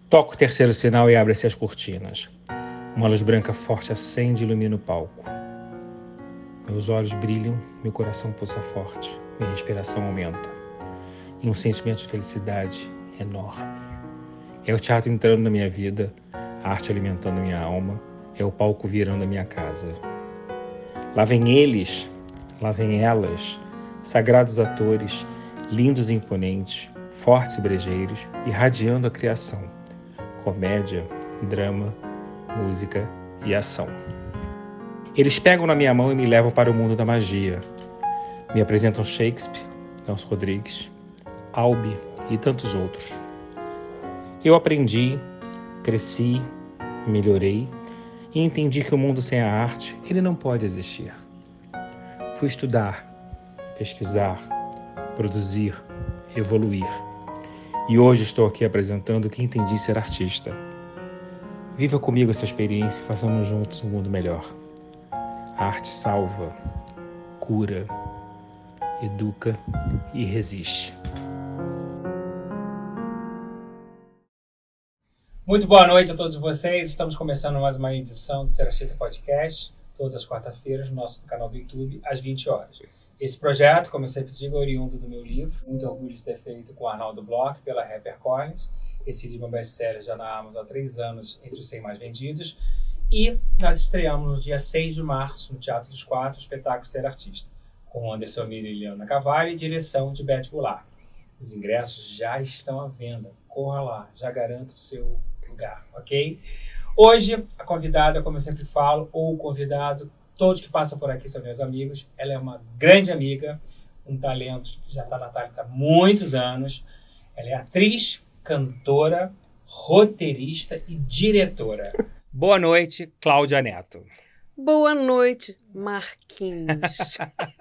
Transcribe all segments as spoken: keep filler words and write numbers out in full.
Toco o terceiro sinal e abre-se as cortinas. Uma luz branca forte acende e ilumina o palco. Meus olhos brilham, meu coração pulsa forte, minha respiração aumenta. E um sentimento de felicidade enorme. É o teatro entrando na minha vida, a arte alimentando minha alma, é o palco virando a minha casa. Lá vem eles, lá vem elas, sagrados atores, lindos e imponentes, fortes e brejeiros, irradiando a criação. Comédia, drama, música e ação. Eles pegam na minha mão e me levam para o mundo da magia. Me apresentam Shakespeare, Nelson Rodrigues, Albi e tantos outros. Eu aprendi, cresci, melhorei e entendi que o mundo sem a arte, ele não pode existir. Fui estudar, pesquisar, produzir, evoluir. E hoje estou aqui apresentando o que entendi ser artista. Viva comigo essa experiência e façamos juntos um mundo melhor. A arte salva, cura, educa e resiste. Muito boa noite a todos vocês. Estamos começando mais uma edição do Ser Artista Podcast, todas as quartas-feiras, no nosso canal do YouTube, às vinte horas. Esse projeto, como eu sempre digo, é oriundo do meu livro. Muito orgulho de ter feito com o Arnaldo Bloch, pela HarperCollins. Esse livro é um best-seller já na Amazon há três anos, entre os cem mais vendidos. E nós estreamos no dia seis de março, no Teatro dos Quatro, o espetáculo Ser Artista, com Anderson Mira e Leona Cavalli e direção de Beth Goulart. Os ingressos já estão à venda. Corra lá, já garanto o seu lugar, ok? Hoje, a convidada, como eu sempre falo, ou o convidado, todos que passam por aqui são meus amigos. Ela é uma grande amiga, um talento que já está na Thalita há muitos anos. Ela é atriz, cantora, roteirista e diretora. Boa noite, Cláudia Neto. Boa noite, Marquinhos.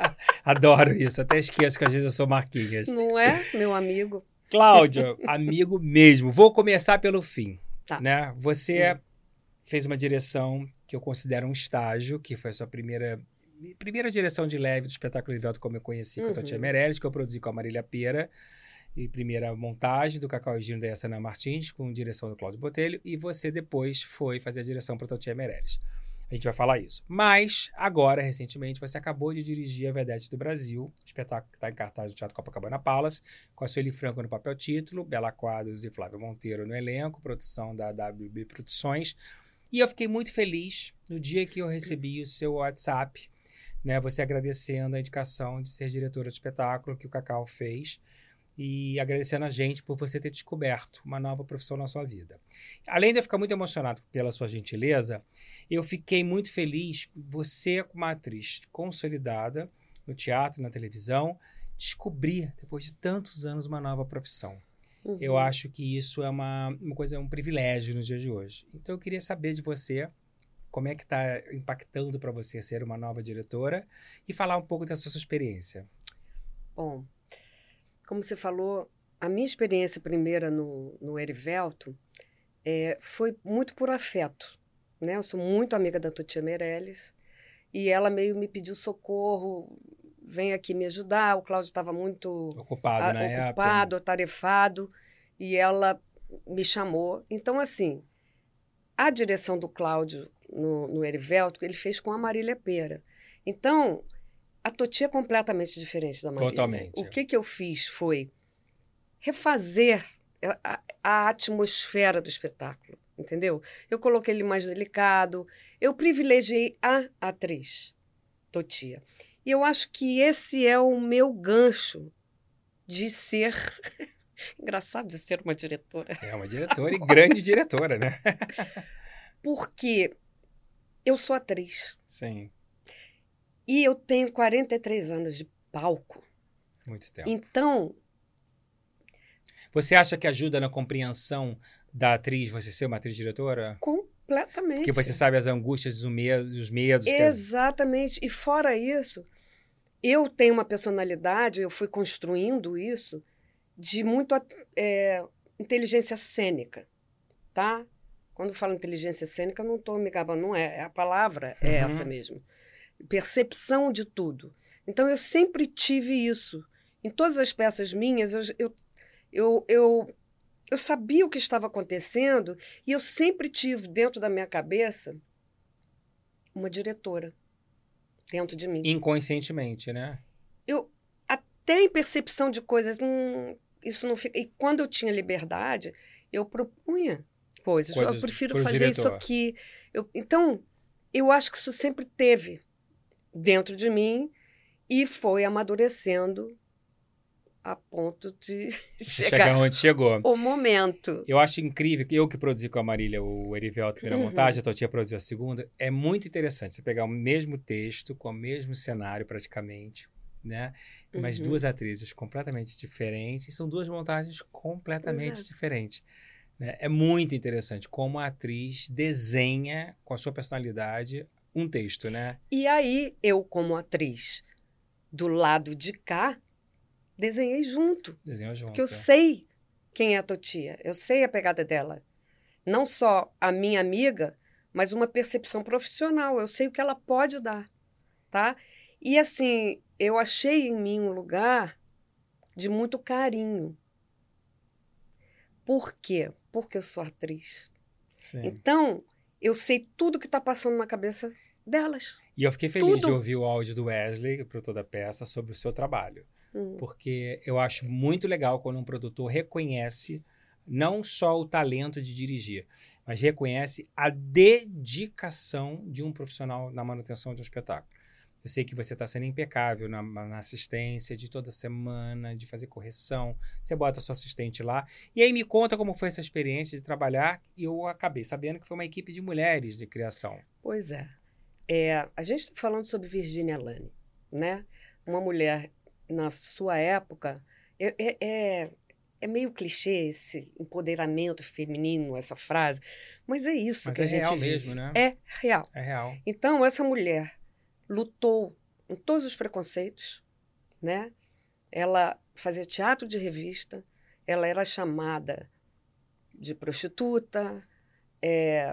Adoro isso, até esqueço que às vezes eu sou Marquinhos. Não é, meu amigo? Cláudia, amigo mesmo. Vou começar pelo fim. Tá. Né? Você Hum. fez uma direção que eu considero um estágio, que foi a sua primeira, primeira direção de leve do espetáculo Erivelto, como eu conheci, com a Tatiana Meirelles, que eu produzi com a Marília Pera, e primeira montagem do Cacau e Gino da Sana Martins, com direção do Cláudio Botelho, e você depois foi fazer a direção para a Tatiana Meirelles. A gente vai falar isso. Mas, agora, recentemente, você acabou de dirigir a Vedete do Brasil, espetáculo que está em cartaz do Teatro Copacabana Palace, com a Sueli Franco no papel título, Bela Quadros e Flávio Monteiro no elenco, produção da W B Produções. E eu fiquei muito feliz no dia que eu recebi o seu WhatsApp, né, você agradecendo a indicação de ser diretora do espetáculo que o Cacau fez, e agradecendo a gente por você ter descoberto uma nova profissão na sua vida. Além de eu ficar muito emocionado pela sua gentileza, eu fiquei muito feliz você, como uma atriz consolidada no teatro, na televisão, descobrir, depois de tantos anos, uma nova profissão. Uhum. Eu acho que isso é uma, uma coisa, é um privilégio nos dias de hoje. Então eu queria saber de você como é que está impactando para você ser uma nova diretora e falar um pouco da sua experiência. Bom, como você falou, a minha experiência primeira no, no Erivelto é, foi muito por afeto, né? Eu sou muito amiga da Tatiana Meirelles e ela meio me pediu socorro, vem aqui me ajudar. O Cláudio estava muito ocupado, a, na ocupado, época. atarefado, e ela me chamou. Então, assim, a direção do Cláudio no, no Erivelto, ele fez com a Marília Pera. Então, a Toti é completamente diferente da Marília. Totalmente. O que, que eu fiz foi refazer a, a atmosfera do espetáculo, entendeu? Eu coloquei ele mais delicado, eu privilegiei a atriz, Toti. E eu acho que esse é o meu gancho de ser... Engraçado de ser uma diretora. É uma diretora e grande diretora, né? Porque eu sou atriz. Sim. E eu tenho quarenta e três anos de palco. Muito tempo. Então... Você acha que ajuda na compreensão da atriz, você ser uma atriz-diretora? Completamente. Porque você sabe as angústias, os medos, os medos. Exatamente. Que... E fora isso, eu tenho uma personalidade, eu fui construindo isso, de muito é, inteligência cênica, tá? Quando eu falo inteligência cênica, eu não estou me gabando, não é. A palavra é uhum. essa mesmo. Percepção de tudo. Então, eu sempre tive isso. Em todas as peças minhas, eu, eu, eu, eu eu sabia o que estava acontecendo e eu sempre tive dentro da minha cabeça uma diretora dentro de mim. Inconscientemente, né? Eu, até em percepção de coisas, hum, isso não fica... E quando eu tinha liberdade, eu propunha coisas. Coisas eu prefiro pro fazer diretor. isso aqui. Eu, então, eu acho que isso sempre teve dentro de mim e foi amadurecendo a ponto de Chegar chegar onde chegou. o momento. Eu acho incrível, que eu que produzi com a Marília o Erivel, a primeira Uhum. montagem, a Totia produziu a segunda, é muito interessante você pegar o mesmo texto, com o mesmo cenário praticamente, né? Mas Uhum. duas atrizes completamente diferentes, e são duas montagens completamente Exato. diferentes. Né? É muito interessante como a atriz desenha, com a sua personalidade, um texto, né? E aí, eu, como atriz, do lado de cá, desenhei junto. Desenham junto. Porque eu é. sei quem é a Totia, eu sei a pegada dela. Não só a minha amiga, mas uma percepção profissional. Eu sei o que ela pode dar, tá? E assim, eu achei em mim um lugar de muito carinho. Por quê? Porque eu sou atriz. Sim. Então, eu sei tudo que está passando na cabeça delas. E eu fiquei feliz Tudo. de ouvir o áudio do Wesley, produtor da peça, sobre o seu trabalho. Hum. Porque eu acho muito legal quando um produtor reconhece não só o talento de dirigir, mas reconhece a dedicação de um profissional na manutenção de um espetáculo. Eu sei que você está sendo impecável na, na assistência de toda semana, de fazer correção. Você bota a sua assistente lá. E aí me conta como foi essa experiência de trabalhar. E eu acabei sabendo que foi uma equipe de mulheres de criação. Pois é. é a gente está falando sobre Virginia Lane, né? Uma mulher, na sua época, é, é, é, é meio clichê esse empoderamento feminino, essa frase, mas é isso Mas que é a gente real vive. mesmo, né? É real. É real. Então, essa mulher lutou com todos os preconceitos, né? Ela fazia teatro de revista, ela era chamada de prostituta, é,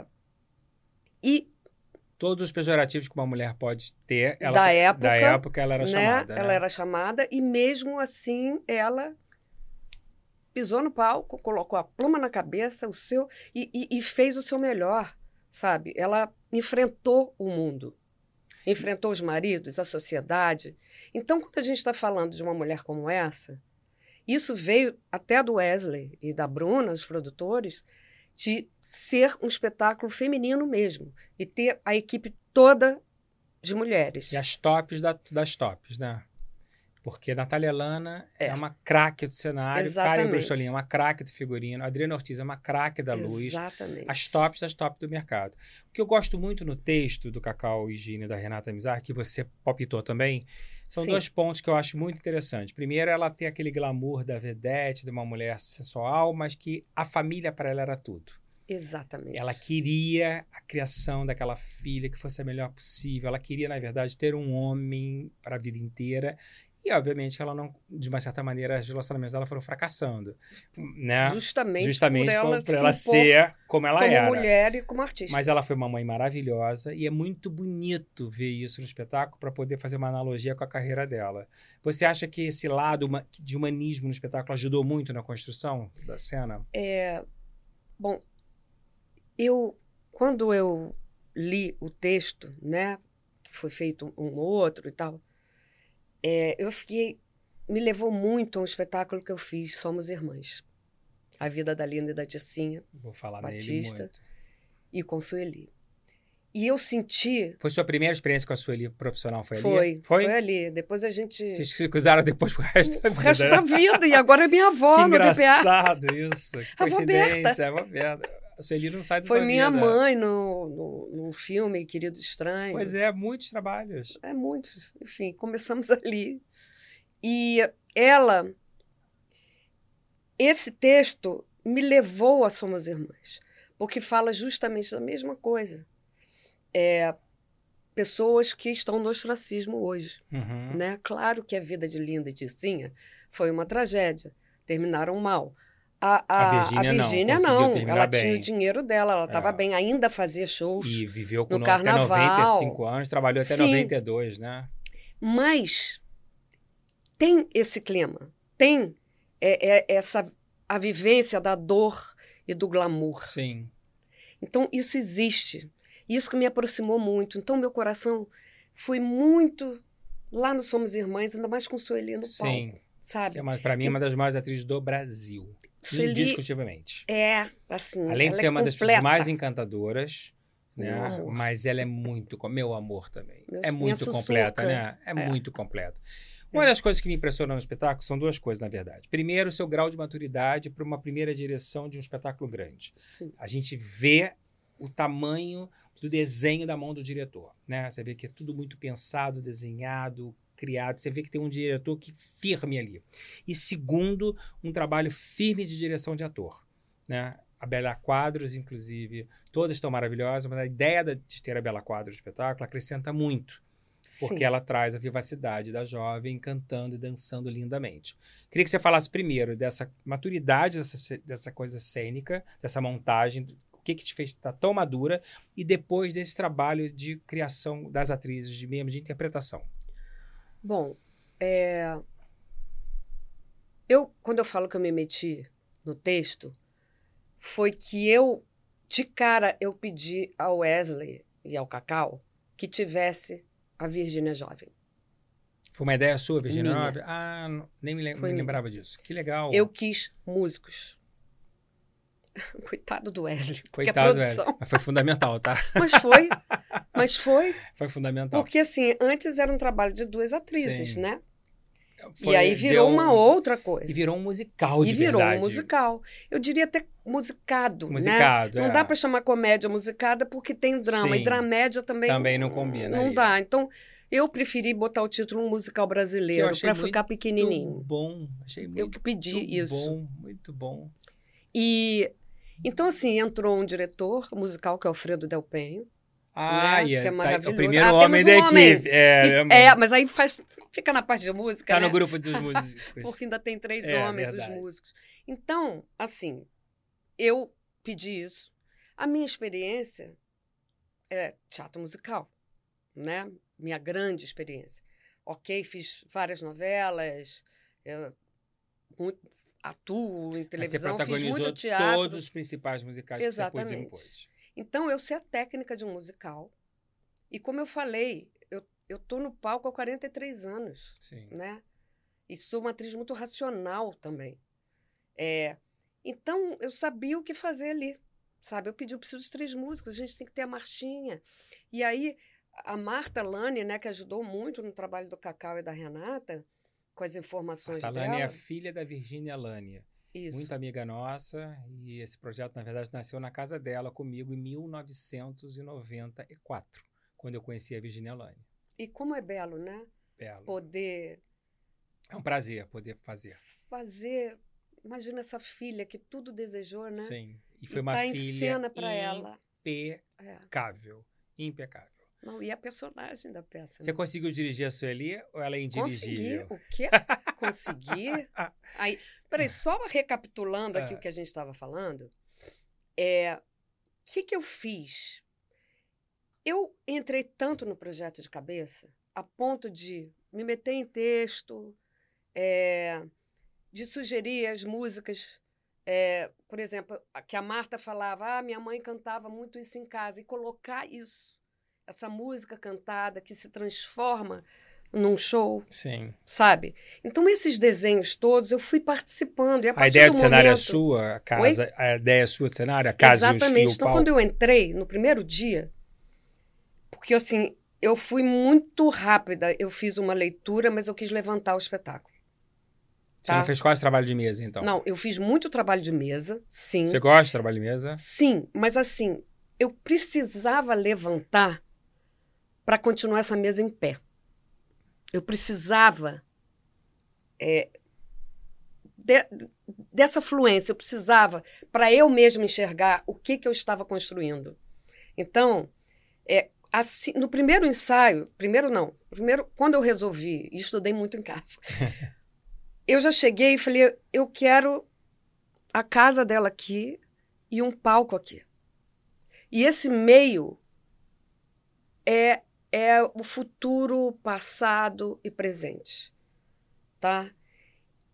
e Todos os pejorativos que uma mulher pode ter, ela, da época, da época ela era né? chamada. Ela né? era chamada e mesmo assim ela pisou no palco, colocou a pluma na cabeça, o seu e, e, e fez o seu melhor, sabe? Ela enfrentou o mundo. Enfrentou os maridos, a sociedade. Então, quando a gente está falando de uma mulher como essa, isso veio até do Wesley e da Bruna, os produtores, de ser um espetáculo feminino mesmo e ter a equipe toda de mulheres. E as tops da, das tops, né? Porque Natália Lana é, É. uma craque do cenário, Exatamente. Karen Brustolin é uma craque do figurino, Adriana Ortiz é uma craque da luz. Exatamente. As tops das tops do mercado. O que eu gosto muito no texto do Cacau e Gine da Renata Mizar, que você palpitou também, são Sim. dois pontos que eu acho muito interessantes. Primeiro, ela tem aquele glamour da vedete, de uma mulher sensual, mas que a família para ela era tudo. Exatamente. Ela queria a criação daquela filha que fosse a melhor possível. Ela queria, na verdade, ter um homem para a vida inteira. E, obviamente, ela não, de uma certa maneira, os relacionamentos dela foram fracassando. Né? Justamente, Justamente por ela, por, por ela se impor ser como ela como era. mulher e como artista. Mas ela foi uma mãe maravilhosa e é muito bonito ver isso no espetáculo para poder fazer uma analogia com a carreira dela. Você acha que esse lado de humanismo no espetáculo ajudou muito na construção da cena? É, bom, eu, quando eu li o texto, né, que foi feito um outro e tal, é, eu fiquei, me levou muito a um espetáculo que eu fiz, Somos Irmãs. A Vida da Linda e da Ticinha. Vou falar Batista, nele muito. E com Sueli. E eu senti... Foi sua primeira experiência com a Sueli profissional? Foi, Foi, ali? Foi? foi ali. Depois a gente... Vocês se cruzaram depois pro resto da O vida, resto né? da vida. E agora é minha avó Que no D P A. engraçado isso. Que A avó coincidência. A avó Berta. A Sueli não sai da Foi sua minha vida. mãe no, no, no filme Querido Estranho. Pois é, muitos trabalhos. É muitos. Enfim, começamos ali. E ela... Esse texto me levou a Somos Irmãs, porque fala justamente da mesma coisa. É, pessoas que estão no ostracismo hoje. Uhum. Né? Claro que a vida de Linda e Ticinha foi uma tragédia. Terminaram mal. A, a, A Virgínia não, Virgínia conseguiu não. terminar Ela bem. tinha o dinheiro dela, ela estava É. bem, ainda fazia shows. E viveu com No no, carnaval. até noventa e cinco anos, trabalhou até Sim. noventa e dois, né? Mas tem esse clima, tem é, é, essa a vivência da dor e do glamour. Sim. Então, isso existe. Isso que me aproximou muito. Então, meu coração foi muito lá no Somos Irmãs, ainda mais com Sueli no Sim. palco, sabe? Que é uma, pra mim, é uma das maiores atrizes do Brasil. Sueli Indiscutivelmente. é, assim, Além de ela ser é uma das pessoas completa. mais encantadoras, né? Meu amor. Mas ela é muito... com- Meu amor também. Meu- é minha muito sussuca. completa, né? É, É. muito completa. Uma das coisas que me impressionou no espetáculo são duas coisas, na verdade. Primeiro, o seu grau de maturidade para uma primeira direção de um espetáculo grande. Sim. A gente vê o tamanho do desenho da mão do diretor, né? Você vê que é tudo muito pensado, desenhado, criado. Você vê que tem um diretor que firme ali. E segundo, um trabalho firme de direção de ator, né? A Bela Quadros, inclusive, todas estão maravilhosas, mas a ideia de ter a Bela Quadros no espetáculo acrescenta muito, porque Sim. ela traz a vivacidade da jovem cantando e dançando lindamente. Queria que você falasse primeiro dessa maturidade, dessa, dessa coisa cênica, dessa montagem, o que que te fez estar tão madura, e depois desse trabalho de criação das atrizes, de mesmo de interpretação. Bom, é, eu, quando eu falo que eu me meti no texto, foi que eu, de cara, eu pedi ao Wesley e ao Cacau que tivesse a Virgínia jovem. Foi uma ideia sua, Virginia Minha. Nove? Ah, não- nem me, lem- Foi me minha. lembrava disso. Que legal. Eu quis músicos. Coitado do Wesley, porque Coitado, a produção... velho. Mas foi fundamental, tá? Mas foi, mas foi, Foi fundamental. porque assim, antes era um trabalho de duas atrizes, Sim. né? Foi- e aí virou deu- uma outra coisa. E virou um musical de E virou verdade. um musical. Eu diria até musicado, Musicado, né? Não é. dá para chamar comédia musicada porque tem drama. Sim. E dramédia também, Também não combina Não aí. dá. Então, eu preferi botar o título um musical Que eu brasileiro achei para muito ficar pequenininho. Muito bom. Achei muito Eu que pedi isso. bom, muito bom. E então, assim, entrou um diretor musical, que é o Alfredo Del Penho. Ah, Né? e é, Que é tá- maravilhoso. o primeiro Ah, homem temos da um homem. equipe. É, E- é, bom. é, mas aí faz, fica na parte de música, Tá né? no grupo dos músicos. Porque ainda tem três É, homens, verdade. os músicos. Então, assim, eu pedi isso. A minha experiência é teatro musical, né? Minha grande experiência. Ok, fiz várias novelas, eu, muito, atuo em Mas você televisão, fiz protagonizou muito teatro. todos os principais musicais que você pôde Exatamente. depois. Então, eu sei a técnica de um musical. E como eu falei, eu eu tô no palco há quarenta e três anos, Sim. né? E sou uma atriz muito racional também. É, então, eu sabia o que fazer ali, sabe? Eu pedi, eu preciso de três músicos, a gente tem que ter a marchinha. E aí, a Marta Lani, né, que ajudou muito no trabalho do Cacau e da Renata, com as informações A dela. Lânia é a filha da Virgínia Lânia. Isso. Muito amiga nossa, e esse projeto, na verdade, nasceu na casa dela comigo em mil novecentos e noventa e quatro, quando eu conheci a Virgínia Lânia. E como é belo, né? Belo. Poder É um prazer poder fazer. fazer... Imagina essa filha que tudo desejou, né? Sim. E E foi uma tá em filha cena para ela. É. impecável. Impecável. Não, e a personagem da peça. Você né? conseguiu dirigir a Sueli ou ela é indirigível? Consegui. O quê? Consegui. Aí, peraí, só recapitulando aqui Ah. o que a gente estava falando, é, o que, que eu fiz? Eu entrei tanto no projeto de cabeça, a ponto de me meter em texto, é, de sugerir as músicas. É, por exemplo, a- que a Marta falava, ah, minha mãe cantava muito isso em casa, e colocar isso, essa música cantada que se transforma num show, Sim. sabe? Então, esses desenhos todos, eu fui participando. E a, A partir ideia do do cenário é momento- sua? A casa, a ideia é sua de cenário? A casa e o- Exatamente. e o Então, palco? quando eu entrei, no primeiro dia, porque, assim, eu fui muito rápida. Eu fiz uma leitura, mas eu quis levantar o espetáculo. Você tá? não fez quase trabalho de mesa, então? Não, eu fiz muito trabalho de mesa, sim. Você gosta de trabalho de mesa? Sim, mas assim, eu precisava levantar para continuar essa mesa em pé. Eu precisava é, de- dessa fluência, eu precisava para eu mesma enxergar o que, que eu estava construindo. Então, é, assim, no primeiro ensaio, primeiro não, primeiro quando eu resolvi, e estudei muito em casa, eu já cheguei e falei, eu quero a casa dela aqui e um palco aqui. E esse meio é, é o futuro, passado e presente, tá?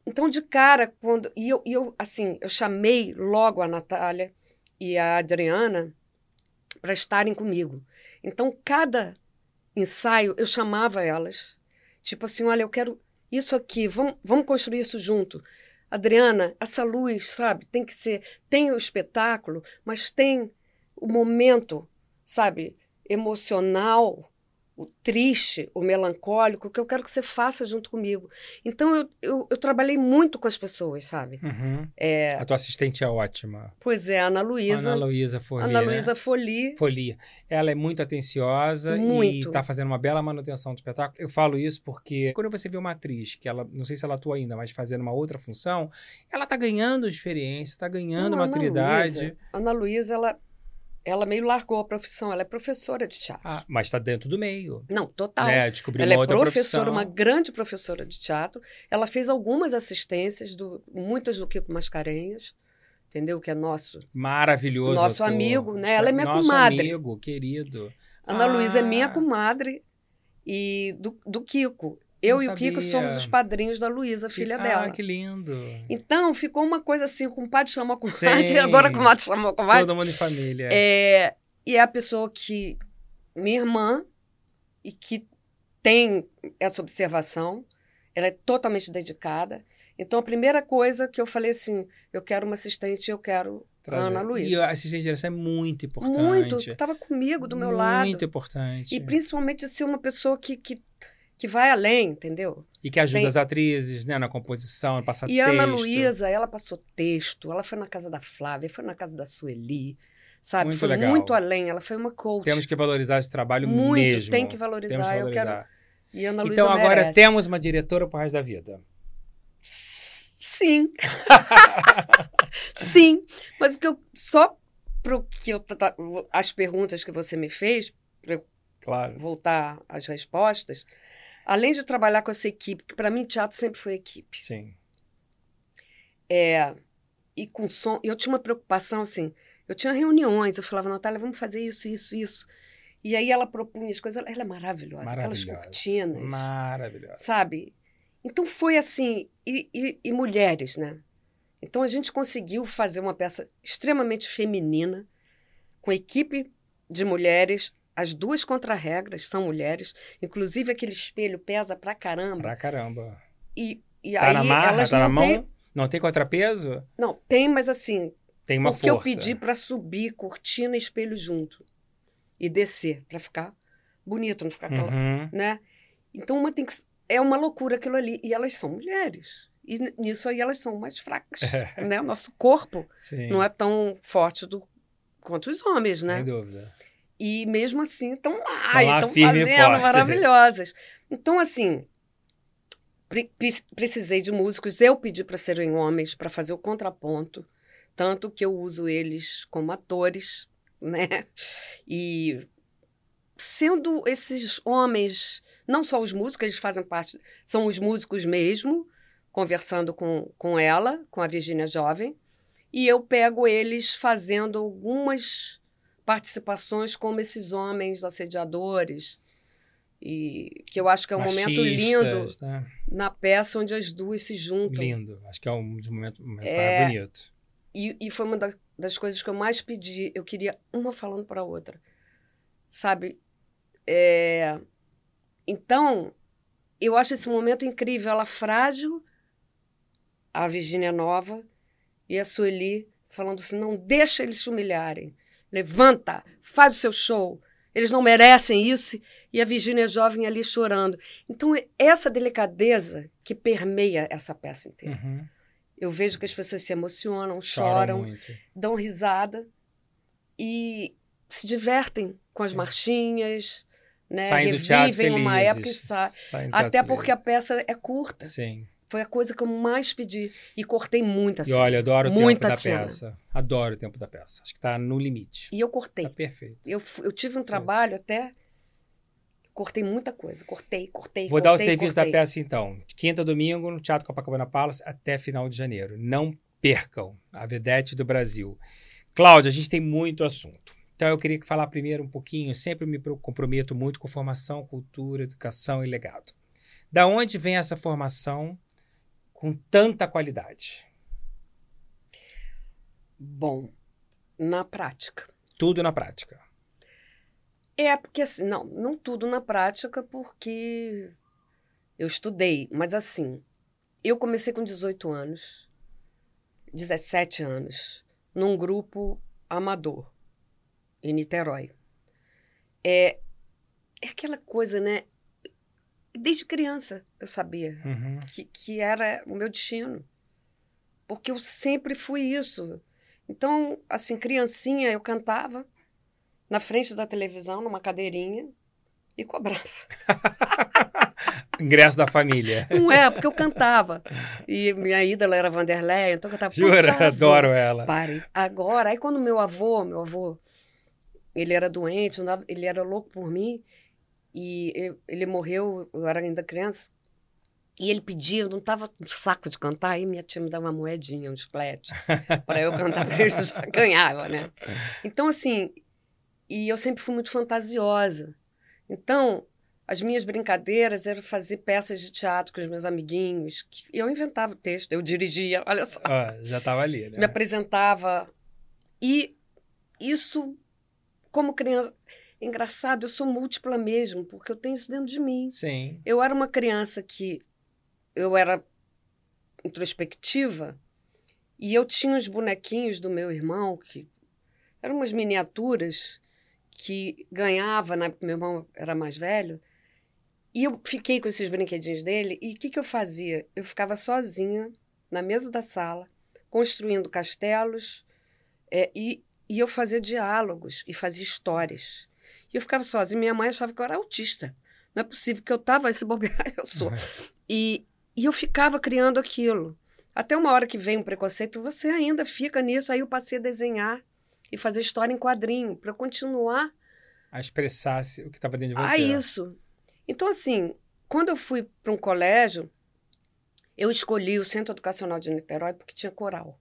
Então, de cara, quando... E eu, e eu, assim, eu chamei logo a Natália e a Adriana para estarem comigo. Então, cada ensaio, eu chamava elas. Tipo assim, olha, eu quero isso aqui, vamos, vamos construir isso junto. Adriana, essa luz, sabe, tem que ser... Tem o espetáculo, mas tem o momento, sabe, emocional, o triste, o melancólico, que eu quero que você faça junto comigo. Então, eu, eu, eu trabalhei muito com as pessoas, sabe? Uhum. É, A tua assistente é ótima. pois é, a Ana Luísa. Ana Luísa Folia, Ana né? Luísa Folia. Folia. Ela é muito atenciosa Muito. e está fazendo uma bela manutenção do espetáculo. Eu falo isso porque quando você vê uma atriz, que ela, não sei se ela atua ainda, mas fazendo uma outra função, ela está ganhando experiência, está ganhando Não, a Ana maturidade. Luísa, a Ana Luísa, ela, ela meio largou a profissão, ela é professora de teatro. Ah, mas está dentro do meio. Não, total. Né? Descobriu Ela uma é outra professora, profissão. uma grande professora de teatro. Ela fez algumas assistências, do, muitas do Kiko Mascarenhas, entendeu? Que é nosso, Maravilhoso. nosso ator. amigo, né? Ela é minha Nosso comadre. amigo, querido. Ana Ah, Luísa é minha comadre e do, do Kiko. Eu Não e o Kiko sabia. somos os padrinhos da Luísa, filha que, dela. Ah, que lindo. Então, ficou uma coisa assim, com o padre chamou com o Sim. comadre, agora com o comadre chamou com o comadre. Todo mundo em família. É, e é a pessoa que, minha irmã, e que tem essa observação, ela é totalmente dedicada. Então, a primeira coisa que eu falei assim, eu quero uma assistente, eu quero a Trazer. Ana E a Luísa. assistente de direção é muito importante. Muito, que estava comigo, do meu muito lado. Muito importante. E principalmente ser uma pessoa que, que, que vai além, entendeu? E que ajuda Tem- as atrizes, né, na composição, no passar E a texto. Ana Luísa, ela passou texto, ela foi na casa da Flávia, foi na casa da Sueli, sabe? Muito foi legal. muito além, ela foi uma coach. Temos que valorizar esse trabalho Muito, mesmo. tem que valorizar, Temos que eu quero- valorizar. E a Ana Luísa Então agora merece. temos uma diretora pro resto da vida. Sim. Sim. Mas o que eu. Só pro que eu. ta- As perguntas que você me fez, para eu Claro. voltar às respostas, além de trabalhar com essa equipe, que para mim teatro sempre foi equipe. Sim. É, e com som. Eu tinha uma preocupação assim. Eu tinha reuniões, eu falava, Natália, vamos fazer isso, isso, isso. E aí ela propunha as coisas. Ela é maravilhosa. Aquelas Maravilhosa. cortinas. Maravilhosa. Sabe? Então foi assim, e, e- e mulheres, né? Então a gente conseguiu fazer uma peça extremamente feminina, com equipe de mulheres, as duas contra-regras são mulheres, inclusive aquele espelho pesa pra caramba. Pra caramba. E, e Tá aí na marra, elas tá não na mão? têm. Não tem contrapeso? Não, tem, mas assim, Tem uma o que força. eu pedi pra subir cortina e espelho junto e descer, pra ficar bonito, não ficar aquela. Uhum. Né? Então uma tem que é uma loucura aquilo ali e elas são mulheres e n- nisso aí elas são mais fracas, né? O nosso corpo Sim. não é tão forte do, quanto os homens, Sem né? dúvida. E mesmo assim estão lá, Tão lá estão firme e fazendo forte. maravilhosas. Então assim pre- pre- precisei de músicos, eu pedi para serem homens para fazer o contraponto, tanto que eu uso eles como atores, né? E sendo esses homens, não só os músicos, eles fazem parte, são os músicos mesmo, conversando com, com ela, com a Virgínia Jovem, e eu pego eles fazendo algumas participações como esses homens assediadores, e que eu acho que é um momento lindo Machistas, né? na peça onde as duas se juntam. Lindo. Acho que é um dos momentos momentos É. bonito. E, e foi uma da- das coisas que eu mais pedi. Eu queria uma falando para a outra. Sabe? É, Então, eu acho esse momento incrível. Ela frágil, a Virgínia nova, e a Sueli falando assim, não deixa eles te humilharem. Levanta, faz o seu show. Eles não merecem isso. E a Virgínia jovem ali chorando. Então, é essa delicadeza que permeia essa peça inteira. Uhum. Eu vejo que as pessoas se emocionam, Choram choram, muito. dão risada e se divertem com as Sim. marchinhas, né? Saem do teatro Revivem uma felizes. época e saem. Saem do Até teatro porque a peça é curta. felizes. Sim. Foi a coisa que eu mais pedi. E cortei muita E cena. olha, eu adoro o Muita tempo da cena. peça. Adoro o tempo da peça. Acho que tá no limite. E eu cortei. Tá perfeito. Eu, fu- eu tive um trabalho até... Cortei muita coisa. Cortei, cortei, Vou cortei, dar o serviço cortei. da peça, então. De quinta a domingo, no Teatro Copacabana Palace, até final de janeiro. Não percam a Vedete do Brasil. Cláudia, a gente tem muito assunto. Então, eu queria falar primeiro um pouquinho, sempre me pro- comprometo muito com formação, cultura, educação e legado. Da onde vem essa formação com tanta qualidade? Bom, na prática. Tudo na prática. É, porque assim, não, não tudo na prática, porque eu estudei, mas assim, eu comecei com dezoito anos, dezessete anos, num grupo amador, em Niterói. É, é aquela coisa, né? Desde criança eu sabia Uhum. que, que era o meu destino, porque eu sempre fui isso. Então, assim, criancinha, eu cantava na frente da televisão, numa cadeirinha, e cobrava. Ingresso da família. Não é, porque eu cantava. E minha ídola era Vanderleia, então eu cantava. Jura? Adoro ela. Pare. Agora, aí quando meu avô, meu avô, ele era doente, ele era louco por mim, e ele morreu, eu era ainda criança, e ele pedia, eu não estava no saco de cantar, aí minha tia me dava uma moedinha, um chiclete, para eu cantar para ele, já ganhava, né? Então, assim, e eu sempre fui muito fantasiosa. Então, as minhas brincadeiras eram fazer peças de teatro com os meus amiguinhos, que eu inventava o texto, eu dirigia, olha só. Ah, já estava ali, né? Me apresentava. E isso, como criança... Engraçado, eu sou múltipla mesmo, porque eu tenho isso dentro de mim. Sim. Eu era uma criança que... Eu era introspectiva, e eu tinha os bonequinhos do meu irmão, que eram umas miniaturas que ganhava, na época meu irmão era mais velho, e eu fiquei com esses brinquedinhos dele, e o que, que eu fazia? Eu ficava sozinha na mesa da sala, construindo castelos, é, e, e eu fazia diálogos e fazia histórias. E eu ficava sozinha, minha mãe achava que eu era autista. Não é possível que eu estava, esse bobear, eu sou. Uhum. E, e eu ficava criando aquilo. Até uma hora que vem um preconceito, você ainda fica nisso. Aí eu passei a desenhar e fazer história em quadrinho, para continuar... A expressar o que estava dentro de você. Ah, isso. Então, assim, quando eu fui para um colégio, eu escolhi o Centro Educacional de Niterói porque tinha coral.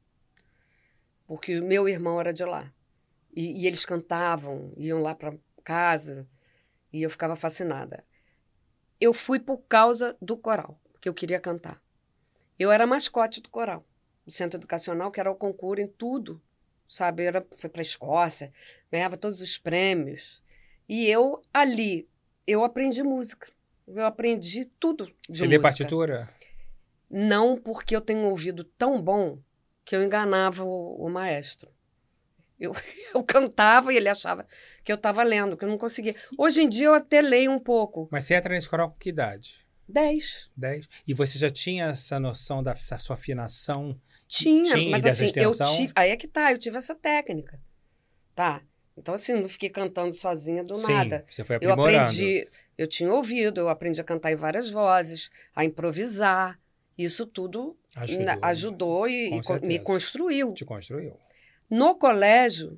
Porque o meu irmão era de lá. E, e eles cantavam, iam lá para casa, e eu ficava fascinada. Eu fui por causa do coral, porque eu queria cantar. Eu era mascote do coral, do Centro Educacional, que era o concurso em tudo, sabe? Era, foi para a Escócia, ganhava todos os prêmios. E eu, ali, eu aprendi música. Eu aprendi tudo de Você música. lê partitura? Não, porque eu tenho um ouvido tão bom que eu enganava o, o maestro. Eu, eu cantava e ele achava que eu estava lendo, que eu não conseguia. Hoje em dia eu até leio um pouco. Mas você entra nesse coral com que idade? Dez. Dez. E você já tinha essa noção da essa sua afinação? Tinha, tinha mas dessa assim, eu extensão? tive... Aí é que tá, eu tive essa técnica. Tá? Então, assim, não fiquei cantando sozinha do Sim, nada. você foi Eu aprimorando. aprendi, eu tinha ouvido, eu aprendi a cantar em várias vozes, a improvisar. Isso tudo Ajudou, na, ajudou e, com e certeza. me construiu. Te construiu. No colégio,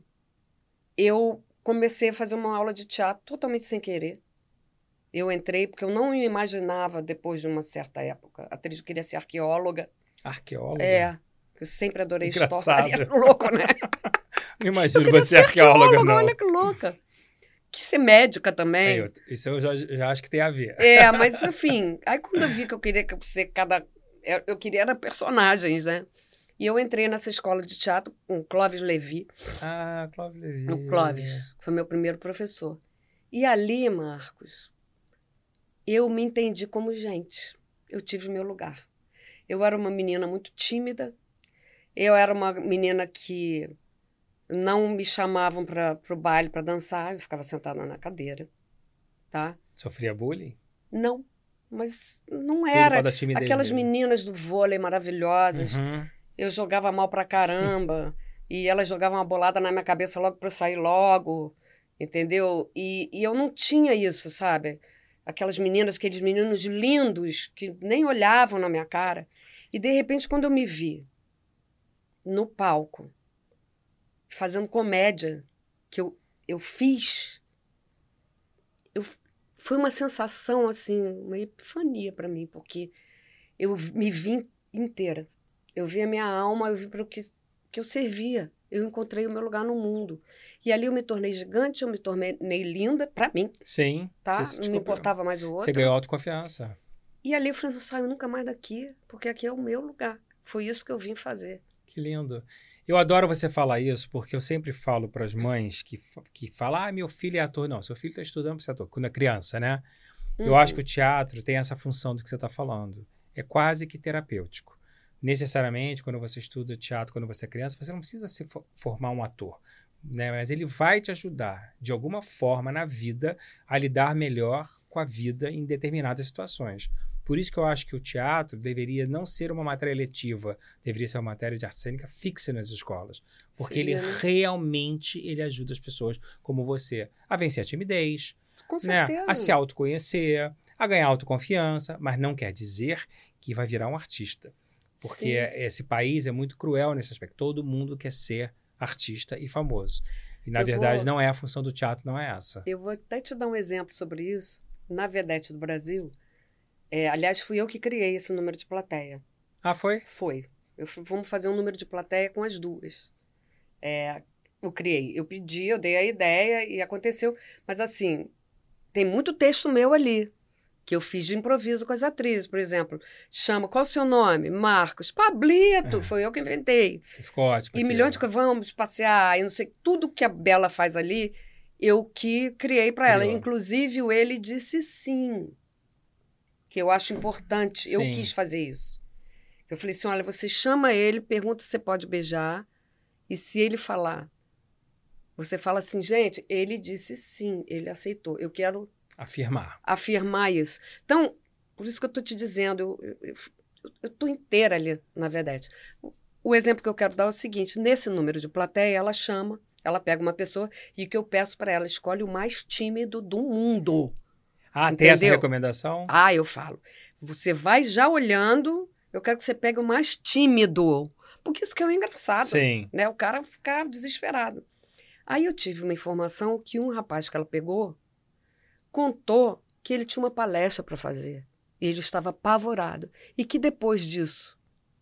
eu comecei a fazer uma aula de teatro totalmente sem querer. Eu entrei porque eu não me imaginava, depois de uma certa época, a atriz queria ser arqueóloga. Arqueóloga? É, eu sempre adorei Engraçado. história. Louco, né? Não imagino você arqueóloga, arqueóloga, não. olha que louca. Quis ser médica também. É, eu, isso eu já, já acho que tem a ver. É, mas enfim, aí quando eu vi que eu queria ser cada... Eu queria era personagens, né? E eu entrei nessa escola de teatro com o Clóvis Levi. Ah, Clóvis Levi. O Clóvis, foi meu primeiro professor. E ali, Marcos, eu me entendi como gente. Eu tive meu lugar. Eu era uma menina muito tímida. Eu era uma menina que não me chamavam para o baile para dançar. Eu ficava sentada na cadeira, tá? Sofria bullying? Não, mas não Tudo era. da timidez Aquelas dele. meninas do vôlei maravilhosas. Uhum. Eu jogava mal pra caramba. E elas jogavam uma bolada na minha cabeça logo para eu sair logo. Entendeu? E, e eu não tinha isso, sabe? Aquelas meninas, aqueles meninos lindos que nem olhavam na minha cara. E, de repente, quando eu me vi no palco, fazendo comédia, que eu, eu fiz, eu, foi uma sensação, assim, uma epifania para mim, porque eu me vi inteira. Eu vi a minha alma, eu vi para o que, que eu servia. Eu encontrei o meu lugar no mundo. E ali eu me tornei gigante, eu me tornei linda, para mim. Sim. Tá? Você Não me importava mais o outro. Você ganhou autoconfiança. E ali eu falei, não saio nunca mais daqui, porque aqui é o meu lugar. Foi isso que eu vim fazer. Que lindo. Eu adoro você falar isso, porque eu sempre falo para as mães que, que falam, ah, meu filho é ator. Não, seu filho está estudando para ser ator. Quando é criança, né? Uhum. Eu acho que o teatro tem essa função do que você está falando. É quase que terapêutico. Necessariamente, quando você estuda teatro, quando você é criança, você não precisa se for, formar um ator. Né? Mas ele vai te ajudar, de alguma forma, na vida, a lidar melhor com a vida em determinadas situações. Por isso que eu acho que o teatro deveria não ser uma matéria letiva, deveria ser uma matéria de arte cênica fixa nas escolas. Porque Sim, ele né? realmente ele ajuda as pessoas, como você, a vencer a timidez, Com certeza. Né? a se autoconhecer, a ganhar autoconfiança, mas não quer dizer que vai virar um artista. Porque Sim. esse país é muito cruel nesse aspecto. Todo mundo quer ser artista e famoso. E, na eu verdade, vou... não é a função do teatro, não é essa. Eu vou até te dar um exemplo sobre isso. Na Vedete do Brasil, é, aliás, fui eu que criei esse número de plateia. Ah, foi? Foi. Eu fui, vamos fazer um número de plateia com as duas. É, eu criei. Eu pedi, eu dei a ideia e aconteceu. Mas, assim, tem muito texto meu ali, que eu fiz de improviso com as atrizes, por exemplo. Chama, qual o seu nome? Marcos. Pablito, é. foi eu que inventei. Ficou ótimo. E milhões de coisas, vamos passear, e não sei, tudo que a Bela faz ali, eu que criei para ela. Inclusive, o Ele Disse Sim, que eu acho importante. Sim. Eu quis fazer isso. Eu falei assim, olha, você chama ele, pergunta se você pode beijar, e se ele falar, você fala assim, gente, ele disse sim, ele aceitou. Eu quero... Afirmar. Afirmar isso. Então, por isso que eu estou te dizendo, eu estou inteira ali na Vedete. O, o exemplo que eu quero dar é o seguinte, nesse número de plateia, ela chama, ela pega uma pessoa e o que eu peço para ela, escolhe o mais tímido do mundo. Ah, Entendeu? tem essa recomendação? Ah, eu falo. Você vai já olhando, eu quero que você pegue o mais tímido. Porque isso que é o engraçado. Sim. Né? O cara ficar desesperado. Aí eu tive uma informação que um rapaz que ela pegou contou que ele tinha uma palestra para fazer. E ele estava apavorado. E que depois disso,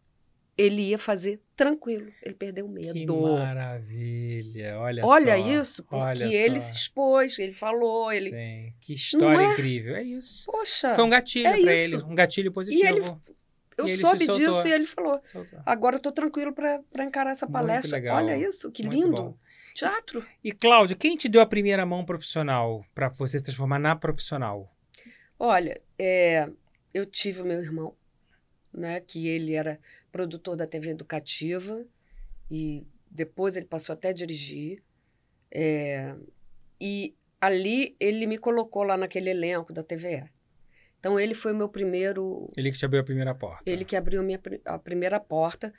ele ia fazer tranquilo. Ele perdeu o medo. Que maravilha. Olha, Olha só. isso, porque Olha ele só. se expôs, ele falou. Ele... Sim. Que história é? incrível. É isso. Poxa. Foi um gatilho é para isso. ele. Um gatilho positivo. E ele... Eu e ele soube disso e ele falou, soltou. Agora eu estou tranquilo para encarar essa palestra. Muito legal. Olha isso, que Muito lindo. Bom. Teatro. E, e Cláudia, quem te deu a primeira mão profissional para você se transformar na profissional? Olha, é, eu tive o meu irmão, né, que ele era produtor da T V Educativa e depois ele passou até a dirigir. É, e ali ele me colocou lá naquele elenco da T V E. Então, ele foi o meu primeiro... Ele que te abriu a primeira porta. Ele que abriu a, minha, a primeira porta,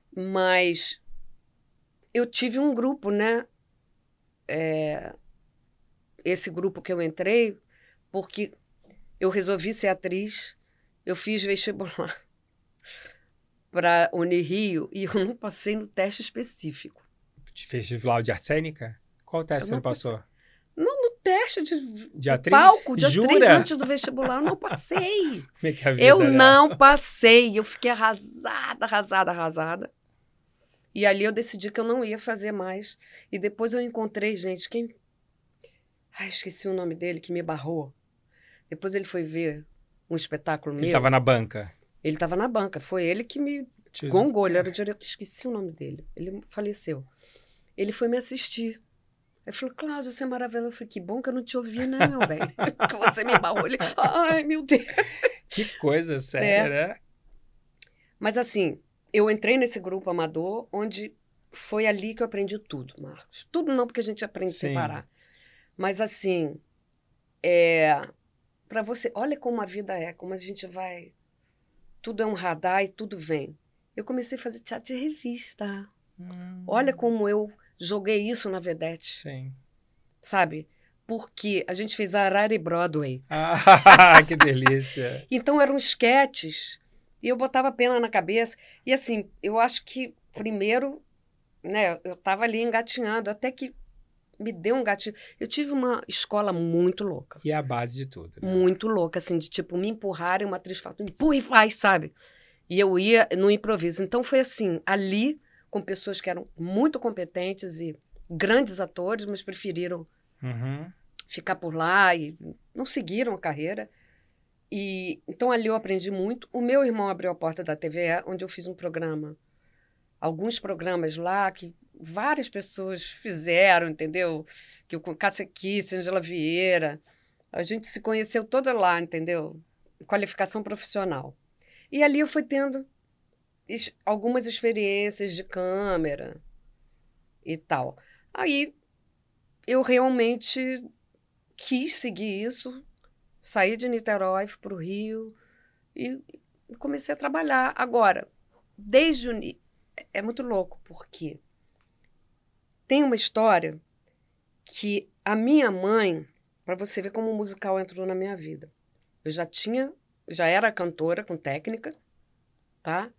mas eu tive um grupo, né? É, esse grupo que eu entrei, porque eu resolvi ser atriz, eu fiz vestibular para Unirio e eu não passei no teste específico. Te fez vestibular de arte cênica? Qual teste você não passou? Passei. Não, no teste de, de atriz? palco, de Jura? atriz antes do vestibular, eu não passei. Como é que é a vida, eu né? não passei, eu fiquei arrasada, arrasada, arrasada. E ali eu decidi que eu não ia fazer mais. E depois eu encontrei, gente, quem... Ai, esqueci o nome dele, que me barrou. Depois ele foi ver um espetáculo meu. Ele estava na banca? Ele estava na banca, foi ele que me gongou, ele era o diretor, esqueci o nome dele, ele faleceu. Ele foi me assistir. Ele falou, Cláudia, você é maravilhosa. Eu falei, que bom que eu não te ouvi, né, meu bem? Que você me barrou. Ele, ai, meu Deus. Que coisa séria, é. né? Mas assim, eu entrei nesse grupo amador, onde foi ali que eu aprendi tudo, Marcos. Tudo não, porque a gente aprende a separar. Mas assim, é, para você, olha como a vida é, como a gente vai... Tudo é um radar e tudo vem. Eu comecei a fazer teatro de revista. Hum. Olha como eu... joguei isso na Vedete. Sim. Sabe? Porque a gente fez a Arara e Broadway. Ah, que delícia. Então eram esquetes. E eu botava pena na cabeça. E assim, eu acho que primeiro, né, eu estava ali engatinhando, até que me deu um gatinho. Eu tive uma escola muito louca. E é a base de tudo, né? Muito louca, assim, de tipo, me empurrar e uma atriz fala, empurra e faz, sabe? E eu ia no improviso. Então foi assim, ali... com pessoas que eram muito competentes e grandes atores, mas preferiram uhum. ficar por lá e não seguiram a carreira. E, então, ali eu aprendi muito. O meu irmão abriu a porta da T V E, onde eu fiz um programa. Alguns programas lá que várias pessoas fizeram, entendeu? Que eu com Cássia Kiss, Angela Vieira. A gente se conheceu toda lá, entendeu? Qualificação profissional. E ali eu fui tendo es- algumas experiências de câmera e tal. Aí eu realmente quis seguir isso, saí de Niterói, fui para o Rio e comecei a trabalhar. Agora, desde o... ni- é muito louco, porque tem uma história que a minha mãe, para você ver como o musical entrou na minha vida. Eu já tinha, já era cantora com técnica, tá?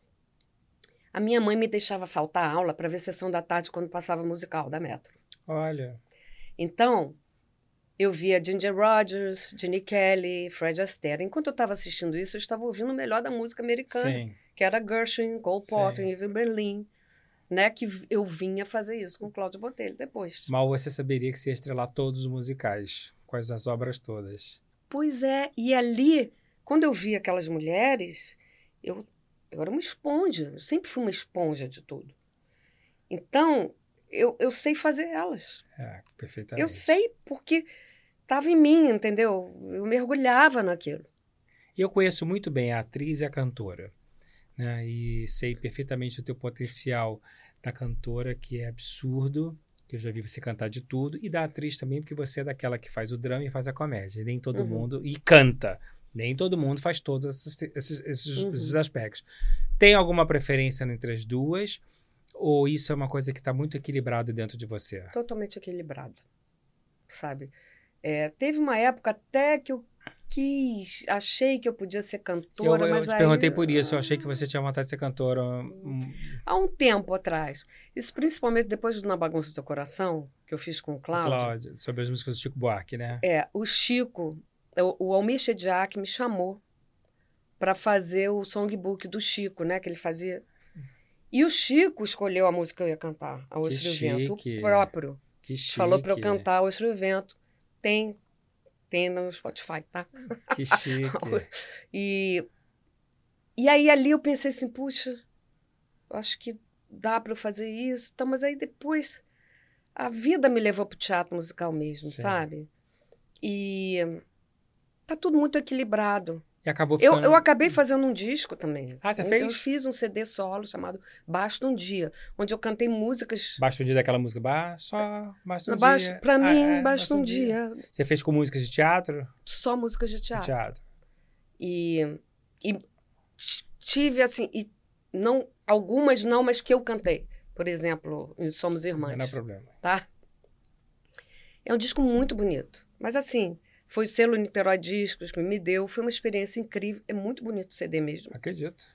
A minha mãe me deixava faltar aula para ver sessão da tarde quando passava musical da Metro. Olha, Então, eu via Ginger Rogers, Ginny Kelly, Fred Astaire. Enquanto eu estava assistindo isso, eu estava ouvindo o melhor da música americana, sim. que era Gershwin, Cole Sim. Porter, Evelyn Berlin, né? Que eu vinha fazer isso com Cláudio Botelho depois. Mal você saberia que você ia estrelar todos os musicais, quais as obras todas. Pois é, e ali, quando eu vi aquelas mulheres, eu, eu era uma esponja, eu sempre fui uma esponja de tudo. Então, eu, eu sei fazer elas. É, perfeitamente. Eu sei porque estava em mim, entendeu? Eu mergulhava naquilo. Eu conheço muito bem a atriz e a cantora, né? E sei perfeitamente o teu potencial da cantora, que é absurdo, que eu já vi você cantar de tudo, e da atriz também, porque você é daquela que faz o drama e faz a comédia. Nem todo Uhum. mundo... E canta. Nem todo mundo faz todos esses, esses, esses, Uhum. esses aspectos. Tem alguma preferência entre as duas? Ou isso é uma coisa que está muito equilibrado dentro de você? Totalmente equilibrado, sabe? É, teve uma época até que eu quis, achei que eu podia ser Eu, cantora, eu mas te aí... perguntei por isso. Eu achei que você tinha vontade de ser cantora. hum, Há um tempo atrás. Isso principalmente depois do Na Bagunça do Coração, que eu fiz com o Cláudio. Cláudia, sobre as músicas do Chico Buarque, né? É, o Chico, o, o Almir Shediac me chamou para fazer o songbook do Chico, né? Que ele fazia. E o Chico escolheu a música que eu ia cantar, a Ostro e o Vento, chique. o próprio. Que chique. Falou para eu cantar Ostro e o Vento. Tem, tem no Spotify, tá? Que chique. E, e aí ali eu pensei assim, puxa, eu acho que dá para eu fazer isso. Então, mas aí depois a vida me levou para o teatro musical mesmo, Sim. sabe? E tá tudo muito equilibrado. E acabou Eu, ficando... eu acabei fazendo um disco também. Ah, você eu, fez? Eu fiz um C D solo chamado Basta um Dia, onde eu cantei músicas. Basta um dia daquela música. Ba, só, basta um Basta, dia. pra Ah, mim, é, basta um dia. Você fez com músicas de teatro? Só músicas de De teatro. teatro. E, e t- tive, assim, e não, algumas não, mas que eu cantei. Por exemplo, em Somos Irmãs. Não é problema. Tá? É um disco muito bonito. Mas, assim, foi o selo Niterói Discos que me deu. Foi uma experiência incrível. É muito bonito o C D mesmo. Acredito.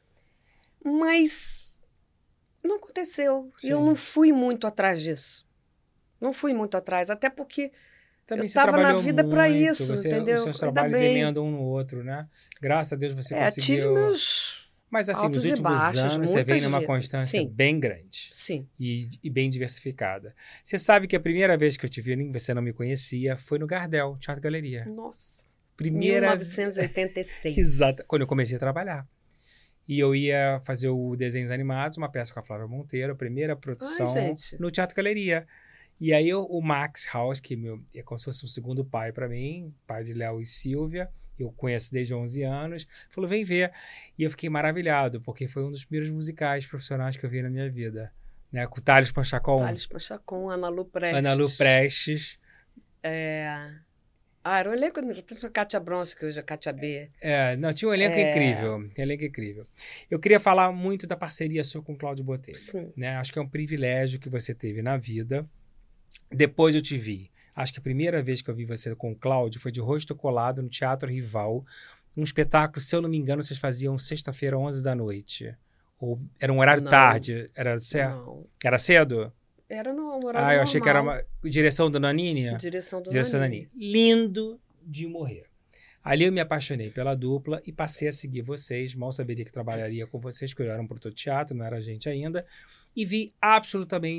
Mas não aconteceu. E eu Sim. não fui muito atrás disso. Não fui muito atrás, até porque Também eu você tava na trabalhou vida pra muito, isso, você, entendeu? Os seus Ainda trabalhos bem. emendam um no outro, né? Graças a Deus você é, conseguiu... tive meus... Mas assim, altos nos e últimos baixos, anos você muitas vem numa vezes. constância Sim. bem grande. Sim. E, e bem diversificada. Você sabe que a primeira vez que eu te vi, nem você não me conhecia, foi no Gardel, Teatro Galeria. Nossa. Primeira... mil novecentos e oitenta e seis. Exato, quando eu comecei a trabalhar. E eu ia fazer o Desenhos Animados, uma peça com a Flávia Monteiro, a primeira produção Ai, gente. no Teatro Galeria. E aí eu, o Max House, que meu, é como se fosse um segundo pai para mim, pai de Léo e Silvia, eu conheço desde onze anos, falou, vem ver. E eu fiquei maravilhado, porque foi um dos primeiros musicais profissionais que eu vi na minha vida. Né? Com o Thales Panchacon, Thales Panchacon, Ana Lu Prestes. Ana Lu Prestes. É... Ah, era um elenco... Tanto a Cátia Bronze, que hoje é Cátia B. É, não, tinha um elenco É. incrível. Tinha um elenco incrível. Eu queria falar muito da parceria sua com o Cláudio Botelho. Sim. Né? Acho que é um privilégio que você teve na vida. Depois eu te vi. Acho que a primeira vez que eu vi você com o Cláudio foi de rosto colado no Teatro Rival. Um espetáculo, se eu não me engano, vocês faziam sexta-feira, onze da noite. Ou era um horário Não. tarde. Era, ce... Não. era cedo? Era no horário Ah, eu achei que era normal. uma direção do Nanini. Direção do Direção da Nanini. Nanini. Lindo de morrer. Ali eu me apaixonei pela dupla e passei a seguir vocês. Mal saberia que trabalharia com vocês, porque eu era um produtor de teatro, não era gente ainda. E vi absolutamente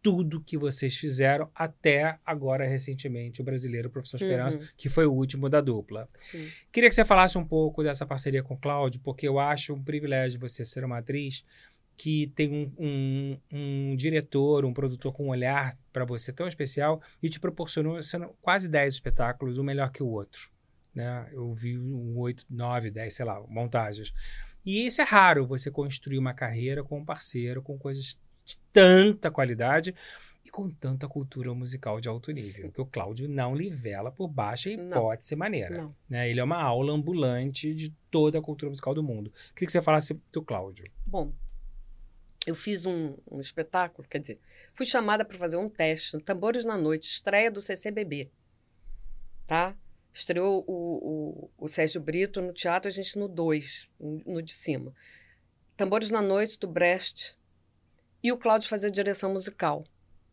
tudo que vocês fizeram até agora, recentemente, o Brasileiro Profissão Esperança, Uhum. que foi o último da dupla. Sim. Queria que você falasse um pouco dessa parceria com o Cláudio, porque eu acho um privilégio você ser uma atriz que tem um, um, um diretor, um produtor com um olhar para você tão especial e te proporcionou sendo quase dez espetáculos, um melhor que o outro. Né? Eu vi um oito, nove, dez, sei lá, montagens. E isso é raro, você construir uma carreira com um parceiro, com coisas de tanta qualidade e com tanta cultura musical de alto nível, que o Cláudio não nivela por baixa hipótese maneira. Não. Né? Ele é uma aula ambulante de toda a cultura musical do mundo. Queria que você falasse do Cláudio. Bom, eu fiz um, um espetáculo, quer dizer, fui chamada para fazer um teste no Tambores na Noite, estreia do C C B B, tá? Estreou o, o, o Sérgio Brito no teatro, a gente no dois, no de cima. Tambores na Noite, do Brecht, e o Cláudio fazia direção musical.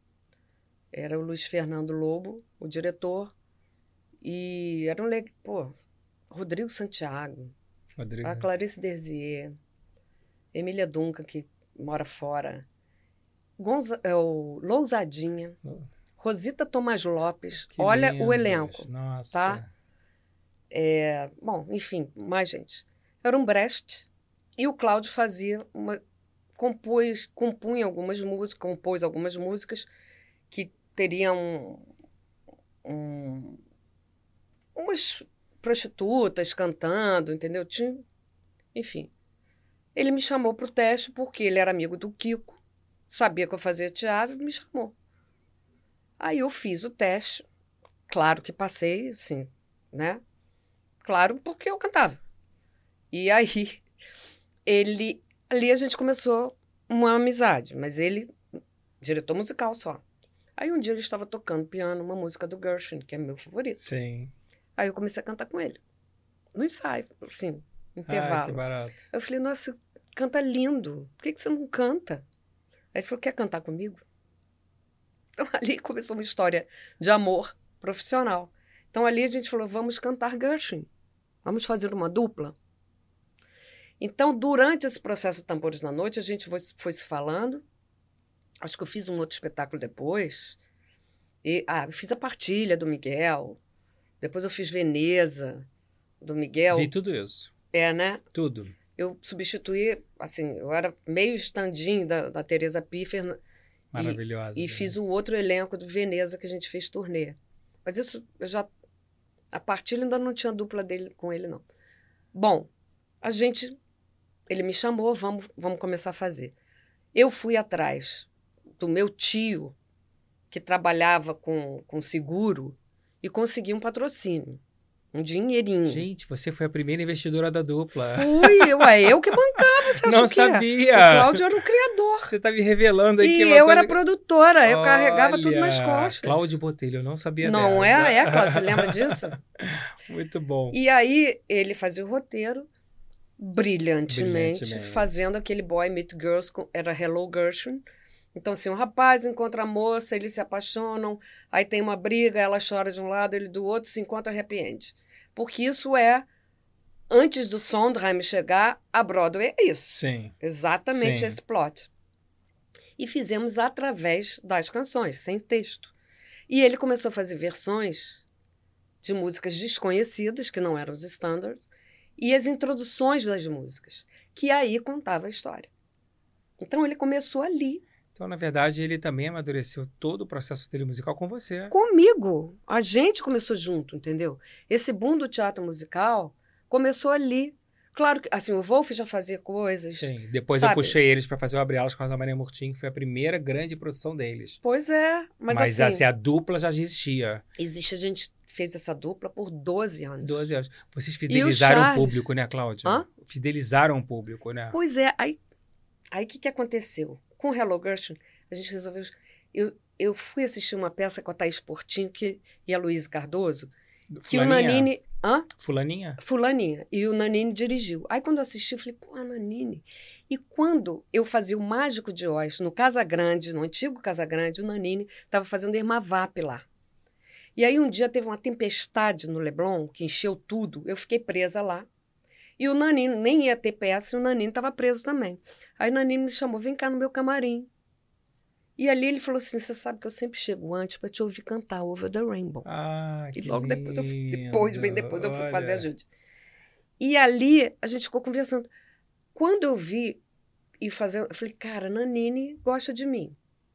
Era o Luiz Fernando Lobo, o diretor, e era um... Le... Pô, Rodrigo Santiago, Rodrigo. a Clarice Derzier, Emília Duncan, que mora fora, Gonza... é, o Lousadinha, Oh. Rosita Tomás Lopes. Que Olha lindos. o elenco. Nossa. Tá? É, bom, enfim, mais gente. Era um Brecht e o Cláudio fazia uma... Compôs, compunha algumas músicas, compôs algumas músicas que teriam um, umas prostitutas cantando, entendeu? Tinha, enfim. Ele me chamou para o teste porque ele era amigo do Kiko, sabia que eu fazia teatro, me chamou. Aí eu fiz o teste, claro que passei, assim, né? Claro, porque eu cantava. E aí, ele... Ali a gente começou uma amizade, mas ele, diretor musical só. Aí um dia ele estava tocando piano, uma música do Gershwin, que é meu favorito. Sim. Aí eu comecei a cantar com ele, no ensaio, assim, intervalo. Ai, que barato. Eu falei, nossa, canta lindo, por que, que você não canta? Aí ele falou, quer cantar comigo? Então ali começou uma história de amor profissional. Então ali a gente falou, vamos cantar Gershwin, vamos fazer uma dupla. Então, durante esse processo de Tambores na Noite, a gente foi, foi se falando. Acho que eu fiz um outro espetáculo depois. E, ah, eu fiz a Partilha, do Miguel. Depois eu fiz Veneza, do Miguel. Vi tudo isso. É, né? Tudo. Eu substituí, assim, eu era meio stand-in da, da Teresa Piffer. Maravilhosa. E, e fiz o outro elenco do Veneza que a gente fez turnê. Mas isso, eu já... A Partilha ainda não tinha dupla dele com ele, não. Bom, a gente... Ele me chamou, vamos, vamos começar a fazer. Eu fui atrás do meu tio, que trabalhava com, com seguro, e consegui um patrocínio, um dinheirinho. Gente, você foi a primeira investidora da dupla. Fui, eu, é eu que bancava, você Não acha que sabia. É? O Cláudio era o criador. Você está me revelando aí E que uma eu coisa... era produtora, eu carregava tudo Olha, nas costas. Cláudio Botelho, eu não sabia Não dessa. é? É, Cláudio, você lembra disso? Muito bom. E aí, ele fazia o roteiro, brilhantemente, Brilhantemente. fazendo aquele Boy Meet Girls, com- era Hello Gershwin. Então, assim, um rapaz encontra a moça, eles se apaixonam, aí tem uma briga, ela chora de um lado, ele do outro, se encontra happy end. Porque isso é, antes do Sondheim chegar, a Broadway é isso. Sim. Exatamente Sim. esse plot. E fizemos através das canções, sem texto. E ele começou a fazer versões de músicas desconhecidas, que não eram os standards, e as introduções das músicas, que aí contava a história. Então ele começou ali, Então, na verdade, ele também amadureceu todo o processo dele musical com você. comigo. A gente começou junto, entendeu? Esse boom do teatro musical começou ali. Claro que, assim, o Wolf já fazia coisas. Sim. Depois Sabe? eu puxei eles para fazer o Abre Alas com a Rosa Maria Murtinho, que foi a primeira grande produção deles. Pois é, mas, Mas, assim, assim, a dupla já existia. existe, a gente fez essa dupla por doze anos. doze anos. Vocês fidelizaram o Charles? público, né, Cláudia? Hã? Fidelizaram o público, né? Pois é, aí aí o que, que aconteceu? Com Hello Gershwin, a gente resolveu... Eu, eu fui assistir uma peça com a Thaís Portinho que, e a Luísa Cardoso, que o Fulaninha? Nanini... Hã? Fulaninha? Fulaninha. E o Nanini dirigiu. Aí, quando eu assisti, eu falei, pô, a Nanini. E quando eu fazia o Mágico de Oz no Casa Grande, no antigo Casa Grande, o Nanini estava fazendo Irma Vap lá. E aí, um dia, teve uma tempestade no Leblon, que encheu tudo. Eu fiquei presa lá. E o Nanini, nem ia ter peça, e o Nanini estava preso também. Aí o Nanini me chamou, vem cá no meu camarim. E ali ele falou assim, você sabe que eu sempre chego antes para te ouvir cantar Over the Rainbow. Ah, que E logo lindo. depois, eu, depois, bem depois, eu fui Olha. fazer a Judy. E ali a gente ficou conversando. Quando eu vi e fazer, eu falei, cara, Nanini gosta de mim.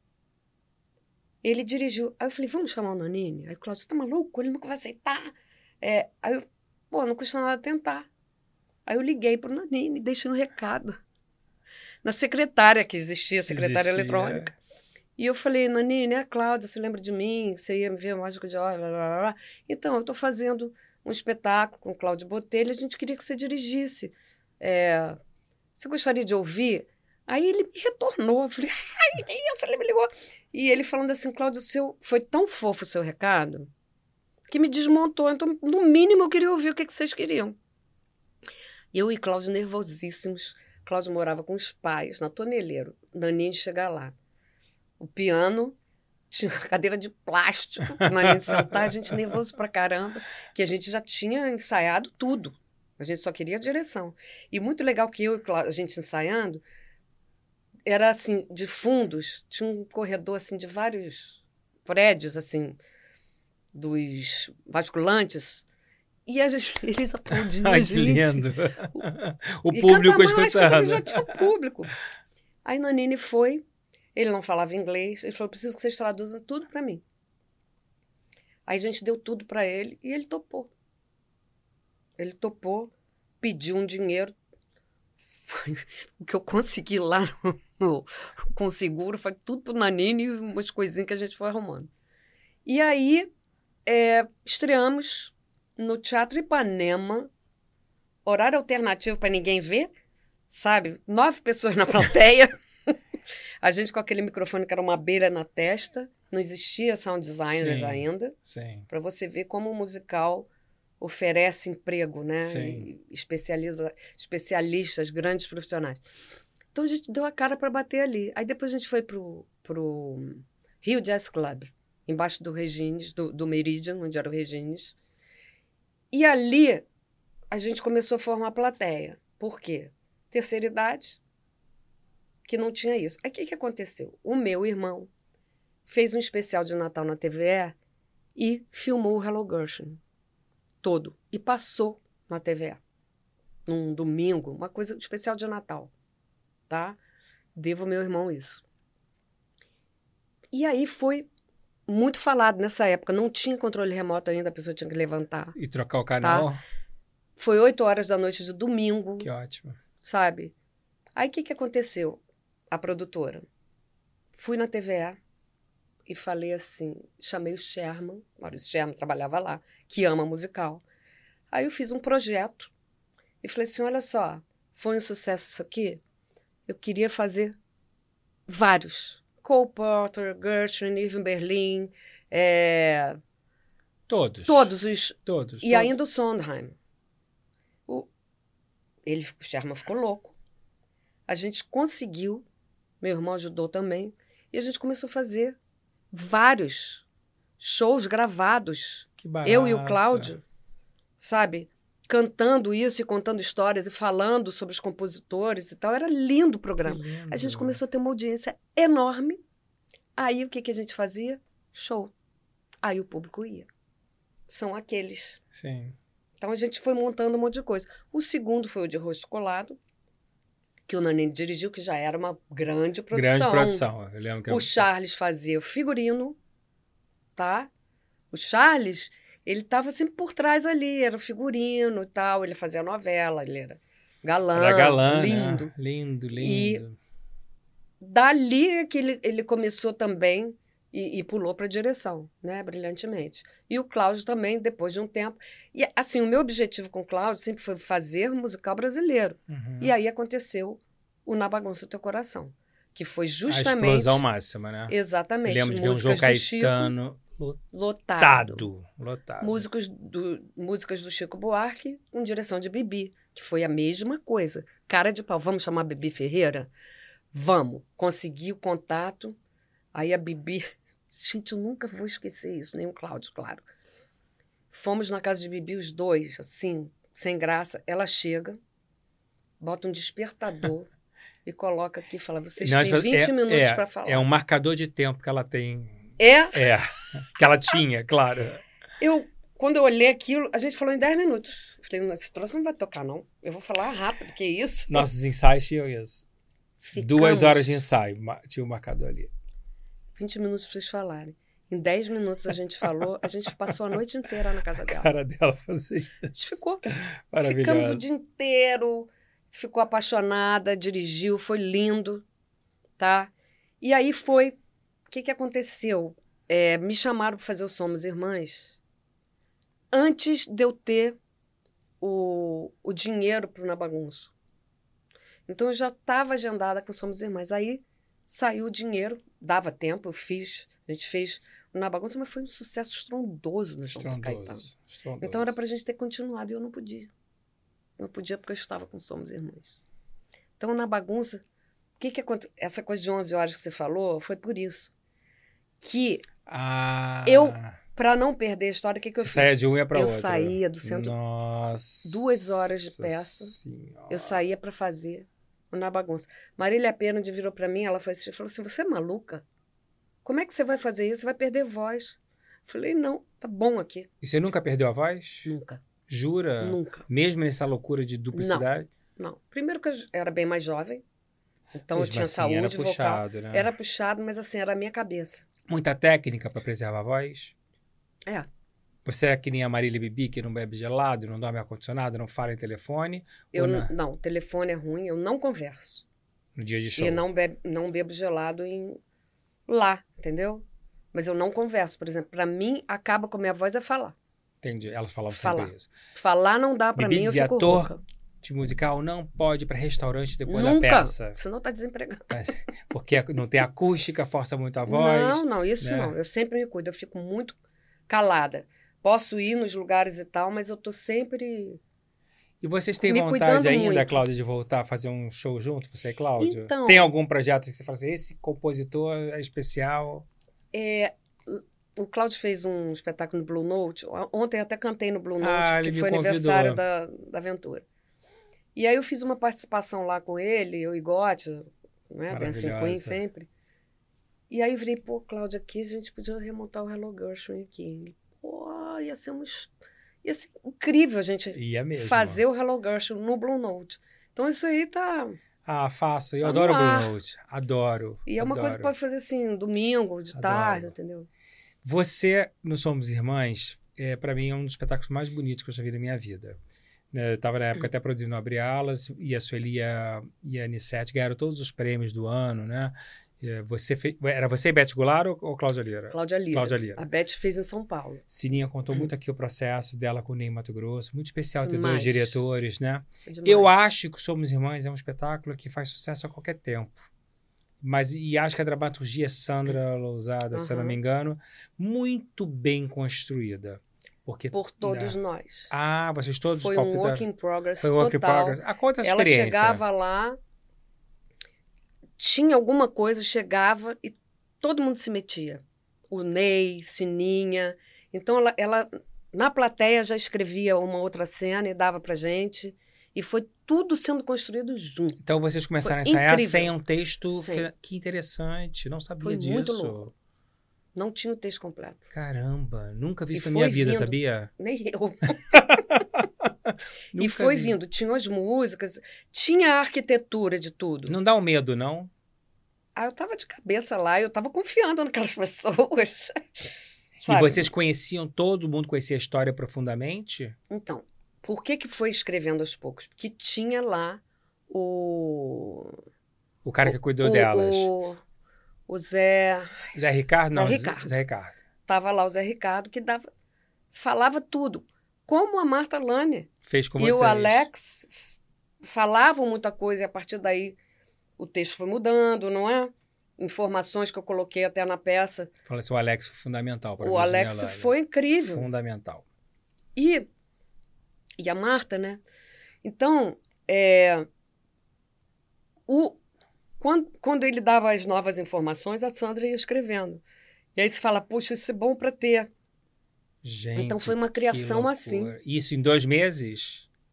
Ele dirigiu. Aí eu falei, vamos chamar o Nanini? Aí o Cláudio, você tá maluco? Ele nunca vai aceitar. É, aí eu, pô, não custa nada tentar. Aí eu liguei pro Nanini, deixei um recado. Na secretária que existia, Se secretária existia. eletrônica. E eu falei, Nanini, é a Cláudia, você lembra de mim? Você ia me ver Mágico de Oz, blá, blá, blá. Então, eu estou fazendo um espetáculo com o Cláudio Botelho, a gente queria que você dirigisse. É, você gostaria de ouvir? Aí ele me retornou, eu falei, ai, Deus, ele me ligou. E ele falando assim, Cláudio, seu, foi tão fofo o seu recado que me desmontou. Então, no mínimo, eu queria ouvir o que, que vocês queriam. Eu e Cláudio nervosíssimos. Cláudio morava com os pais, na Toneleiro. Nanini chegar lá. O piano tinha uma cadeira de plástico, na linha de sentar, a gente nervoso pra caramba, que a gente já tinha ensaiado tudo. A gente só queria a direção. E muito legal que eu e a gente ensaiando, era assim, de fundos, tinha um corredor assim de vários prédios, assim, dos basculantes, e a gente, eles aplaudiam Ai, a que gente. lindo. O E público canta mais, escutando. já tinha público. Aí Nanini foi, ele não falava inglês, ele falou, preciso que vocês traduzam tudo para mim. Aí a gente deu tudo para ele e ele topou. Ele topou, pediu um dinheiro. Foi o que eu consegui lá no, no, com o seguro, foi tudo pro Nanini e umas coisinhas que a gente foi arrumando. E aí, é, estreamos no Teatro Ipanema, horário alternativo para ninguém ver, sabe? Nove pessoas na plateia. A gente com aquele microfone que era uma abelha na testa, não existia sound designers Sim, ainda, sim. para você ver como o musical oferece emprego, né? Sim. E especializa, especialistas, grandes profissionais. Então a gente deu a cara para bater ali. Aí depois a gente foi pro, pro Rio Jazz Club, embaixo do Regines, do, do Meridian, onde era o Regines. E ali a gente começou a formar a plateia. Por quê? Terceira idade, que não tinha isso. Aí o que, que aconteceu? O meu irmão fez um especial de Natal na T V E e filmou o Hello Gershwin todo. E passou na T V E. Num domingo, uma coisa especial de Natal. Tá? Devo ao meu irmão isso. E aí foi muito falado nessa época. Não tinha controle remoto ainda, a pessoa tinha que levantar. E trocar o canal. Tá? Foi oito horas da noite de domingo. Que ótimo. Sabe? Aí o que, que aconteceu? A produtora. Fui na T V E e falei assim, chamei o Sherman, Maurício Sherman trabalhava lá, que ama musical. Aí eu fiz um projeto e falei assim, olha só, foi um sucesso isso aqui? Eu queria fazer vários. Cole Porter, Gershwin, Irving Berlin, é... Todos. todos os... Todos. E todos. ainda o Sondheim. O... Ele, o Sherman ficou louco. A gente conseguiu, meu irmão ajudou também, e a gente começou a fazer vários shows gravados. Que barato. Eu e o Cláudio, sabe? Cantando isso e contando histórias e falando sobre os compositores e tal. Era lindo o programa. lindo. A gente começou a ter uma audiência enorme. Aí o que, que a gente fazia? Show. Aí o público ia. São aqueles. Sim. Então a gente foi montando um monte de coisa. O segundo foi o de Rosto Colado, que o Nanini dirigiu, que já era uma grande produção. Grande produção. Eu lembro que O eu... Charles fazia o figurino, tá? O Charles, ele estava sempre por trás ali, era o figurino e tal, ele fazia novela, ele era galã, Era galã, lindo. né? Lindo, lindo. E dali é que ele, ele começou também e, e pulou para a direção, né? Brilhantemente. E o Cláudio também, depois de um tempo. E assim, o meu objetivo com o Cláudio sempre foi fazer musical brasileiro. Uhum. E aí aconteceu o Na Bagunça do Teu Coração, que foi justamente... A explosão máxima, né? Exatamente. Eu lembro de ver um João Caetano lotado. lotado. Lotado. Músicos do, músicas do Chico Buarque com direção de Bibi, que foi a mesma coisa. Cara de pau, vamos chamar a Bibi Ferreira? Vamos. Consegui o contato. Aí a Bibi... Gente, eu nunca vou esquecer isso, nem o Cláudio, claro. Fomos na casa de Bibi os dois, assim, sem graça. Ela chega, bota um despertador e coloca aqui e fala, vocês Não, têm vinte é, minutos é, para falar. É um marcador de tempo que ela tem. É? É, que ela tinha, claro. Eu, quando eu olhei aquilo, a gente falou em dez minutos. Falei, esse troço não vai tocar, não. Eu vou falar rápido, que isso? Nossos ensaios tinham isso. Ficamos Duas horas de ensaio, tinha o um marcador ali. vinte minutos para vocês falarem. Em dez minutos a gente falou, a gente passou a noite inteira na casa dela. A cara dela fazia isso. A gente ficou. Maravilhoso. Ficamos o dia inteiro, ficou apaixonada, dirigiu, foi lindo, tá? E aí foi, o que que aconteceu? É, me chamaram para fazer o Somos Irmãs antes de eu ter o, o dinheiro para o Na Bagunça. Então eu já estava agendada com Somos Irmãs. Aí saiu o dinheiro, dava tempo, eu fiz, a gente fez o Na Bagunça, mas foi um sucesso estrondoso no João do Caetano. Estrondoso. Então era para a gente ter continuado e eu não podia. Não podia porque eu estava com Somos Irmãs. Então, Na Bagunça, o que que aconteceu? Essa coisa de onze horas que você falou, foi por isso. Que ah, eu, para não perder a história, o que que eu você fiz? saía de uma para outra. Eu saía do centro, Nossa duas horas de peça. Senhora. Eu saía para fazer o Na Bagunça. Marília Pena virou para mim, ela foi assistir, falou assim, você é maluca? Como é que você vai fazer isso? Você vai perder voz. Eu falei, não, tá bom aqui. E você nunca perdeu a voz? Nunca. Jura? Nunca. Mesmo nessa loucura de duplicidade? Não, não. Primeiro que eu era bem mais jovem, então Mesmo eu tinha assim, saúde era vocal. puxado, né? Era puxado, mas assim, era a minha cabeça. Muita técnica para preservar a voz? É. Você é que nem a Marília Bibi, que não bebe gelado, não dorme ar-condicionado, não fala em telefone? Eu ou não, na- não, o telefone é ruim, eu não converso. no dia de show? E não, bebe, não bebo gelado em lá, entendeu? Mas eu não converso. Por exemplo, pra mim, acaba com a minha voz é falar. Entendi. Elas falavam Falar. sempre isso. Falar não dá pra Bibi mim, eu dizia, fico ator rouca. de musical não pode ir para restaurante depois Nunca, da peça. senão tá desempregado. Porque não tem acústica, força muito a voz. Não, não, isso né? não. Eu sempre me cuido, eu fico muito calada. Posso ir nos lugares e tal, mas eu tô sempre... E vocês têm Me vontade cuidando ainda, muito. Cláudia, de voltar a fazer um show junto, você e Cláudio? Então- Tem algum projeto que você fala assim, esse compositor é especial? É, o Cláudio fez um espetáculo no Blue Note. Ontem eu até cantei no Blue Note, Ah, ele que me foi convidou. aniversário da, da Aventura. E aí eu fiz uma participação lá com ele, eu e Gotti, né? Dancing Maravilhosa. Queen sempre. E aí eu virei, pô, Cláudia, aqui a gente podia remontar o Hello Gershwin aqui. Ele, pô, ia ser, uma, his- ia ser incrível a gente Ia mesmo. fazer o Hello Gershwin no Blue Note. Então isso aí tá... Ah, faço. Eu Tá adoro no Blue ar. Note. Adoro. E é uma adoro. coisa que pode fazer assim, domingo, de Adoro. tarde, entendeu? Você, no Somos Irmãs, é, para mim é um dos espetáculos mais bonitos que eu já vi na minha vida. Né, eu estava na época até produzindo Abre Alas, e a Sueli e a, e a Anissete ganharam todos os prêmios do ano, né? É, Você fe... Era você e Beth Goulart ou, ou Cláudia Lira? Cláudia Lira. Cláudia Lira. A Beth fez em São Paulo. Sininha contou muito aqui o processo dela com o Ney Mato Grosso. Muito especial ter Demais. dois diretores, né? Foi demais. Eu acho que o Somos Irmãs é um espetáculo que faz sucesso a qualquer tempo. Mas, e acho que a dramaturgia Sandra Lousada, se eu não Uhum. me engano, muito bem construída. Porque, Por todos né? nós. Ah, vocês todos Foi um palpitaram. work in progress Foi um work in total. progress. Ah, conta essa Ela experiência. chegava lá, tinha alguma coisa, chegava e todo mundo se metia. O Ney, Sininha. Então, ela, ela na plateia já escrevia uma outra cena e dava pra gente. E foi tudo sendo construído junto. Então vocês começaram a Foi ensaiar incrível. sem um texto. Sem. fe- Que interessante. Não sabia Foi disso. muito louco. Não tinha o texto completo. Caramba, nunca vi E isso na minha foi vida, vindo. sabia? Nem eu. E Nunca foi vi. vindo. Tinha as músicas, tinha a arquitetura de tudo. Não dá um medo, não? Ah, eu tava de cabeça lá, eu tava confiando naquelas pessoas. E Sabe? vocês conheciam, todo mundo conhecia a história profundamente? Então, por que que foi escrevendo aos poucos? Porque tinha lá o... O cara que cuidou o, delas. O, o Zé... Zé Ricardo? Não, Zé Zé Ricardo. Zé Ricardo. Tava lá o Zé Ricardo, que dava, falava tudo. Como a Marta Lane Fez com e vocês. o Alex f- falavam muita coisa, e a partir daí o texto foi mudando, não é? Informações que eu coloquei até na peça. Fala assim, o Alex foi fundamental para O Alex foi incrível. Fundamental. E, e a Marta, né? Então, é, o, quando, quando ele dava as novas informações, a Sandra ia escrevendo. E aí você fala, puxa, isso é bom para ter. Gente, Então foi uma que criação loucura. assim. Isso em dois meses?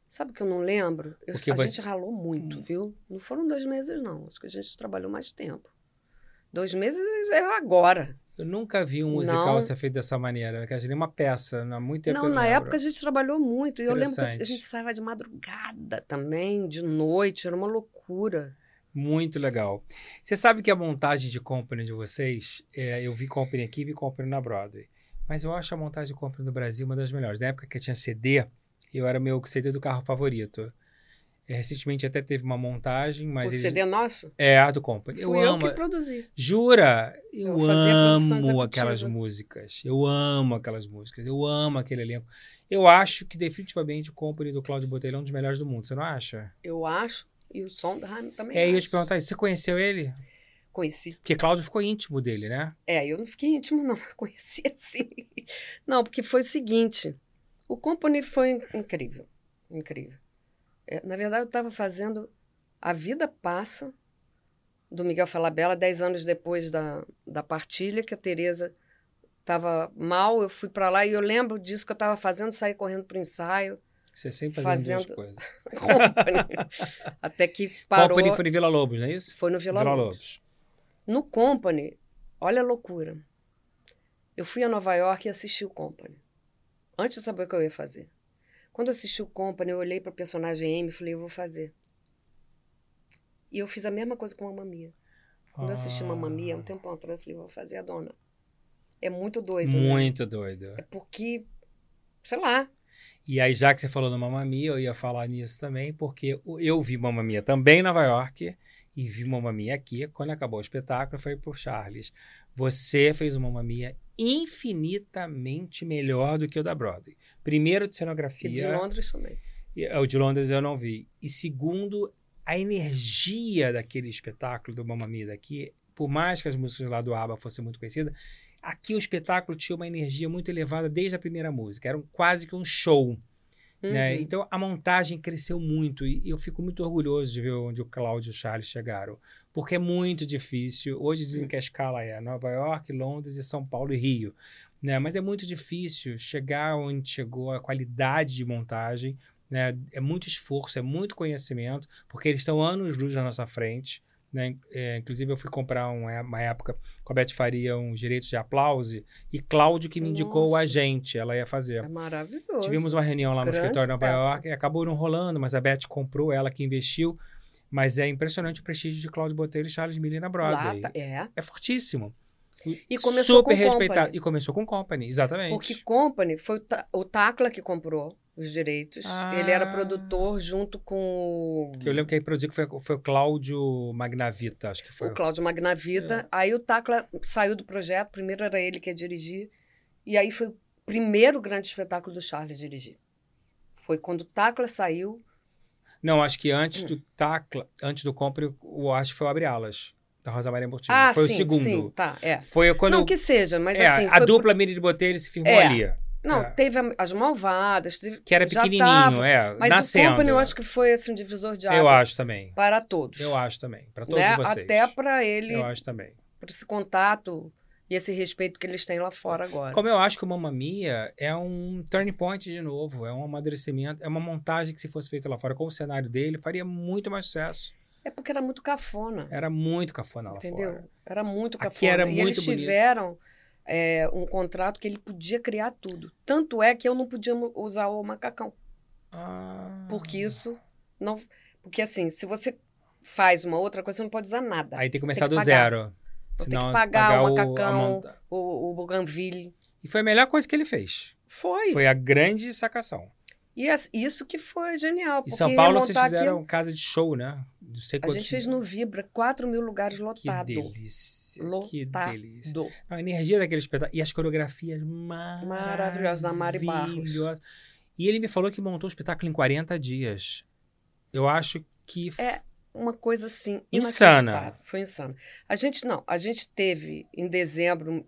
Sabe que eu não lembro? Eu, Porque a você- gente ralou muito, viu? Não foram dois meses, não. Acho que a gente trabalhou mais tempo. Dois meses é agora. Eu nunca vi um musical Não. ser feito dessa maneira. Que nem uma peça, há muito tempo Não, eu na lembro. época a gente trabalhou muito. E eu lembro que Interessante. a gente saía de madrugada também, de noite. Era uma loucura. Muito legal. Você sabe que a montagem de Company de vocês, é, eu vi Company aqui e vi Company na Broadway. Mas eu acho a montagem de Company no Brasil uma das melhores. Na época que tinha C D, eu era meu C D do carro favorito. É, recentemente até teve uma montagem, mas o eles... C D nosso? É, a do Company. Eu Fui eu amo. que produzi. Jura? Eu, Eu fazia a produção amo executiva. aquelas músicas. Eu amo aquelas músicas. Eu amo aquele elenco. Eu acho que definitivamente o Company do Cláudio Botelho é um dos melhores do mundo. Você não acha? Eu acho. E o Sondheim também É, eu ia acho. te perguntar isso. Você conheceu ele? Conheci. Porque Cláudio ficou íntimo dele, né? É, eu não fiquei íntimo, não. Conheci assim. Não, porque foi o seguinte. O Company foi incrível. Incrível. É, na verdade, eu estava fazendo A Vida Passa, do Miguel Falabella, dez anos depois da, da partilha, que a Tereza estava mal. Eu fui para lá e eu lembro disso que eu estava fazendo, saí correndo para o ensaio. Você sempre fazendo, Fazendo- duas coisas. Company. Até que parou. Company foi em Vila Lobos, não é isso? Foi no Vila Lobos. No Company, olha a loucura. Eu fui a Nova York e assisti o Company. Antes de saber o que eu ia fazer. Quando eu assisti o Company, eu olhei para o personagem Amy e falei, eu vou fazer. E eu fiz a mesma coisa com a Mamma Mia. Quando eu assisti Ah, Mamma Mia, um tempo atrás, eu falei, vou fazer a dona. É muito doido, né? Muito doido. É porque, sei lá, E aí, já que você falou no Mamma Mia, eu ia falar nisso também, porque eu vi Mamma Mia também em Nova York e vi Mamma Mia aqui. Quando acabou o espetáculo, foi pro Charles. Você fez uma Mamma Mia infinitamente melhor do que o da Broadway. Primeiro, de e cenografia. de Londres também. E, o de Londres eu não vi. E segundo, a energia daquele espetáculo do Mamma Mia daqui, por mais que as músicas lá do ABBA fossem muito conhecidas, aqui o espetáculo tinha uma energia muito elevada desde a primeira música. Era um, quase que um show. Né? Uhum. Então a montagem cresceu muito e eu fico muito orgulhoso de ver onde o Cláudio e o Charles chegaram. Porque é muito difícil. Hoje dizem que a escala é Nova York, Londres e São Paulo e Rio. Né? Mas é muito difícil chegar onde chegou a qualidade de montagem. Né? É muito esforço, é muito conhecimento, porque eles estão anos-luz na nossa frente. Né? É, inclusive, eu fui comprar uma, uma época com a Beth Faria uns direitos de aplauso e Cláudio que me indicou Nossa. o agente, ela ia fazer. É maravilhoso. Tivemos uma reunião lá no Grande escritório de Nova peça. York e acabou não rolando, mas a Beth comprou, ela que investiu. Mas é impressionante o prestígio de Cláudio Botelho e Charles Miller na Lá, Broadway. tá- é. É fortíssimo. E começou Super com respeitado. Company. E começou com Company, exatamente. Porque Company foi o, Ta- o Tacla que comprou os direitos. Ah. Ele era produtor junto com o, Que eu lembro que aí produziu que foi, foi o Cláudio Magnavita, acho que foi. o Cláudio Magnavita. Aí o Tacla saiu do projeto, primeiro era ele que ia dirigir. E aí foi o primeiro grande espetáculo do Charles dirigir. Foi quando o Tacla saiu. Não, acho que Hum. antes do Tacla, antes do Company, eu acho que foi o Abre Alas, da Rosa Maria Mortinho. Ah, foi sim, o segundo. sim, tá, é. Foi quando... Não que seja, mas é, assim... a foi dupla Miri de Botelho se firmou É. ali. Não, É. teve a- as Malvadas, teve, Que era já pequenininho, tava, é, mas nascendo. o Company eu acho que foi assim, um divisor de água Eu acho também. para todos. Eu acho também. Para todos né? vocês. Até para ele, Eu acho também. para esse contato e esse respeito que eles têm lá fora agora. Como eu acho que o Mamma Mia é um turning point de novo, é um amadurecimento, é uma montagem que se fosse feita lá fora com o cenário dele, faria muito mais sucesso. É porque era muito cafona, Era muito cafona lá entendeu? fora. Era muito Aqui cafona. era e muito eles bonito. tiveram é, um contrato que ele podia criar tudo. Tanto é que eu não podia mu- usar o macacão. Ah. Porque isso não... Porque assim, se você faz uma outra coisa, você não pode usar nada. Aí tem que Você começar do pagar. zero. Então, tem Senão que pagar, o a macacão, monta- o, o Bougainville. E foi a melhor coisa que ele fez. Foi. Foi a grande sacação. E as- isso que foi genial. Em Porque São Paulo vocês remontar fizeram aquilo- casa de show, né? Não sei A quantos... gente fez no Vibra, quatro mil lugares Que lotados. delícia. Que Lotado. delícia. A energia daquele espetáculo. E as coreografias maravilhosas. Maravilhosas, da Mari Barros. E ele me falou que montou o espetáculo em quarenta dias. Eu acho que... f- É. Uma coisa assim, Insana. inacreditável. Foi insano. A gente não, a gente teve em dezembro,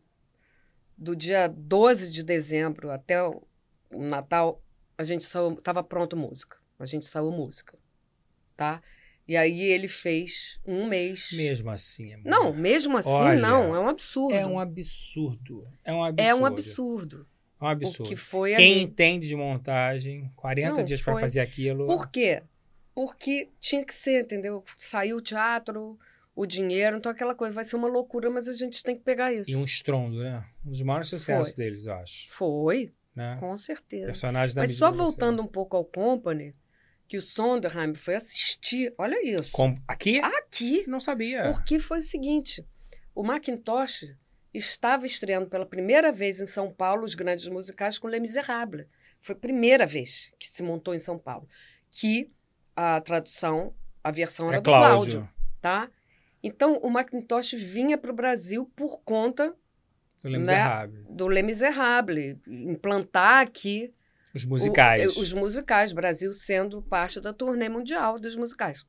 do dia doze de dezembro até o o Natal, a gente saiu, tava pronto música. A gente saiu música, tá? E aí ele fez um mês. Mesmo assim, amor. Não, mesmo assim, Olha, não. É um absurdo. É um absurdo. É um absurdo. É um absurdo. É um absurdo. O que foi Quem ali. entende de montagem, quarenta Não, dias para foi. fazer aquilo. Por quê? Porque tinha que ser, entendeu? Saiu o teatro, o dinheiro, então aquela coisa vai ser uma loucura, mas a gente tem que pegar isso. E um estrondo, né? Um dos maiores sucessos Foi. deles, eu acho. Foi, Né? com certeza. Personagem da Mas medida só de voltando um pouco ao Company, que o Sondheim foi assistir, olha isso. Com... Aqui? Aqui, Não sabia. porque foi o seguinte, o Macintosh estava estreando pela primeira vez em São Paulo os grandes musicais com Les Misérables. Foi a primeira vez que se montou em São Paulo. Que a tradução, a versão era É do Cláudio. Cláudio, tá? Então, o Macintosh vinha para o Brasil por conta Do Les né, Misérables. do Les Misérables, implantar aqui Os o- musicais. os musicais, Brasil sendo parte da turnê mundial dos musicais.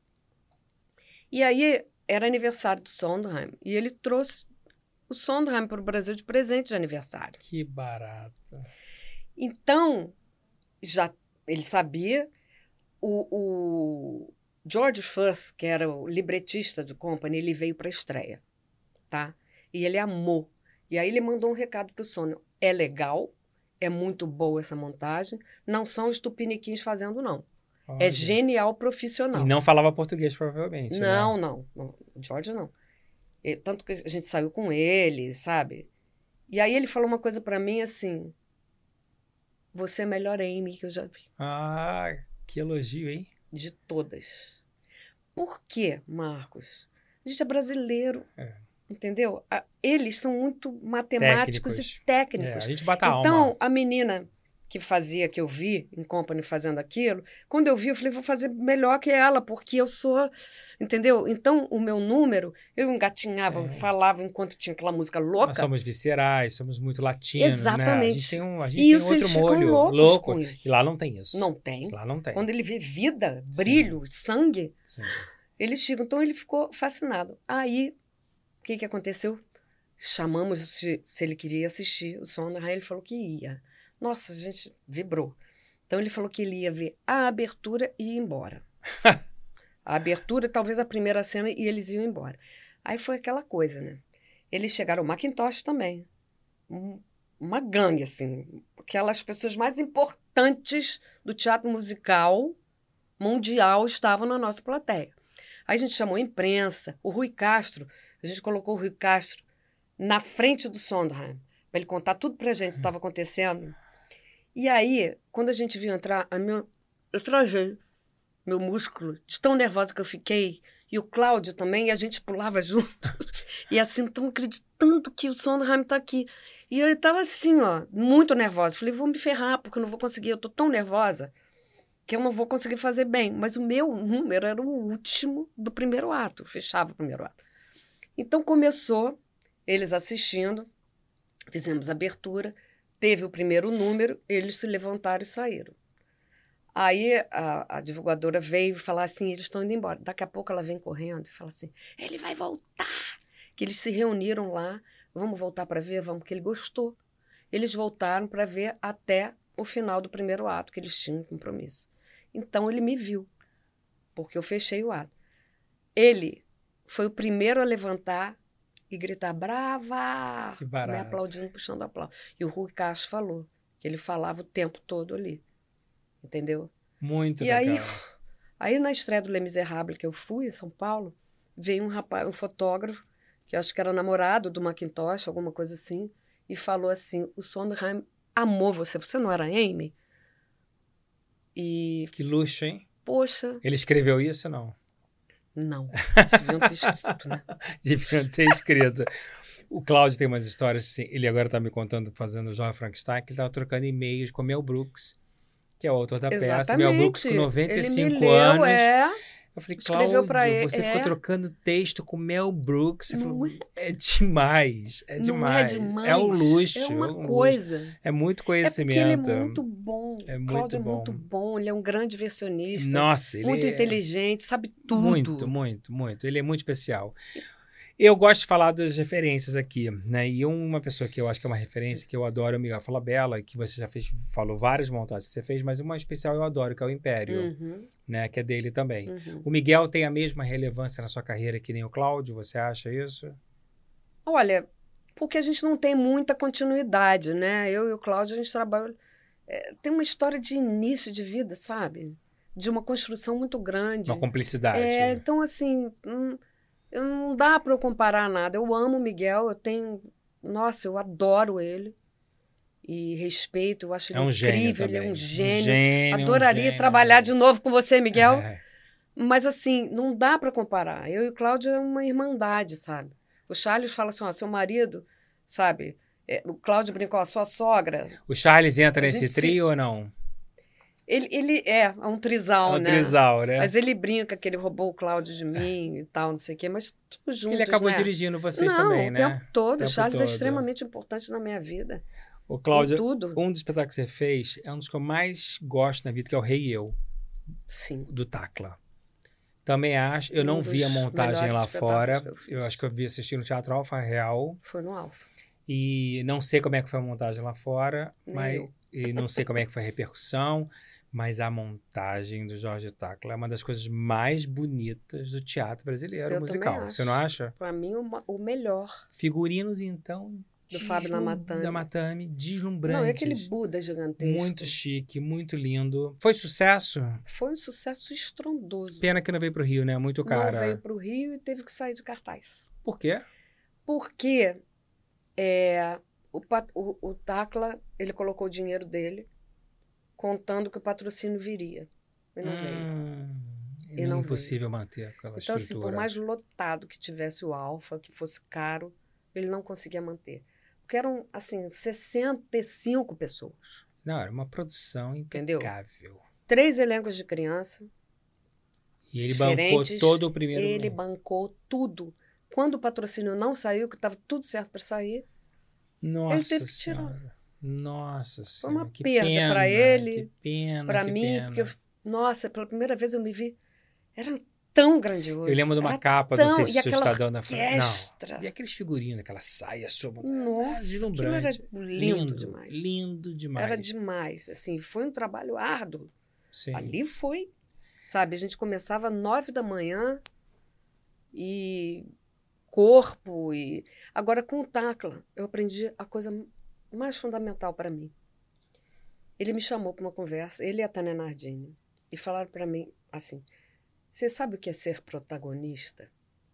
E aí, era aniversário do Sondheim, e ele trouxe o Sondheim para o Brasil de presente de aniversário. Que barato. Então, já ele sabia, o, o George Firth, que era o libretista do Company, ele veio para a estreia, tá? E ele amou. E aí ele mandou um recado para o Sondheim. É legal, é muito boa essa montagem, não são os tupiniquins fazendo, não. Olha. É genial profissional. E não falava português, provavelmente. Não, né? não, não. O George não. E- tanto que a gente saiu com ele, sabe? E aí ele falou uma coisa para mim assim: você é a melhor Amy que eu já vi. Ah, que elogio, hein? De todas. Por quê, Marcos? A gente é brasileiro, É. entendeu? A- Eles são muito matemáticos Técnicos. e É, técnicos. a gente bota a Então, alma. a menina que fazia, que eu vi em Company fazendo aquilo, quando eu vi, eu falei, vou fazer melhor que ela, porque eu sou, entendeu? Então, o meu número, eu engatinhava, Sim. falava enquanto tinha aquela música louca. Nós somos viscerais, somos muito latinos, né? A Exatamente. gente tem, um, a gente E tem isso outro eles ficam molho loucos louco. com isso. E lá não tem isso. Não tem. Lá não tem. Quando ele vê vida, brilho, sangue, Sim. eles ficam. Então, ele ficou fascinado. Aí, o que, que aconteceu? Chamamos se, se ele queria assistir o Sondheim, ele falou que ia. Nossa, a gente vibrou. Então, ele falou que ele ia ver a abertura e ir embora. A abertura, talvez a primeira cena, e eles iam embora. Aí foi aquela coisa, né? Eles chegaram, o Macintosh também. Um- uma gangue, assim. Aquelas pessoas mais importantes do teatro musical mundial estavam na nossa plateia. Aí a gente chamou a imprensa, o Rui Castro, a gente colocou o Rui Castro na frente do Sondheim, para ele contar tudo pra gente o que estava acontecendo. E aí, quando a gente viu entrar, a minha, eu travei meu músculo, de tão nervosa que eu fiquei, e o Cláudio também, e a gente pulava junto. E assim, tão acreditando que o Sondheim está aqui. E eu estava assim, ó, muito nervosa. Falei, vou me ferrar, porque eu não vou conseguir, eu tô tão nervosa que eu não vou conseguir fazer bem. Mas o meu número era o último do primeiro ato, fechava o primeiro ato. Então começou, eles assistindo, fizemos a abertura, teve o primeiro número, eles se levantaram e saíram. Aí a, a divulgadora veio falar assim, eles estão indo embora. Daqui a pouco ela vem correndo e fala assim, ele vai voltar. Que eles se reuniram lá, vamos voltar para ver? Vamos, que ele gostou. Eles voltaram para ver até o final do primeiro ato, que eles tinham compromisso. Então ele me viu, porque eu fechei o ato. Ele foi o primeiro a levantar e gritar, brava! Que barato. Me aplaudindo, puxando aplauso. E o Rui Castro falou, que ele falava o tempo todo ali. Entendeu? Muito e legal. aí, aí, na estreia do Les Misérables, que eu fui, em São Paulo, veio um rapaz, um fotógrafo, que eu acho que era namorado do Macintosh, alguma coisa assim, e falou assim, o Sondheim amou você, você não era Amy? E, Que luxo, hein? poxa, Ele escreveu isso, não? não. Deviam ter escrito, né? Deviam ter escrito. O Cláudio tem umas histórias, assim, ele agora está me contando, fazendo o Jovem Frankenstein, que ele estava trocando e-mails com o Mel Brooks, que é o autor da peça. Mel Brooks, com noventa e cinco ele me leu, anos. É, Eu falei, escreveu Cláudio, pra ele, você é. ficou trocando texto com Mel Brooks. Você Não falou, é demais, é não demais. é demais. É um luxo. É uma um luxo. coisa. É muito É porque conhecimento. ele é muito bom. É O muito Cláudio bom. é muito bom, ele é um grande versionista. Nossa, ele muito é... inteligente, sabe tudo. Muito, muito, muito. Ele é muito especial. Eu gosto de falar das referências aqui, né? E uma pessoa que eu acho que é uma referência, que eu adoro, é o Miguel Falabella, que você já fez, falou várias montagens que você fez, mas uma especial eu adoro, que é o Império, Uhum, né? Que é dele também. uhum. O Miguel tem a mesma relevância na sua carreira que nem o Cláudio, você acha isso? Olha, porque a gente não tem muita continuidade, né? Eu e o Cláudio, a gente trabalha... É, tem uma história de início de vida, sabe? De uma construção muito grande. Uma cumplicidade. É, então, assim, hum, eu não dá para eu comparar nada. Eu amo o Miguel, eu tenho... Nossa, eu adoro ele. E respeito, eu acho ele É um gênio incrível, ele é também. um gênio. Um gênio, Adoraria um gênio, trabalhar um de novo com você, Miguel. É. Mas, assim, não dá para comparar. Eu e o Cláudio é uma irmandade, sabe? O Charles fala assim, ó, seu marido, sabe? É, o Cláudio brincou, a sua sogra. O Charles entra A nesse gente trio se- ou não? Ele, ele é, é um trisal, É um né? trisal, né? Mas ele brinca que ele roubou o Cláudio de mim e tal, não sei o quê. Mas tudo juntos, Ele acabou né? dirigindo vocês Não, também, o né? tempo todo. O tempo o Charles todo. é extremamente importante na minha vida. O Em Cláudio, tudo. um dos espetáculos que você fez é um dos que eu mais gosto na vida, que é o Rei e Eu, Sim. do Tacla. Também acho, eu Um não vi a dos montagem melhores lá espetáculos fora. que eu fiz. Eu acho que eu vi assistir no Teatro Alfa Real. Foi no Alfa. E não sei como é que foi a montagem lá fora, Nem mas eu. e não sei como é que foi a repercussão, mas a montagem do Jorge Tacla é uma das coisas mais bonitas do teatro brasileiro Eu musical. também acho. Você não acha? Para mim, o, ma- o melhor. Figurinos, então, Do Fábio Namatame. Namatame, deslumbrantes. Não, é aquele Buda gigantesco. Muito chique, muito lindo. Foi sucesso? Foi um sucesso estrondoso. Pena que não veio pro Rio, né? Muito Não cara. veio para o Rio e teve que sair de cartaz. Por quê? Porque é, o, pat- o, o Tacla, ele colocou o dinheiro dele, contando que o patrocínio viria. E não veio. Hum, E não não é impossível manter aquela Então, assim, estrutura. por mais lotado que tivesse o Alfa, que fosse caro, ele não conseguia manter. Porque eram, assim, sessenta e cinco pessoas. Não, era uma produção Entendeu? impecável. Três elencos de criança. E ele bancou Diferentes, todo o primeiro... Ele bancou tudo. Quando o patrocínio não saiu, que estava tudo certo para sair, Nossa ele teve que tirar. Senhora. Nossa Foi Senhora. uma que perda pena, para ele, Que pena, para que mim, pena. porque, eu, nossa, pela primeira vez eu me vi, era tão grandioso. Eu lembro de uma era capa, tão, não sei e se você aquela está dando na frente. orquestra. Não. E aqueles figurinos, aquela saia sob... Nossa, aquilo era deslumbrante. lindo, demais. Lindo demais. Era demais, assim, foi um trabalho árduo. Sim. Ali foi, sabe, a gente começava nove da manhã e corpo e... Agora, com o Tacla, eu aprendi a coisa mais fundamental para mim. Ele me chamou para uma conversa, ele e a Tânia Nardini, e falaram para mim assim, você sabe o que é ser protagonista?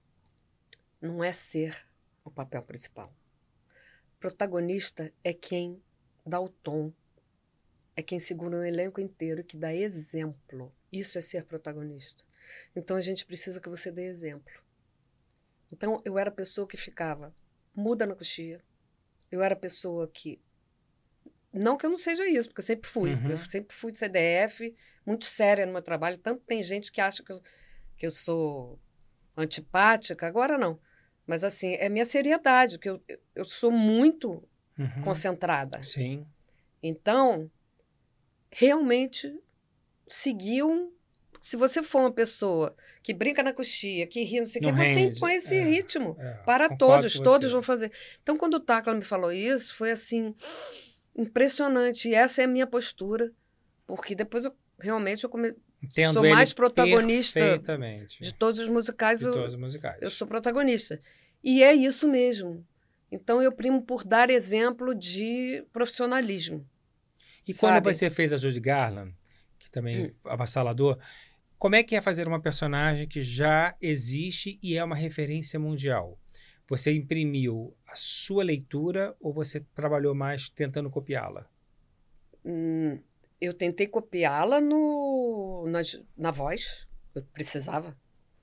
Não é ser o papel principal. Protagonista é quem dá o tom, é quem segura um elenco inteiro, que dá exemplo. Isso é ser protagonista. Então, a gente precisa que você dê exemplo. Então, eu era a pessoa que ficava muda na coxia. Eu era a pessoa que... Não que eu não seja isso, porque eu sempre fui. Uhum. Eu sempre fui de C D F, muito séria no meu trabalho. Tanto tem gente que acha que eu, que eu sou antipática. Agora, não. Mas, assim, é minha seriedade, que eu, eu sou muito Uhum. concentrada. Sim. Então, realmente, seguiu... Se você for uma pessoa que brinca na coxia, que ri, não sei o quê, Não você rende. impõe esse É, ritmo é, para concordo todos, com todos você. vão fazer. Então, quando o Tacla me falou isso, foi assim, impressionante. E essa é a minha postura, porque depois eu realmente eu come... Entendo sou ele mais protagonista perfeitamente. de todos os musicais, De eu, todos os musicais. eu sou protagonista. E é isso mesmo. Então, eu primo por dar exemplo de profissionalismo. E quando sabe? você fez a Judy Garland, que também Hum. é avassalador, como é que é fazer uma personagem que já existe e é uma referência mundial? Você imprimiu a sua leitura ou você trabalhou mais tentando copiá-la? Hum, eu tentei copiá-la no, na, na voz, eu precisava.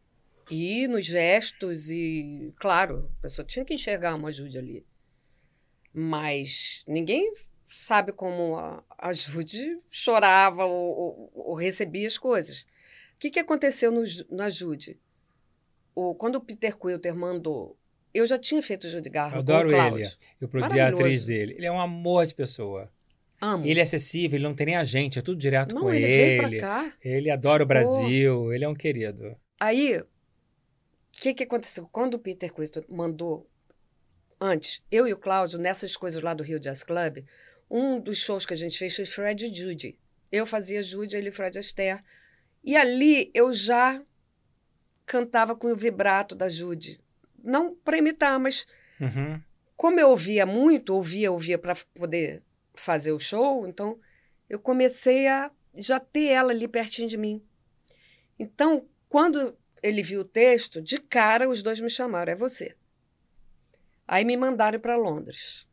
E nos gestos, e, claro, a pessoa tinha que enxergar uma Judy ali. Mas ninguém sabe como a, a Judy chorava ou, ou, ou recebia as coisas. O que, que aconteceu no, na Judy? O, quando o Peter Quilter mandou... Eu já tinha feito Judy Eu Garland adoro com o ele. Cláudio. Eu produzi a atriz Maravilhoso. dele. Ele é um amor de pessoa. Amo. Ele é acessível, ele não tem nem agente, é tudo direto Não, com ele, ele. veio pra cá. Ele adora o Ficou. Brasil, ele é um querido. Aí, o que, que aconteceu? Quando o Peter Quilter mandou, antes, eu e o Cláudio, nessas coisas lá do Rio Jazz Club, um dos shows que a gente fez foi Fred e Judy. Eu fazia Judy, ele Fred Astaire. E ali eu já cantava com o vibrato da Judy. Não para imitar, mas Uhum. como eu ouvia muito, ouvia, ouvia para poder fazer o show, então eu comecei a já ter ela ali pertinho de mim. Então, quando ele viu o texto, de cara os dois me chamaram, é você. Aí me mandaram para Londres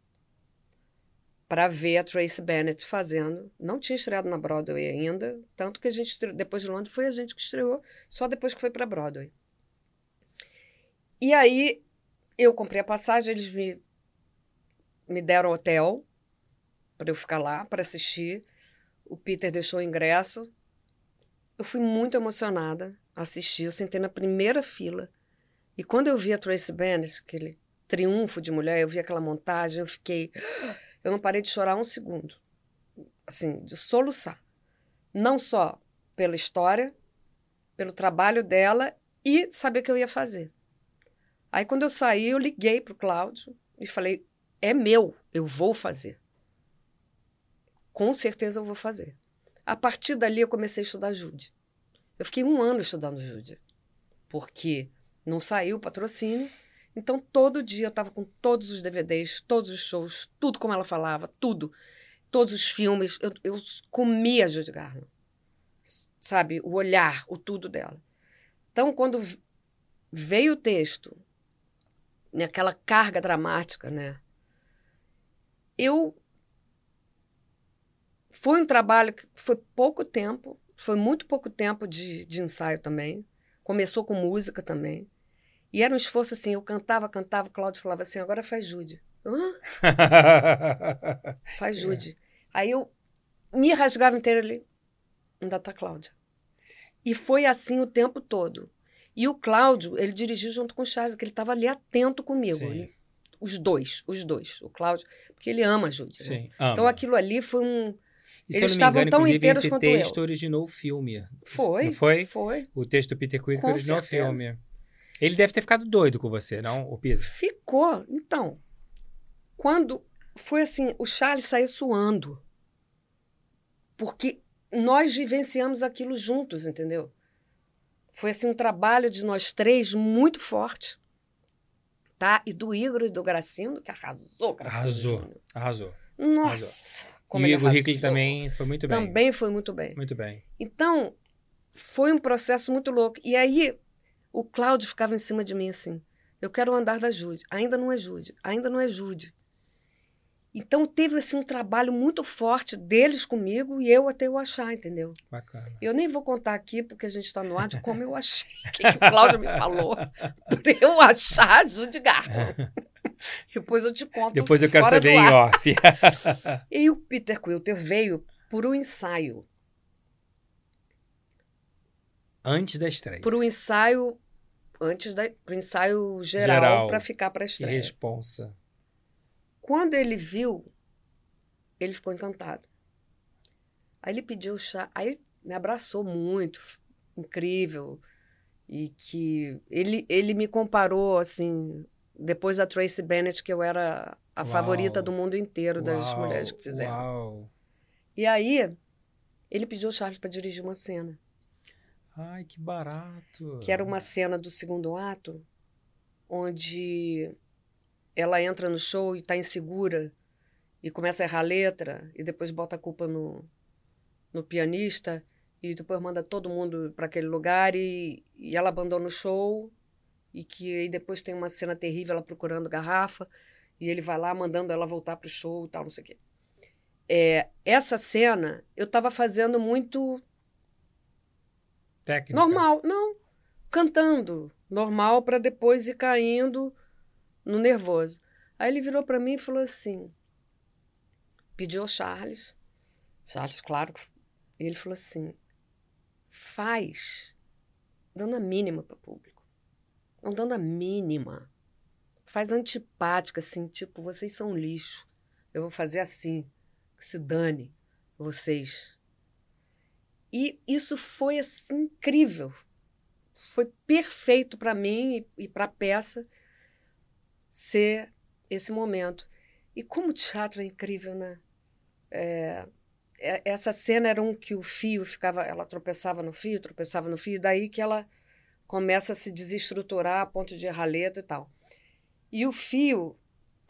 para ver a Tracy Bennett fazendo. Não tinha estreado na Broadway ainda, tanto que a gente estreou, depois de Londres foi a gente que estreou, só depois que foi para Broadway. E aí eu comprei a passagem, eles me, me deram hotel para eu ficar lá, para assistir. O Peter deixou o ingresso. Eu fui muito emocionada, assisti, eu sentei na primeira fila. E quando eu vi a Tracy Bennett, aquele triunfo de mulher, eu vi aquela montagem, eu fiquei... Eu não parei de chorar um segundo. Assim, de soluçar. Não só pela história, pelo trabalho dela e saber o que eu ia fazer. Aí, quando eu saí, eu liguei para o Cláudio e falei, é meu, eu vou fazer. Com certeza eu vou fazer. A partir dali, eu comecei a estudar Judy. Eu fiquei um ano estudando Judy, porque não saiu o patrocínio. Então, todo dia eu estava com todos os D V Ds, todos os shows, tudo como ela falava, tudo. Todos os filmes. Eu, eu comia a Judy Garland. Sabe? O olhar, o tudo dela. Então, quando veio o texto, naquela carga dramática, né? Eu... Foi um trabalho que foi pouco tempo, foi muito pouco tempo de, de ensaio também. Começou com música também. E era um esforço assim, eu cantava, cantava, o Cláudio falava assim, agora faz Judy. Hã? Faz Judy. É. Aí eu me rasgava inteira ali, ainda tá Cláudia. E foi assim o tempo todo. E o Cláudio, ele dirigiu junto com o Charles, que ele estava ali atento comigo. Ele, os dois, os dois. O Cláudio, porque ele ama a Judy. Sim, né? Ama. Então aquilo ali foi um... E, eles estavam engano, tão inteiros esse quanto eu. Esse texto originou o filme. Foi, não foi? Foi. O texto do Peter Quick originou o filme. Ele deve ter ficado doido com você, não, o Peter? Ficou. Então, quando foi assim, o Charles saiu suando. Porque nós vivenciamos aquilo juntos, entendeu? Foi assim um trabalho de nós três muito forte. Tá? E do Igor e do Gracino, que arrasou. Gracino arrasou, Júnior. arrasou. Nossa. Arrasou. Como e o Igor Hickley também foi muito bem. Também foi muito bem. Muito bem. Então, foi um processo muito louco. E aí... O Cláudio ficava em cima de mim assim, eu quero o andar da Judy, ainda não é Judy, ainda não é Judy. Então teve assim, um trabalho muito forte deles comigo e eu até eu achar, entendeu? Bacana. Eu nem vou contar aqui, porque a gente está no ar, de como eu achei, o que, que o Cláudio me falou, para eu achar a Judy Garland. Depois eu te conto. Depois eu quero saber em off. E o Peter Quilter veio por um ensaio. Antes da estreia. Por um ensaio... Antes da, pro ensaio geral, geral. Para ficar para a estreia. Que responsa. Quando ele viu, ele ficou encantado. Aí ele pediu chá, aí me abraçou muito, incrível. E que ele, ele me comparou, assim, depois da Tracy Bennett, que eu era a Uau. favorita do mundo inteiro das Uau. mulheres que fizeram. Uau. E aí, ele pediu o Charles para dirigir uma cena. Ai, que barato! Que era uma cena do segundo ato, onde ela entra no show e está insegura e começa a errar a letra e depois bota a culpa no, no pianista e depois manda todo mundo para aquele lugar e, e ela abandona o show e que aí depois tem uma cena terrível, ela procurando garrafa e ele vai lá mandando ela voltar para o show e tal, não sei o quê. É, essa cena eu estava fazendo muito... Técnica. Normal, não. Cantando. Normal para depois ir caindo no nervoso. Aí ele virou para mim e falou assim, pediu ao Charles, Charles, claro, e ele falou assim, faz dando a mínima para o público. Não dando a mínima. Faz antipática, assim, tipo, vocês são um lixo. Eu vou fazer assim, que se dane vocês. E isso foi assim, incrível. Foi perfeito para mim e, e para a peça ser esse momento. E como o teatro é incrível, né? É, é, essa cena era um que o fio ficava... Ela tropeçava no fio, tropeçava no fio, daí que ela começa a se desestruturar a ponto de errar a letra e tal. E o fio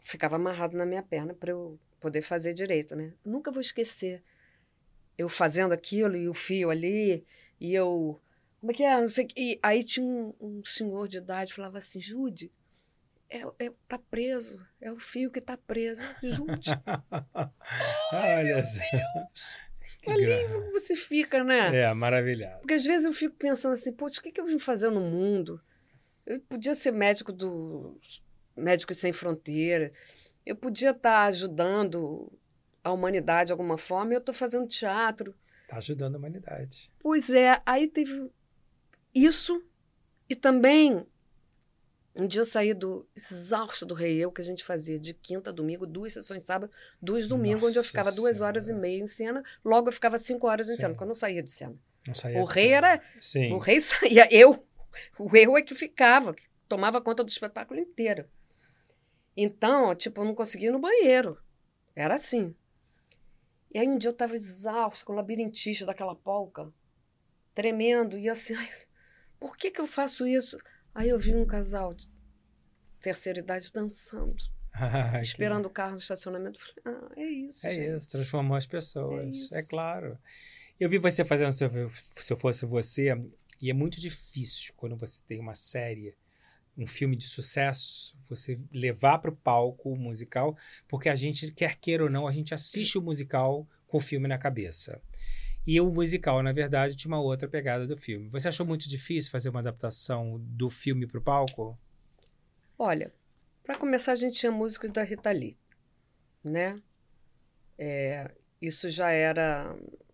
ficava amarrado na minha perna para eu poder fazer direito, né? Eu nunca vou esquecer eu fazendo aquilo e o fio ali, e eu... Como é que é? Não sei, e aí tinha um, um senhor de idade falava assim, Jude, é, é, tá preso, é o fio que tá preso. Jude. Olha só. Que alívio você fica, né? É, maravilhado. Porque às vezes eu fico pensando assim, poxa, o que, que eu vim fazer no mundo? Eu podia ser médico do Médicos Sem Fronteira, eu podia estar ajudando a humanidade de alguma forma, e eu estou fazendo teatro. Está ajudando a humanidade. Pois é, aí teve isso, e também um dia eu saí do exausto do Rei Eu, que a gente fazia de quinta a domingo, duas sessões de sábado, duas domingo, Nossa onde eu ficava duas Senhora. horas e meia em cena, logo eu ficava cinco horas em Sim. cena, porque eu não saía de cena. Não saía O de rei cena. era... Sim. O rei saía, eu. O eu é que ficava, que tomava conta do espetáculo inteiro. Então, tipo, eu não conseguia ir no banheiro. Era assim. E aí um dia eu estava exausta, com o labirintite daquela polca, tremendo, e assim, ai, por que que eu faço isso? Aí eu vi um casal de terceira idade dançando, Ah, esperando o carro no estacionamento. Falei, ah, é isso, É gente. isso, transformou as pessoas. É isso. É claro. Eu vi você fazendo Se Eu, Se Eu Fosse Você, e é muito difícil quando você tem uma série, um filme de sucesso, você levar para o palco o musical, porque a gente, quer queira ou não, a gente assiste o musical com o filme na cabeça. E o musical, na verdade, tinha uma outra pegada do filme. Você achou muito difícil fazer uma adaptação do filme para o palco? Olha, para começar, a gente tinha músicas da Rita Lee, né? É, isso já era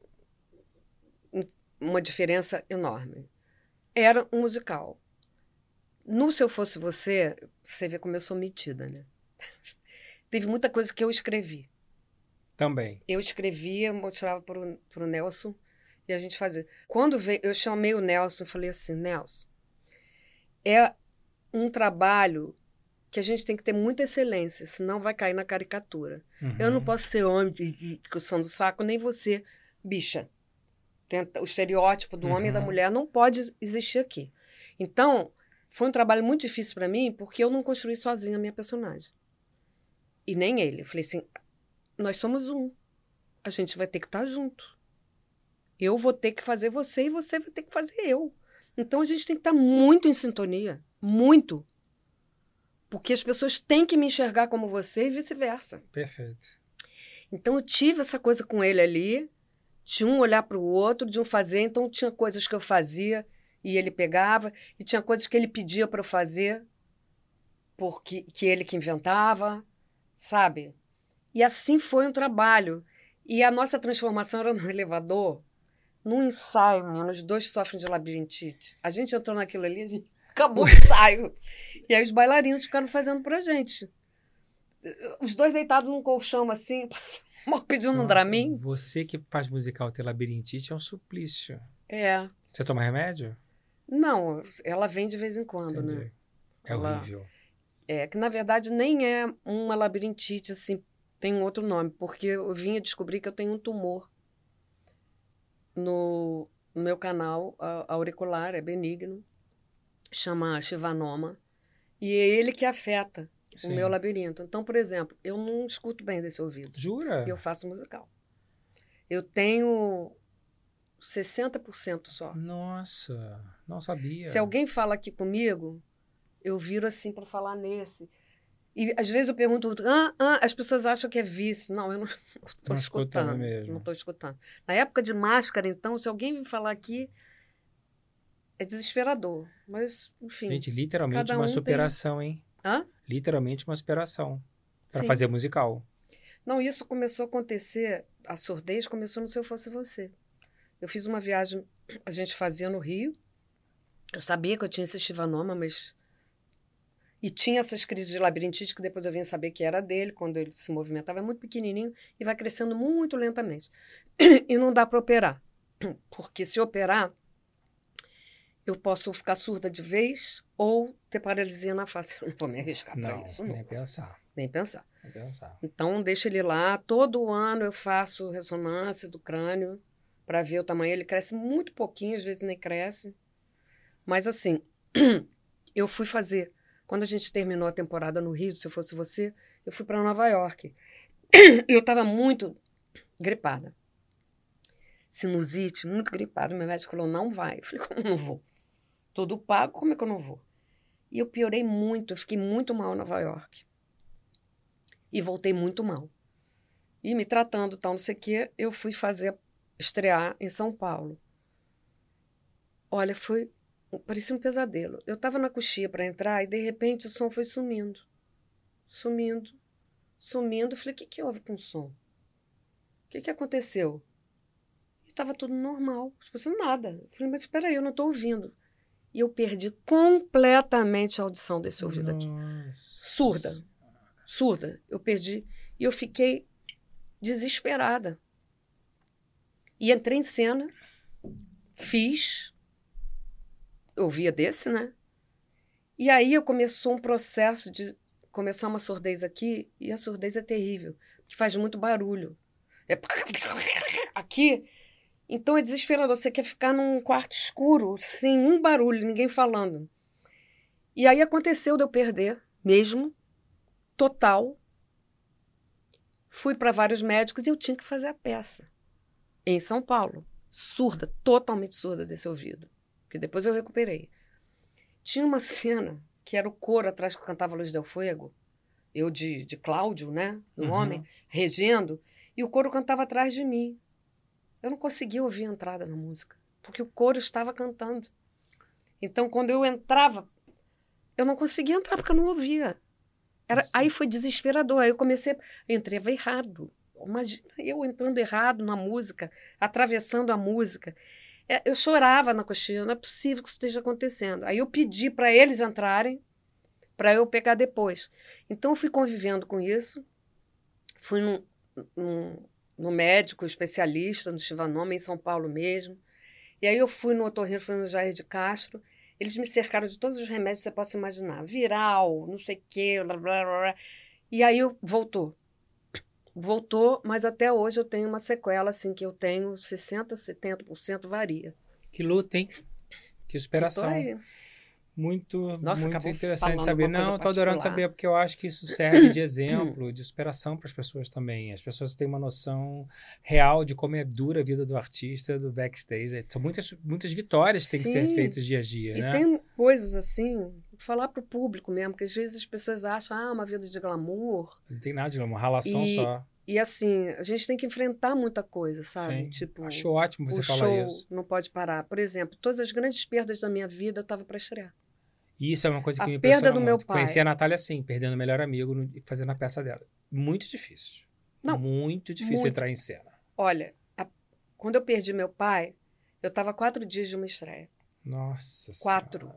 uma diferença enorme. Era um musical. No Se Eu Fosse Você, você vê como eu sou metida, né? Teve muita coisa que eu escrevi. Também. Eu escrevia, mostrava para o Nelson e a gente fazia. Quando veio, eu chamei o Nelson e falei assim, Nelson, é um trabalho que a gente tem que ter muita excelência, senão vai cair na caricatura. Uhum. Eu não posso ser homem de, de discussão do saco, nem você, bicha. Tenta, o estereótipo do Uhum. homem e da mulher não pode existir aqui. Então, foi um trabalho muito difícil para mim, porque eu não construí sozinha a minha personagem. E nem ele. Eu falei assim, nós somos um. A gente vai ter que estar junto. Eu vou ter que fazer você e você vai ter que fazer eu. Então, a gente tem que estar muito em sintonia. Muito. Porque as pessoas têm que me enxergar como você e vice-versa. Perfeito. Então, eu tive essa coisa com ele ali, de um olhar para o outro, de um fazer. Então, tinha coisas que eu fazia e ele pegava, e tinha coisas que ele pedia para eu fazer, porque que ele que inventava, sabe? E assim foi um trabalho. E a nossa transformação era no elevador, num ensaio, menino, os dois sofrem de labirintite. A gente entrou naquilo ali, a gente acabou o ensaio. E aí os bailarinos ficaram fazendo pra gente. Os dois deitados num colchão assim, pedindo um Dramin. Você que faz musical ter labirintite é um suplício. É. Você toma remédio? Não, ela vem de vez em quando, Entendi. né? É Ela- horrível. É, que na verdade nem é uma labirintite, assim, tem um outro nome, porque eu vim a descobrir que eu tenho um tumor no, no meu canal a- auricular, é benigno, chama chivanoma, e é ele que afeta Sim. o meu labirinto. Então, por exemplo, eu não escuto bem desse ouvido, Jura? e eu faço musical. Eu tenho sessenta por cento só. Nossa, não sabia. Se alguém fala aqui comigo, eu viro assim para falar nesse. E às vezes eu pergunto, ah, ah, as pessoas acham que é vício. Não, eu não estou Não escutava escutando. mesmo. Não estou escutando. Na época de máscara, então, se alguém me falar aqui, é desesperador. Mas, enfim. Gente, literalmente cada uma um tem- superação, hein? Hã? Literalmente uma superação. Para Sim. fazer musical. Não, isso começou a acontecer, a surdez começou no Se Eu Fosse Você. Eu fiz uma viagem, a gente fazia no Rio. Eu sabia que eu tinha esse chivanoma, mas... E tinha essas crises de labirintite que depois eu vim saber que era dele, quando ele se movimentava. É muito pequenininho e vai crescendo muito lentamente. E não dá para operar. Porque se operar, eu posso ficar surda de vez ou ter paralisia na face. Eu não vou me arriscar para Não, isso, não. nem pensar. Nem pensar. Nem pensar. Então, deixa ele lá. Todo ano eu faço ressonância do crânio para ver o tamanho. Ele cresce muito pouquinho, às vezes nem cresce. Mas, assim, eu fui fazer... Quando a gente terminou a temporada no Rio, Se Eu Fosse Você, eu fui para Nova York. Eu estava muito gripada. Sinusite, muito gripada. Meu médico falou, não vai. Eu falei, como não vou? Tudo pago, como é que eu não vou? E eu piorei muito, eu fiquei muito mal em Nova York. E voltei muito mal. E me tratando, tal, não sei o quê, eu fui fazer, estrear em São Paulo. Olha, foi, parecia um pesadelo. Eu estava na coxia para entrar e, de repente, o som foi sumindo. Sumindo, sumindo. Eu falei, o que, que houve com o som? O que, que aconteceu? E estava tudo normal, tipo assim, nada. Eu falei, mas espera aí, eu não estou ouvindo. E eu perdi completamente a audição desse ouvido aqui. Surda. Surda. Eu perdi. E eu fiquei desesperada. E entrei em cena, fiz, eu via desse, né? E aí eu começou um processo de começar uma surdez aqui, e a surdez é terrível, porque faz muito barulho. É aqui. Então é desesperador. Você quer ficar num quarto escuro, sem um barulho, ninguém falando. E aí aconteceu de eu perder, mesmo, total. Fui para vários médicos e eu tinha que fazer a peça. Em São Paulo. Surda, totalmente surda desse ouvido. Porque depois eu recuperei. Tinha uma cena que era o coro atrás que eu cantava Luz del Fuego. Eu de, de Cláudio, né? Do uhum. homem, regendo. E o coro cantava atrás de mim. Eu não conseguia ouvir a entrada na música, porque o coro estava cantando. Então, quando eu entrava, eu não conseguia entrar porque eu não ouvia. Era, aí foi desesperador. Aí eu comecei, eu entrava errado. Imagina eu entrando errado na música, atravessando a música. Eu chorava na coxinha, não é possível que isso esteja acontecendo. Aí eu pedi para eles entrarem, para eu pegar depois. Então, eu fui convivendo com isso. Fui num... num no médico especialista, no Chivanoma, em São Paulo mesmo. E aí eu fui no otorrino, fui no Jair de Castro. Eles me cercaram de todos os remédios que você possa imaginar. Viral, não sei o quê, blá, blá, blá. E aí eu, voltou. Voltou, mas até hoje eu tenho uma sequela, assim, que eu tenho sessenta por cento, setenta por cento, varia. Que luta, hein? Que superação. Muito, Nossa, muito interessante saber. Não, estou adorando saber, porque eu acho que isso serve de exemplo, de superação para as pessoas também. As pessoas têm uma noção real de como é dura a vida do artista, do backstage. São muitas, muitas vitórias que têm que ser feitas dia a dia, e né? Tem coisas assim, falar para o público mesmo, que às vezes as pessoas acham, ah, uma vida de glamour. Não tem nada de glamour, ralação e, só. E assim, a gente tem que enfrentar muita coisa, sabe? Sim. Tipo, acho ótimo você o falar show isso. Não pode parar. Por exemplo, todas as grandes perdas da minha vida eu estava para estrear. Isso é uma coisa que a me perda impressiona do muito. meu pai. Conheci a Natália assim, perdendo o melhor amigo e fazendo a peça dela. Muito difícil. Não, muito difícil muito. entrar em cena. Olha, a, quando eu perdi meu pai, eu estava quatro dias de uma estreia. Nossa Quatro. Senhora.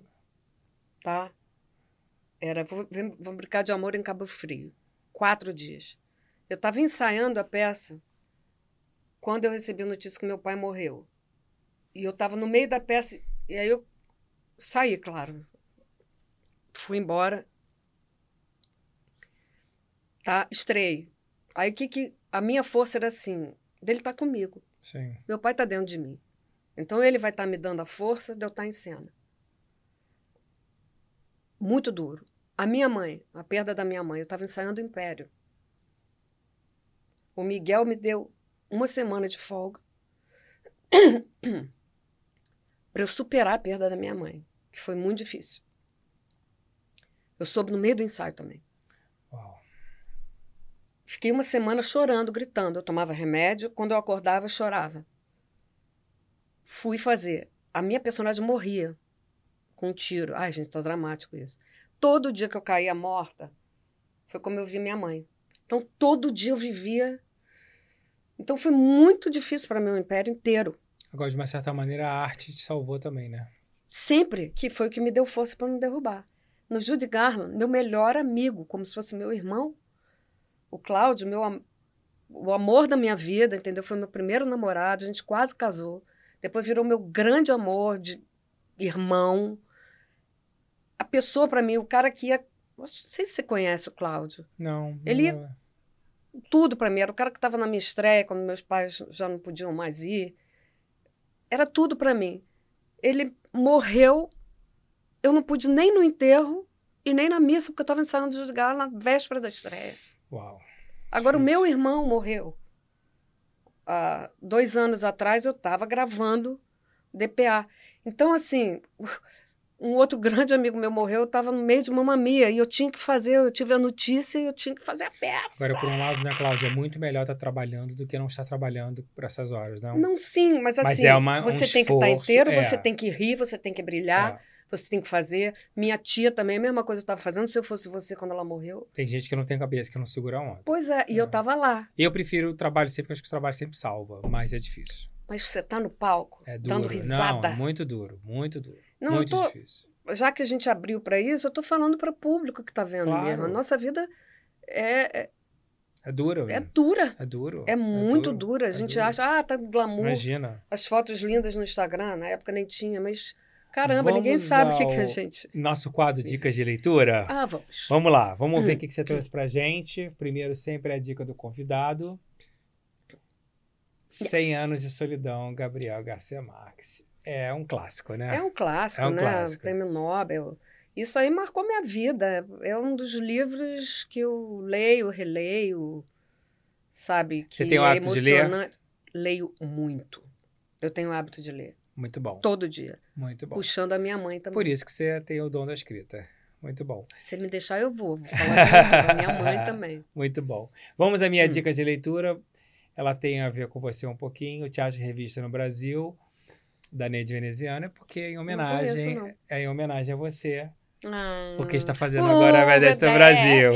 Tá? Era, vamos brincar de amor em Cabo Frio. Quatro dias. Eu estava ensaiando a peça quando eu recebi a notícia que meu pai morreu. E eu estava no meio da peça, e aí eu saí, claro. Fui embora. Tá? Estrei. Aí o que que... A minha força era assim, dele tá comigo. Sim. Meu pai tá dentro de mim. Então ele vai estar tá me dando a força de eu estar em cena. Muito duro. A minha mãe, a perda da minha mãe, eu estava ensaiando o Império. O Miguel me deu uma semana de folga para eu superar a perda da minha mãe, que foi muito difícil. Eu soube no meio do ensaio também. Uau. Fiquei uma semana chorando, gritando. Eu tomava remédio, quando eu acordava, eu chorava. Fui fazer. A minha personagem morria com um tiro. Ai, gente, tá dramático isso. Todo dia que eu caía morta, foi como eu vi minha mãe. Então, todo dia eu vivia... Então, foi muito difícil para mim o Império inteiro. Agora, de uma certa maneira, a arte te salvou também, né? Sempre, que foi o que me deu força para não derrubar. No Judy Garland, meu melhor amigo, como se fosse meu irmão, o Cláudio, meu, am- o amor da minha vida, entendeu? Foi meu primeiro namorado, a gente quase casou. Depois virou meu grande amor de irmão. A pessoa, para mim, o cara que ia... Não sei se você conhece o Cláudio. Não. Ele não... ia... Tudo para mim. Era o cara que estava na minha estreia, quando meus pais já não podiam mais ir. Era tudo para mim. Ele morreu... Eu não pude nem no enterro e nem na missa, porque eu estava ensaiando Juiz de Gala na véspera da estreia. Uau. Agora, Difícil. o meu irmão morreu. Há dois anos atrás, eu estava gravando D P A. Então, assim, um outro grande amigo meu morreu, eu estava no meio de Mamma Mia, e eu tinha que fazer, eu tive a notícia e eu tinha que fazer a peça. Agora, por um lado, né, Cláudia, é muito melhor estar trabalhando do que não estar trabalhando por essas horas, não? Não, sim, mas assim, Mas é uma- um você tem que estar esforço, inteiro, é. você tem que rir, você tem que brilhar, É. você tem que fazer. Minha tia também, a mesma coisa eu estava fazendo, se eu fosse você quando ela morreu. Tem gente que não tem cabeça, que não segura a onda. Pois é, e eu estava lá. Eu prefiro o trabalho sempre, porque acho que o trabalho sempre salva, mas é difícil. Mas você tá no palco, É duro. dando risada. Não, é muito duro, muito duro. Não, muito eu tô- difícil. Já que a gente abriu para isso, eu tô falando para o público que tá vendo Claro. mesmo. A nossa vida é, é, É duro. é dura. É duro. É muito duro, dura. A é gente duro. acha, ah, tá glamour, Imagina. as fotos lindas no Instagram. Na época nem tinha, mas caramba, ninguém Vamos sabe o que, que a ao gente. Nosso quadro Dicas de Leitura. Ah, vamos. Vamos lá, vamos ver Hum. o que que você trouxe pra gente. Primeiro, sempre a dica do convidado. cem Yes. anos de solidão, Gabriel Garcia Marques. É um clássico, né? É um clássico, É um né? clássico. Prêmio Nobel. Isso aí marcou minha vida. É um dos livros que eu leio, releio, sabe? Que Você tem o é hábito de ler? emocionante. Leio muito. Eu tenho o hábito de ler. Muito bom, Todo dia. muito bom. Puxando a minha mãe também. Por isso que você tem o dom da escrita. Muito bom. Se me deixar, eu vou. Vou falar de leitura. A minha mãe também. Muito bom. Vamos à minha Hum. dica de leitura. Ela tem a ver com você um pouquinho. O Teatro de Revista no Brasil, da Neide Veneziana, porque é em homenagem, conheço, não. é em homenagem a você. Ah. Porque está fazendo Uh, agora a Vedete do Brasil.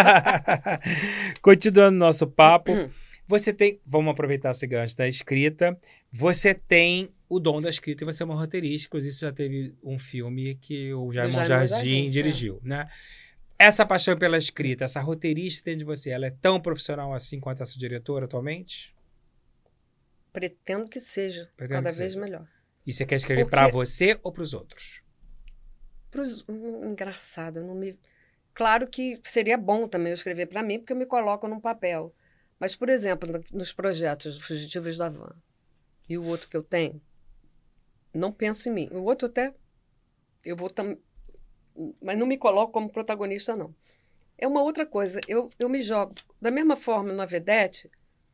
Continuando nosso papo, você tem, vamos aproveitar esse gancho da escrita, você tem o dom da escrita e você é uma roteirista, inclusive você já teve um filme que o Jaime Jaime Jardim, Jardim, dirigiu, né? Essa paixão pela escrita, essa roteirista dentro de você, ela é tão profissional assim quanto essa diretora atualmente? Pretendo que seja. Pretendo cada que vez seja. melhor. E você quer escrever Porque- para você ou para os outros? Pros... hum, Engraçado, eu não me... Claro que seria bom também eu escrever para mim, porque eu me coloco num papel. Mas, por exemplo, no- nos projetos Fugitivos da Van e o outro que eu tenho, não penso em mim. O outro até, eu vou tam... mas não me coloco como protagonista, não. É uma outra coisa. Eu, eu me jogo. Da mesma forma, na Vedete,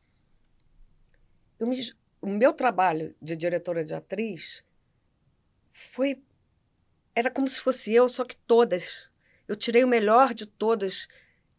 eu me... o meu trabalho de diretora de atriz foi... Era como se fosse eu, só que todas. Eu tirei o melhor de todas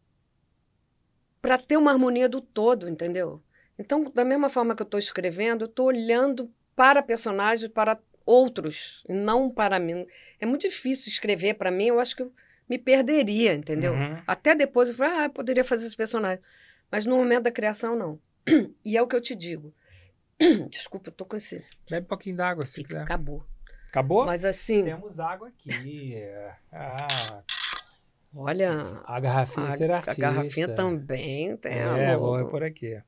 para ter uma harmonia do todo, entendeu? Então, da mesma forma que eu estou escrevendo, eu estou olhando para personagens, para outros, e não para mim. É muito difícil escrever para mim, eu acho que eu me perderia, entendeu? Uhum. Até depois eu falei, ah, eu poderia fazer esse personagem. Mas no momento da criação, não. E é o que eu te digo. Desculpa, eu tô com esse... Bebe um pouquinho d'água, se quiser. Acabou. Acabou? Mas assim, Temos água aqui. Ah, olha... a garrafinha A, será a garrafinha também tem. É, amor. vou ver por aqui.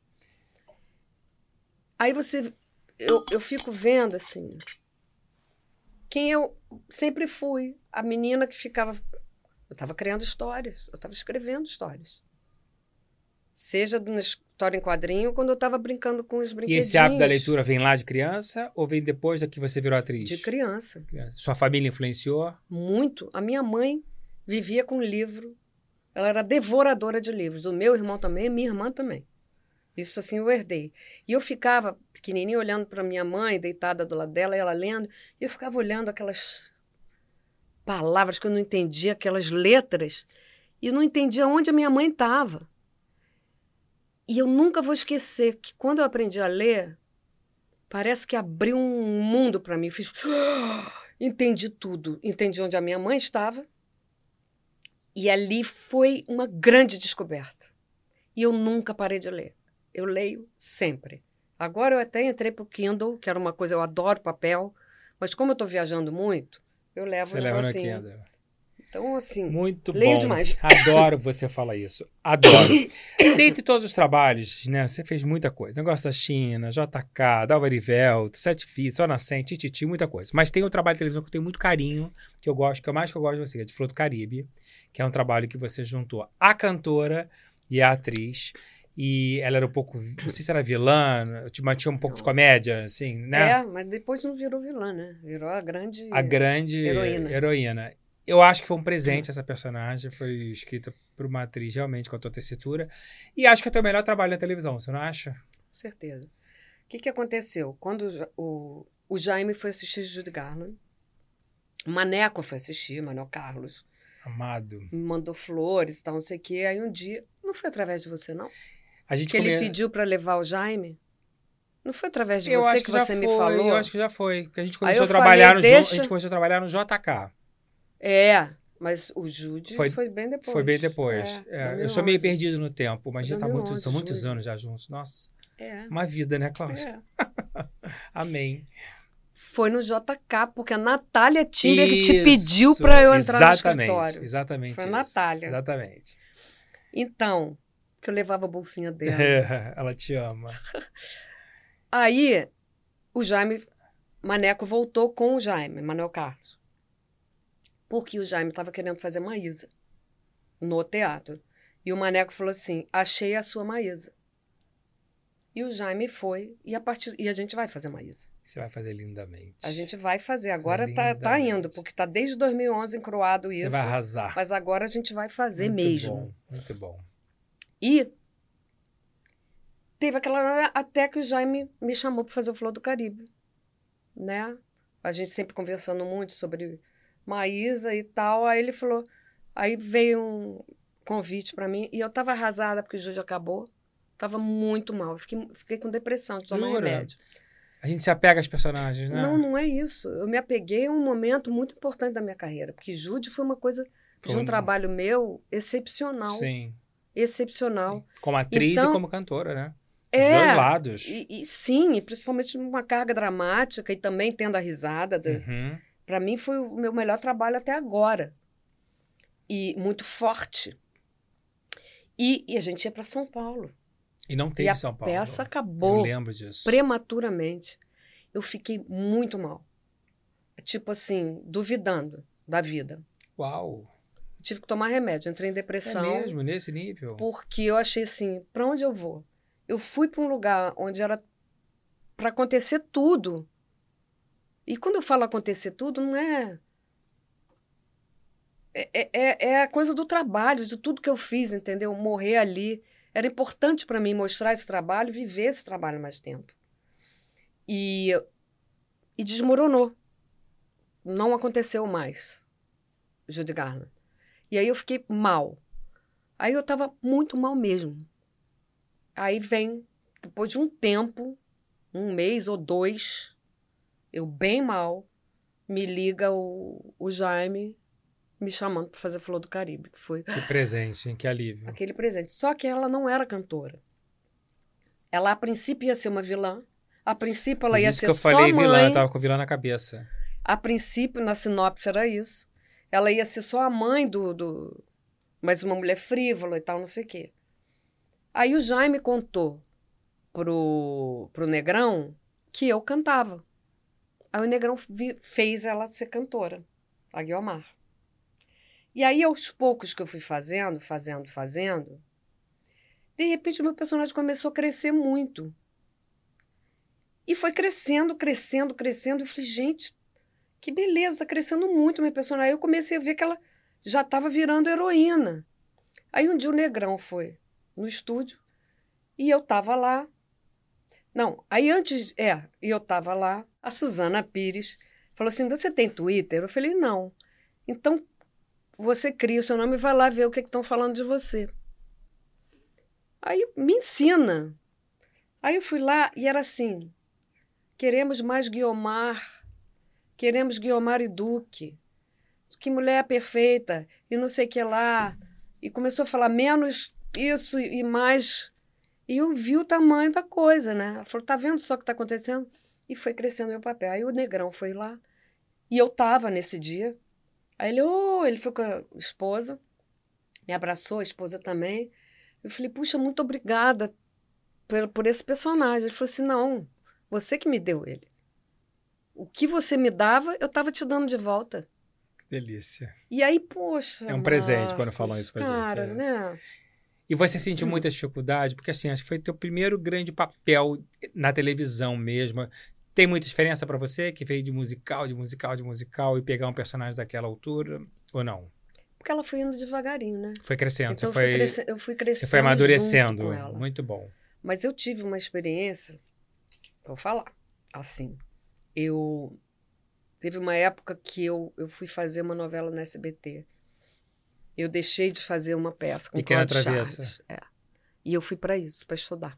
Aí você... Eu, eu fico vendo, assim... Quem eu sempre fui. A menina que ficava... Eu estava criando histórias. Eu estava escrevendo histórias. Seja na história em quadrinho, quando eu estava brincando com os E brinquedinhos. esse hábito da leitura vem lá de criança ou vem depois da que você virou atriz? De criança. Criança. Sua família influenciou? Muito. A minha mãe vivia com livro. Ela era devoradora de livros. O meu irmão também, minha irmã também. Isso assim eu herdei. E eu ficava pequenininha olhando para minha mãe, deitada do lado dela, e ela lendo, e eu ficava olhando aquelas palavras que eu não entendia, aquelas letras, e não entendia onde a minha mãe estava. E eu nunca vou esquecer que quando eu aprendi a ler, parece que abriu um mundo para mim. Eu fiz... Entendi tudo. Entendi onde a minha mãe estava. E ali foi uma grande descoberta. E eu nunca parei de ler. Eu leio sempre. Agora eu até entrei para o Kindle, que era uma coisa, eu adoro papel, mas como eu estou viajando muito, eu levo Você um leva no negocinho. Kindle. Então, assim, Muito leio bom. demais. Adoro você falar isso. Adoro. Dentre todos os trabalhos, né? Você fez muita coisa. Negócio da China, J K, Dalva Erivelto, Sete Filhos, Só Nascente, Tititi, muita coisa. Mas tem um trabalho de televisão que eu tenho muito carinho, que eu gosto, que é o mais que eu gosto de você, que é de Flor do Caribe, que é um trabalho que você juntou a cantora e a atriz. E ela era um pouco, não sei se era vilã, mas tinha um pouco de comédia, assim, né? é, mas depois não virou vilã, né? Virou a grande... A grande Heroína. heroína. Eu acho que foi um presente essa personagem, foi escrita por uma atriz realmente com a tua tessitura. E acho que é o teu melhor trabalho na televisão, você não acha? Com certeza. O que, que aconteceu? Quando o, o Jaime foi assistir Judy Garland, o Maneco foi assistir, Manuel Carlos. Amado. Me mandou flores e tal, não sei o quê. Aí um dia, não foi através de você, não? A gente Que come... ele pediu para levar o Jaime? Não foi através de eu você acho que, que já você foi, me falou? Eu acho que já foi. Porque a gente começou, eu a trabalhar, falei, no, deixa... a gente começou a trabalhar no J K. É, mas o Judy foi, Foi- bem depois. Foi bem depois. É, É, eu dois mil e sou meio onze. perdido no tempo, mas já tá muito, são dois mil e onze, muitos Judy. anos já juntos. Nossa, É. uma vida, né, Cláudia? É. Amém. Foi no J K, porque a Natália Timber que te Isso, pediu para eu entrar no exatamente, escritório. Exatamente. Foi a isso. Natália. Exatamente. Então, que eu levava a bolsinha dela. É, ela te ama. Aí, o Jaime Maneco voltou com o Jaime, Manuel Carlos. Porque o Jaime estava querendo fazer Maísa no teatro. E o Maneco falou assim, achei a sua Maísa. E o Jaime foi, e a, partir, e a gente vai fazer Maísa. Você vai fazer lindamente. A gente vai fazer. Agora tá, tá Lindamente. indo, porque tá desde dois mil e onze encroado Você isso. vai arrasar. Mas agora a gente vai fazer Muito mesmo. Bom, muito bom. E teve aquela... Até que o Jaime me chamou para fazer o Flor do Caribe. Né? A gente sempre conversando muito sobre Maísa e tal. Aí ele falou... Aí veio um convite para mim. E eu tava arrasada porque o Júlio acabou. Tava muito mal. Eu Fiquei, fiquei com depressão de tomar Jura? remédio. A gente se apega às personagens, né? Não, não é isso. Eu me apeguei a um momento muito importante da minha carreira. Porque Jude foi uma coisa... Foi um Um- trabalho meu excepcional. Sim. Excepcional. Como atriz Então- e como cantora, né? Os É, dois lados. E, e sim, e principalmente uma carga dramática e também tendo a risada. do- Uhum. Para mim foi o meu melhor trabalho até agora. E muito forte. E, e a gente ia para São Paulo. E não E teve a São Paulo. peça Eu acabou lembro disso. prematuramente. Eu fiquei muito mal. Tipo assim, duvidando da vida. Uau. Tive que tomar remédio, entrei em É depressão. mesmo, nesse nível? Porque eu achei assim, para onde eu vou? Eu fui para um lugar onde era para acontecer tudo. E quando eu falo acontecer tudo, não é... É, é, é a coisa do trabalho, de tudo que eu fiz, entendeu? Morrer ali. Era importante para mim mostrar esse trabalho e viver esse trabalho mais tempo. E, e desmoronou. Não aconteceu mais, Judy Garland. E aí eu fiquei mal. Aí eu estava muito mal mesmo. Aí vem, depois de um tempo, um mês ou dois, eu bem mal, me liga o, o Jaime me chamando para fazer Flor do Caribe, que foi Que presente, hein? Que alívio. aquele presente. Só que ela não era cantora. Ela, a princípio, ia ser uma vilã. A princípio, ela Por ia isso ser que eu só falei vilã, mãe. eu tava com vilã na cabeça. A princípio, na sinopse, era isso. Ela ia ser só a mãe do... do... Mas uma mulher frívola e tal, não sei o quê. Aí o Jaime contou pro, pro Negrão que eu cantava. Aí o Negrão vi- fez ela ser cantora, a Guiomar. E aí, aos poucos que eu fui fazendo, fazendo, fazendo, de repente o meu personagem começou a crescer muito. E foi crescendo, crescendo, crescendo. Eu falei, gente, que beleza, tá crescendo muito o meu personagem. Aí eu comecei a ver que ela já estava virando heroína. Aí um dia o Negrão foi no estúdio e eu tava lá. Não, aí antes, é, e eu tava lá, a Suzana Pires falou assim, você tem Twitter? Eu falei, não. Então, você cria o seu nome e vai lá ver o que estão falando de você. Aí, me ensina. Aí eu fui lá e era assim, queremos mais Guiomar, queremos Guiomar e Duque, que mulher perfeita, e não sei o que lá. E começou a falar menos isso e mais... E eu vi o tamanho da coisa, né? Ela falou, tá vendo só o que tá acontecendo? E foi crescendo meu papel. Aí o Negrão foi lá. E eu tava nesse dia. Aí ele, oh, ele foi com a esposa. Me abraçou, a esposa também. Eu falei, puxa, muito obrigada por, por esse personagem. Ele falou assim, não, você que me deu ele. O que você me dava, eu tava te dando de volta. Que delícia. E aí, poxa, É um presente Marcos, quando falam isso pra gente, cara, é. né? E você sentiu muita dificuldade? Porque, assim, acho que foi teu primeiro grande papel na televisão mesmo. Tem muita diferença pra você, que veio de musical, de musical, de musical, e pegar um personagem daquela altura? Ou não? Porque ela foi indo devagarinho, né? Foi crescendo. Então você foi, eu, fui cresce... eu fui crescendo você foi amadurecendo. junto com ela. Muito bom. Mas eu tive uma experiência, vou falar, assim, eu... Teve uma época que eu, eu fui fazer uma novela na S B T. Eu deixei de fazer uma peça com Pequena Cláudio Travessa. Charles. É. E eu fui para isso, para estudar.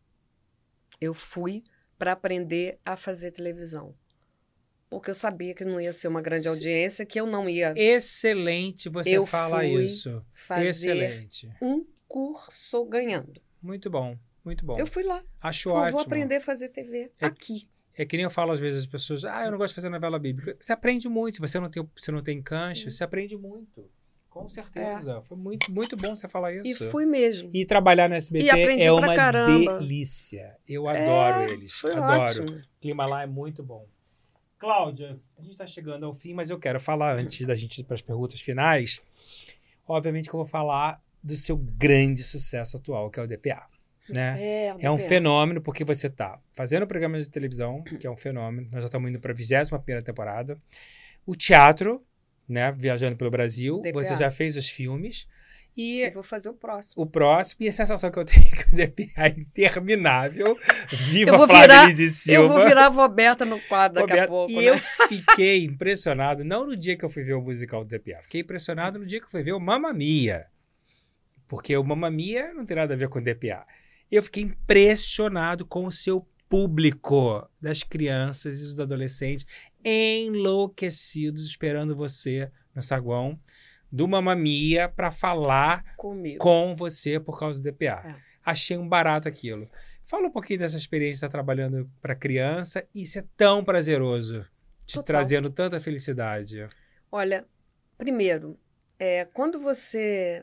Eu fui para aprender a fazer televisão. Porque eu sabia que não ia ser uma grande Se... audiência, que eu não ia... Excelente você eu fala fui isso. fazer Excelente. um curso ganhando. Muito bom, muito bom. Eu fui lá. Acho eu ótimo. vou aprender a fazer T V é, aqui. É que nem eu falo às vezes às pessoas, ah, eu não gosto de fazer novela bíblica. Você aprende muito. Se você não tem, você não tem cancho, hum. você aprende muito. Com certeza. É. Foi muito, muito bom você falar isso. E fui mesmo. E trabalhar no S B T é uma caramba. delícia. Eu adoro é, eles. Foi adoro. Ótimo. O clima lá é muito bom. Cláudia, a gente está chegando ao fim, mas eu quero falar, antes da gente ir para as perguntas finais, obviamente que eu vou falar do seu grande sucesso atual, que é o D P A. Né? É, é um fenômeno, porque você está fazendo programa de televisão, que é um fenômeno. Nós já estamos indo para a vigésima primeira temporada. O teatro, né? Viajando pelo Brasil. D P A. Você já fez os filmes. E eu vou fazer o próximo. O próximo. E a sensação que eu tenho que o D P A é interminável. Viva Flávia virar, Elis e Silva. Eu vou virar a Roberta no quadro daqui Roberta, a pouco. E né? eu fiquei impressionado, não no dia que eu fui ver o musical do D P A. Fiquei impressionado no dia que eu fui ver o Mamma Mia. Porque o Mamma Mia não tem nada a ver com o D P A. Eu fiquei impressionado com o seu público, das crianças e dos adolescentes, enlouquecidos, esperando você no saguão do Mamma Mia para falar Comigo. com você por causa do D P A. É. Achei um barato aquilo. Fala um pouquinho dessa experiência de estar trabalhando para criança e ser tão prazeroso, te Total. trazendo tanta felicidade. Olha, primeiro, é, quando você...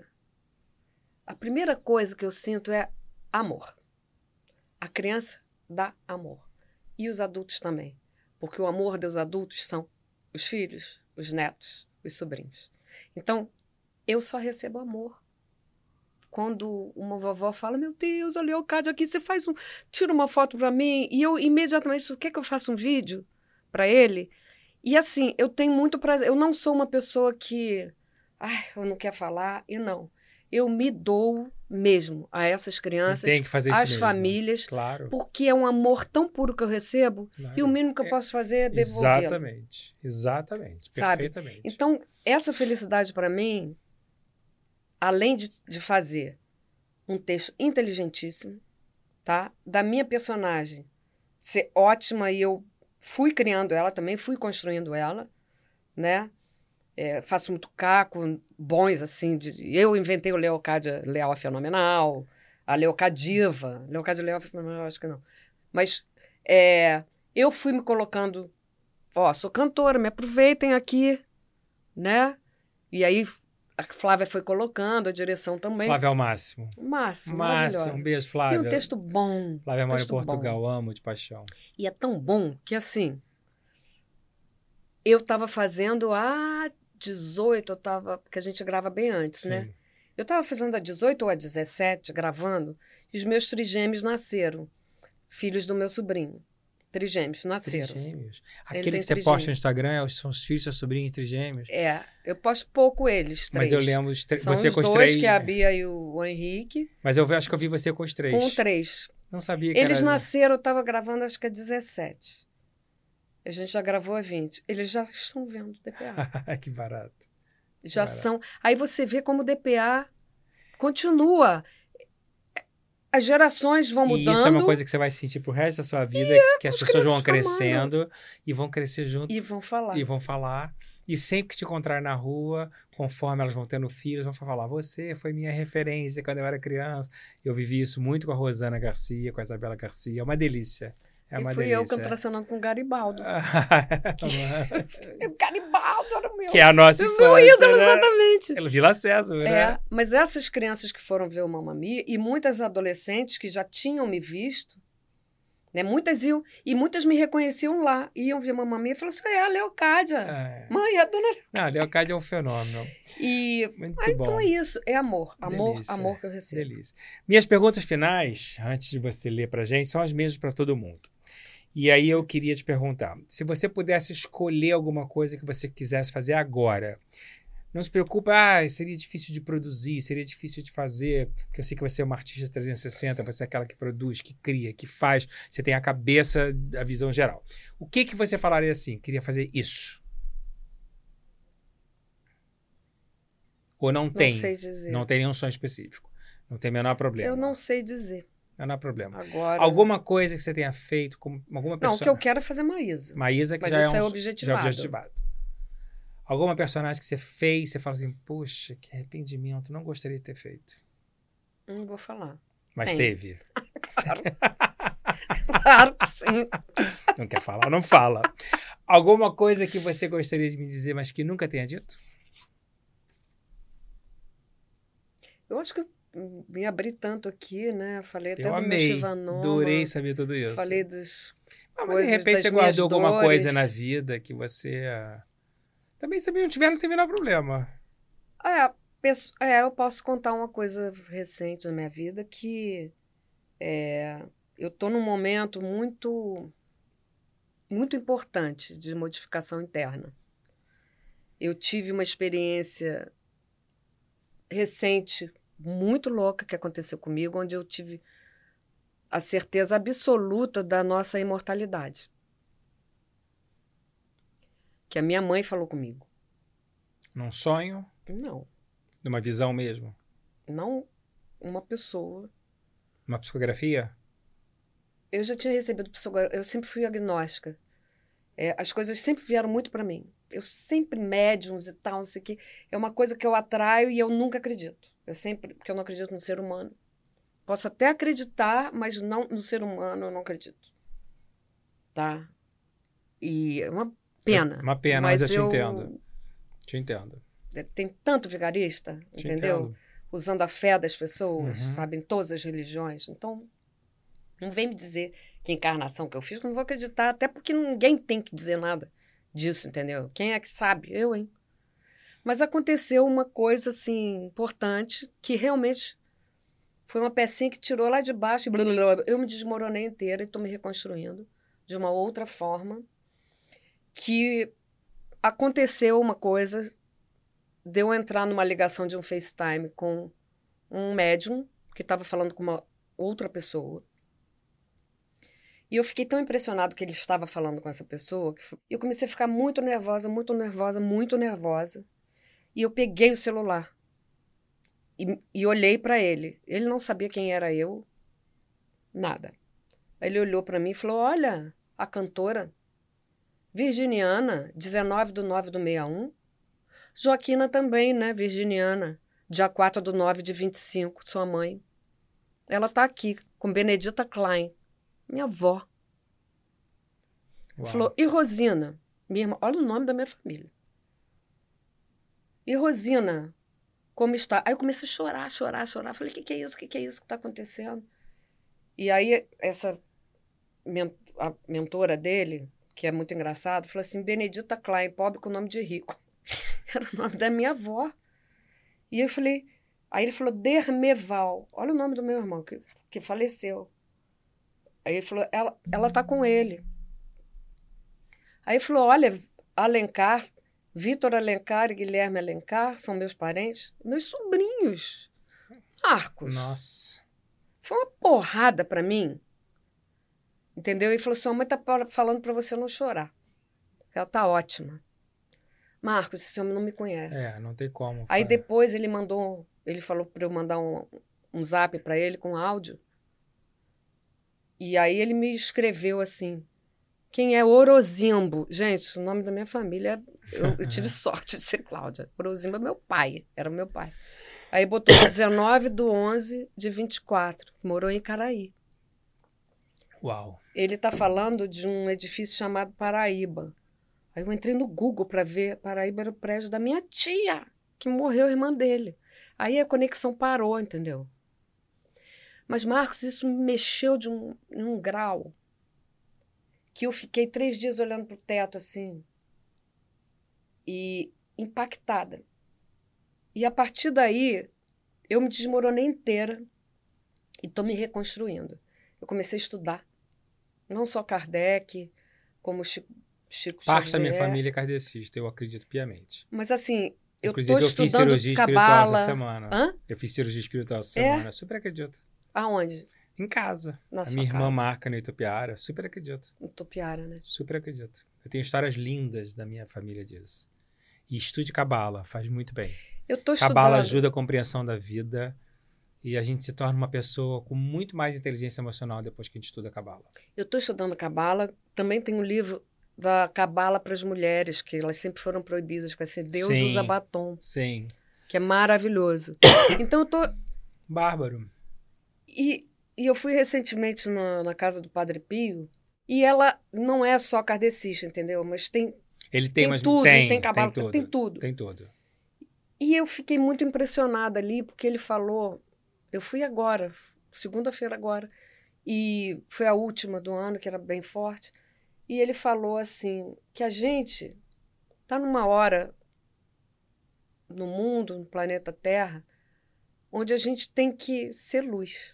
A primeira coisa que eu sinto é amor. A criança dá amor. E os adultos também. Porque o amor dos adultos são os filhos, os netos, os sobrinhos. Então, eu só recebo amor. Quando uma vovó fala, meu Deus, a Leocádia aqui, você faz um... Tira uma foto para mim. E eu imediatamente, você quer que eu faça um vídeo para ele? E assim, eu tenho muito prazer. Eu não sou uma pessoa que... Ai, eu não quero falar. E não. Eu me dou mesmo a essas crianças, tem que fazer isso às mesmo. famílias, Claro. porque é um amor tão puro que eu recebo, Claro. e o mínimo que eu é, posso fazer é devolver. Exatamente, exatamente, Sabe? perfeitamente. Então, essa felicidade para mim, além de, de fazer um texto inteligentíssimo, tá? Da minha personagem ser ótima, e eu fui criando ela também, fui construindo ela, né? É, faço muito caco, bons, assim, de, eu inventei o Leocádia Leal Fenomenal, a Leocadiva, Leocádia Leal Fenomenal, acho que não. Mas é, eu fui me colocando, ó, sou cantora, me aproveitem aqui, né? E aí a Flávia foi colocando, a direção também. Flávia é o máximo. O máximo, Máximo, um beijo, Flávia. E um texto bom. Flávia mora em texto Portugal, bom. amo de paixão. E é tão bom que, assim, eu estava fazendo a dezoito, eu tava, porque a gente grava bem antes, Sim. né? Eu estava fazendo a dezoito ou a dezessete, gravando, e os meus trigêmeos nasceram. Filhos do meu sobrinho. Trigêmeos nasceram. Trigêmeos. Ele Aquele tem que você trigêmeos. posta no Instagram são os filhos, seu sobrinho e trigêmeos. É, eu posto pouco eles, três. Mas eu lembro os tre- São você os com os dois, três. que é a Bia e o Henrique, Mas eu acho que eu vi você com os três. com três. Não sabia que Eles era... nasceram, eu estava gravando, acho que a dezessete. A gente já gravou a vinte. Eles já estão vendo o D P A. Que barato. Já Barato. são. Aí você vê como o D P A continua. As gerações vão mudando. E isso é uma coisa que você vai sentir pro resto da sua vida, é, que, que as as pessoas vão crianças crescendo e vão crescer junto E vão falar. e vão falar. E sempre que te encontrar na rua, conforme elas vão tendo filhos, vão falar, você foi minha referência quando eu era criança. Eu vivi isso muito com a Rosana Garcia, com a Isabela Garcia. É uma delícia. É uma e fui delícia. eu contracenando com o Garibaldo. que... O Garibaldo era o meu. que é a nossa o infância, meu ídolo, né? exatamente. Vila Sésamo, né? É, mas essas crianças que foram ver o Mamma Mia, e muitas adolescentes que já tinham me visto, né, muitas iam, e muitas me reconheciam lá, iam ver Mamma Mia e falaram assim, é a Leocádia, É. mãe, é a dona... Não, a Leocádia é um fenômeno. E Muito ah, bom. então é isso, é amor, amor, Delícia, amor que eu recebo. Delícia. Minhas perguntas finais, antes de você ler pra gente, são as mesmas para todo mundo. E aí eu queria te perguntar, se você pudesse escolher alguma coisa que você quisesse fazer agora, Não se preocupa, ah, seria difícil de produzir, seria difícil de fazer, porque eu sei que você é uma artista trezentos e sessenta, você é aquela que produz, que cria, que faz, você tem a cabeça, a visão geral. O que que você falaria assim? Queria fazer isso? Ou não tem? Não sei dizer. Não tem nenhum sonho específico. Não tem o menor problema. Eu não sei dizer. Não há problema. Agora... Alguma coisa que você tenha feito, com alguma Não, personagem... o que eu quero é fazer Maísa. Maísa, que Mas já isso é, um, é já objetivado. é objetivado. Alguma personagem que você fez, você fala assim, poxa, que arrependimento, não gostaria de ter feito. Não vou falar. Mas Tem. teve. Claro. Claro que sim. Não quer falar, não fala. Alguma coisa que você gostaria de me dizer, mas que nunca tenha dito? Eu acho que eu me abri tanto aqui, né? Falei até Eu do amei, meu Shivanoma. adorei saber tudo isso. Falei dos Ah, mas de coisas repente das você minhas guardou alguma dores. coisa na vida que você... ah, também, se não tiver, não tem o menor problema. É, pesso- é, eu posso contar uma coisa recente na minha vida que é, eu tô num momento muito, muito importante de modificação interna. Eu tive uma experiência recente, muito louca, que aconteceu comigo, onde eu tive a certeza absoluta da nossa imortalidade. Que a minha mãe falou comigo. Num sonho, Não, numa visão mesmo, não uma pessoa. numa psicografia. Eu já tinha recebido psicografia, eu sempre fui agnóstica. É, as coisas sempre vieram muito para mim. Eu sempre médiums e tal, não sei o quê. É uma coisa que eu atraio e eu nunca acredito. Eu sempre, porque eu não acredito no ser humano. Posso até acreditar, mas não no ser humano eu não acredito. Tá? E é uma pena. Uma pena, mas, eu te eu- entendo. Te entendo. Tem tanto vigarista, Te entendeu? entendo. Usando a fé das pessoas, Uhum. sabe? Em todas as religiões. Então, não vem me dizer que encarnação que eu fiz, que eu não vou acreditar, até porque ninguém tem que dizer nada disso, entendeu? Quem é que sabe? Eu, hein? Mas aconteceu uma coisa, assim, importante, que realmente foi uma pecinha que tirou lá de baixo e blá, blá, blá. Eu me desmoronei inteira e estou me reconstruindo de uma outra forma, que aconteceu uma coisa de eu entrar numa ligação de um FaceTime com um médium que estava falando com uma outra pessoa. E eu fiquei tão impressionado que ele estava falando com essa pessoa, que fo- eu comecei a ficar muito nervosa, muito nervosa, muito nervosa. E eu peguei o celular e, e olhei para ele. Ele não sabia quem era eu, nada. Aí ele olhou para mim e falou, olha, a cantora virginiana, dezenove de nove de sessenta e um. Joaquina também, né, virginiana, dia quatro de nove de vinte e cinco, sua mãe. Ela está aqui, com Benedita Klein, minha avó. Uau. Falou, e Rosina? Minha irmã, olha o nome da minha família. E Rosina, como está? Aí eu comecei a chorar, chorar, chorar. Falei, o que, que é isso? O que, que é isso que está acontecendo? E aí essa men- a mentora dele, que é muito engraçado, falou assim, Benedita Klein, pobre com nome de rico. Era o nome da minha avó. E eu falei... Aí ele falou, Dermeval. Olha o nome do meu irmão, que, que faleceu. Aí ele falou, ela, ela tá com ele. Aí ele falou, olha, Alencar, Vitor Alencar e Guilherme Alencar são meus parentes, meus sobrinhos. Marcos. Nossa. Foi uma porrada pra mim. Entendeu? E falou, sua mãe tá pa- falando pra você não chorar. Ela tá ótima. Marcos, esse homem não me conhece. É, não tem como. Aí Fa- depois ele mandou, ele falou para eu mandar um, um zap para ele com áudio. E aí ele me escreveu assim: quem é Orozimbo? Gente, o nome da minha família, eu, eu tive sorte de ser Cláudia. Orozimbo é meu pai, era meu pai. Aí botou dezenove de onze de vinte e quatro, morou em Icaraí. Uau. Ele está falando de um edifício chamado Paraíba. Aí eu entrei no Google para ver, Paraíba era o prédio da minha tia, que morreu a irmã dele. Aí a conexão parou, entendeu? Mas, Marcos, isso me mexeu de um, em um grau que eu fiquei três dias olhando para o teto assim e impactada. E a partir daí, eu me desmoronei inteira e estou me reconstruindo. Eu comecei a estudar, não só Kardec, como Chico, Chico Parte da Xavier. minha família é kardecista, eu acredito piamente. Mas assim, Eu Inclusive, tô eu fiz estudando cirurgia espiritual essa cabala. semana. Hã? Eu fiz cirurgia espiritual essa É? semana. Super acredito. Aonde? Em casa. Na a sua minha irmã casa. marca no Itupiara. Super acredito. Em Tupiara, né? Super acredito. Eu tenho histórias lindas da minha família disso. E estude cabala. Faz muito bem. Eu tô estudando. Cabala ajuda a compreensão da vida. E a gente se torna uma pessoa com muito mais inteligência emocional depois que a gente estuda cabala. Eu tô estudando cabala. Também tem um livro da cabala para as mulheres, que elas sempre foram proibidas, que vai ser Deus Sim. usa batom, Sim. que é maravilhoso. Então eu tô... Bárbaro. E, e eu fui recentemente na, na casa do Padre Pio, e ela não é só kardecista, entendeu? Mas tem, Ele tem, tem mas tudo, tem, tem cabala, tem tudo. tem tudo. Tem tudo. E eu fiquei muito impressionada ali, porque ele falou... Eu fui agora, segunda-feira agora, e foi a última do ano, que era bem forte, e ele falou assim, que a gente está numa hora no mundo, no planeta Terra, onde a gente tem que ser luz.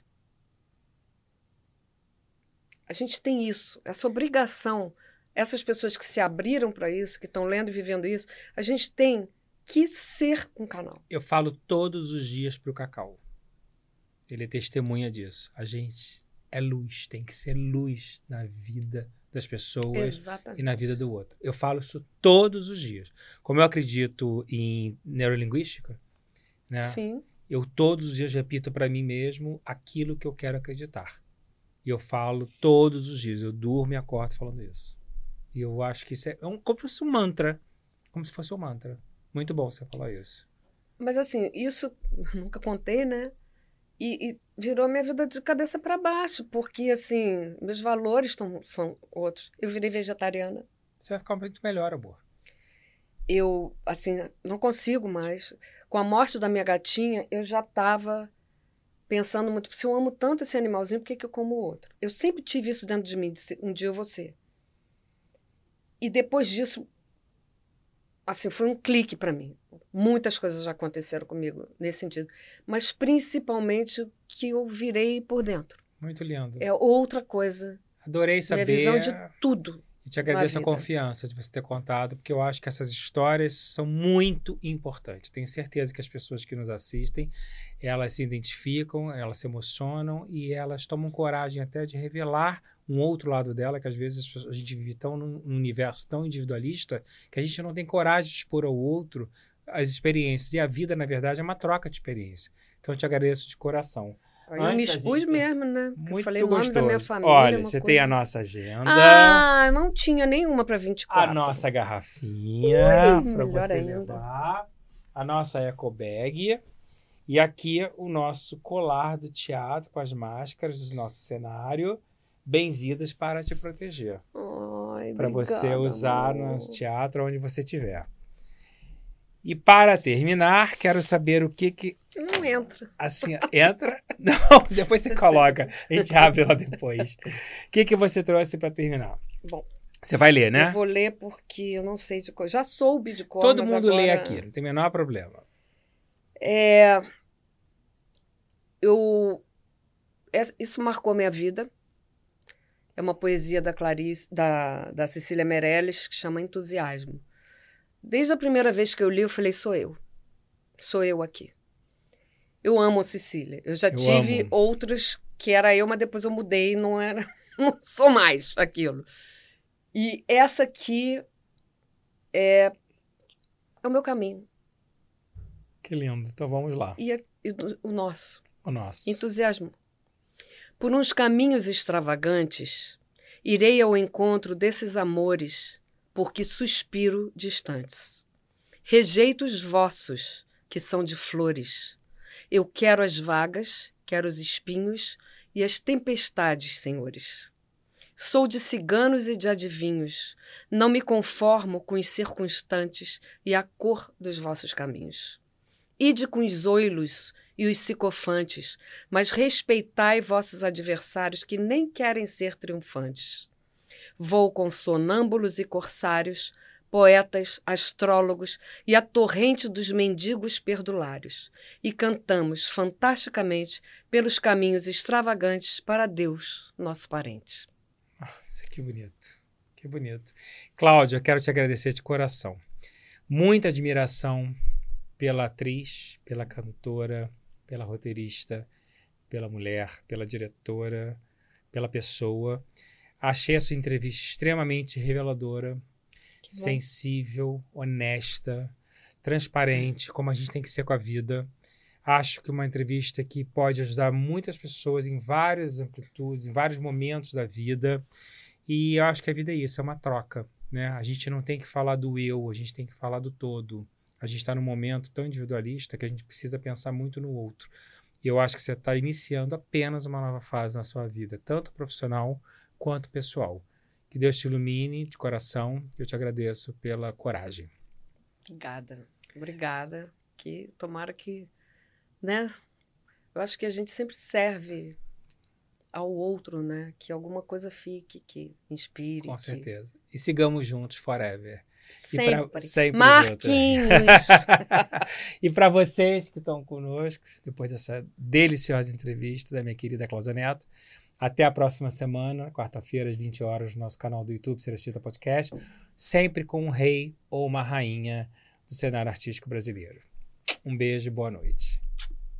A gente tem isso, essa obrigação, essas pessoas que se abriram para isso, que estão lendo e vivendo isso, a gente tem que ser um canal. Eu falo todos os dias pro Cacau. Ele é testemunha disso. A gente é luz, tem que ser luz na vida das pessoas Exatamente. e na vida do outro. Eu falo isso todos os dias. Como eu acredito em neurolinguística, né? Sim. Eu todos os dias repito para mim mesmo aquilo que eu quero acreditar. E eu falo todos os dias. Eu durmo e acordo falando isso. E eu acho que isso é um, como se fosse um mantra. Como se fosse um mantra. Muito bom você falar isso. Mas assim, isso nunca contei, né? E, e virou minha vida de cabeça para baixo, porque assim, meus valores tão, são outros. Eu virei vegetariana. Você vai ficar muito melhor, amor. Eu, assim, não consigo mais. Com a morte da minha gatinha, eu já estava pensando muito, se eu amo tanto esse animalzinho, por que, que eu como outro? Eu sempre tive isso dentro de mim, de ser, um dia eu vou ser. E depois disso, assim, foi um clique para mim. Muitas coisas já aconteceram comigo nesse sentido. Mas principalmente que eu virei por dentro. Muito lindo. É outra coisa. Adorei saber. Minha visão de tudo. E te agradeço a vida. confiança de você ter contado, porque eu acho que essas histórias são muito importantes. Tenho certeza que as pessoas que nos assistem, elas se identificam, elas se emocionam e elas tomam coragem até de revelar um outro lado dela, que às vezes a gente vive tão num universo tão individualista que a gente não tem coragem de expor ao outro as experiências. E a vida, na verdade, é uma troca de experiência. Então, eu te agradeço de coração. Aí eu me expus gente... mesmo, né? Muito eu falei o nome gostoso. da minha família. Olha, uma você coisa... tem a nossa agenda. Ah, não tinha nenhuma para vinte e quatro. A nossa garrafinha Ui, para melhor você ainda. levar. A nossa eco bag. E aqui o nosso colar do teatro com as máscaras do nosso cenário, benzidas para te proteger. Para você usar amor. no teatro onde você estiver. E para terminar, quero saber o que que... Não entra. Assim, entra... Não, depois você coloca. A gente abre lá depois. O que que você trouxe para terminar? Bom, Você vai ler, né? eu vou ler porque eu não sei de cor. Já soube de cor, Todo mas mundo agora... lê aqui, não tem o menor problema. É... Eu... é- Isso marcou minha vida. É uma poesia da Clarice, da, da Cecília Meirelles, que chama Entusiasmo. Desde a primeira vez que eu li, eu falei, sou eu. Sou eu aqui. Eu amo a Cecília. Eu já Eu tive amo. outras que era eu, mas depois eu mudei e não era, não sou mais aquilo. E essa aqui é, é o meu caminho. Que lindo. Então vamos lá. E, é- e do- o nosso. O nosso. Entusiasmo. Por uns caminhos extravagantes, irei ao encontro desses amores, porque suspiro distantes. Rejeito os vossos, que são de flores. Eu quero as vagas, quero os espinhos e as tempestades, senhores. Sou de ciganos e de adivinhos. Não me conformo com os circunstantes e a cor dos vossos caminhos. Ide com os oilos e os sicofantes, mas respeitai vossos adversários que nem querem ser triunfantes. Vou com sonâmbulos e corsários, poetas, astrólogos e a torrente dos mendigos perdulários, e cantamos fantasticamente pelos caminhos extravagantes para Deus, nosso parente. Nossa, que bonito. Que bonito. Cláudia, eu quero te agradecer de coração. Muita admiração pela atriz, pela cantora, pela roteirista, pela mulher, pela diretora, pela pessoa. Achei a sua entrevista extremamente reveladora, sensível, honesta, transparente, como a gente tem que ser com a vida. Acho que uma entrevista que pode ajudar muitas pessoas em várias amplitudes, em vários momentos da vida. E eu acho que a vida é isso, é uma troca, né? A gente não tem que falar do eu, a gente tem que falar do todo. A gente está num momento tão individualista que a gente precisa pensar muito no outro. E eu acho que você está iniciando apenas uma nova fase na sua vida, tanto profissional quanto pessoal. Que Deus te ilumine de coração. Eu te agradeço pela coragem. Obrigada. Obrigada. Que tomara que, né? Eu acho que a gente sempre serve ao outro, né? Que alguma coisa fique, que inspire. Com que... certeza. E sigamos juntos forever. Sempre. E pra, sempre Marquinhos! E para vocês que estão conosco, depois dessa deliciosa entrevista da minha querida Cláudia Neto, até a próxima semana, quarta-feira, às vinte horas, no nosso canal do YouTube, Serestita Podcast, sempre com um rei ou uma rainha do cenário artístico brasileiro. Um beijo e boa noite.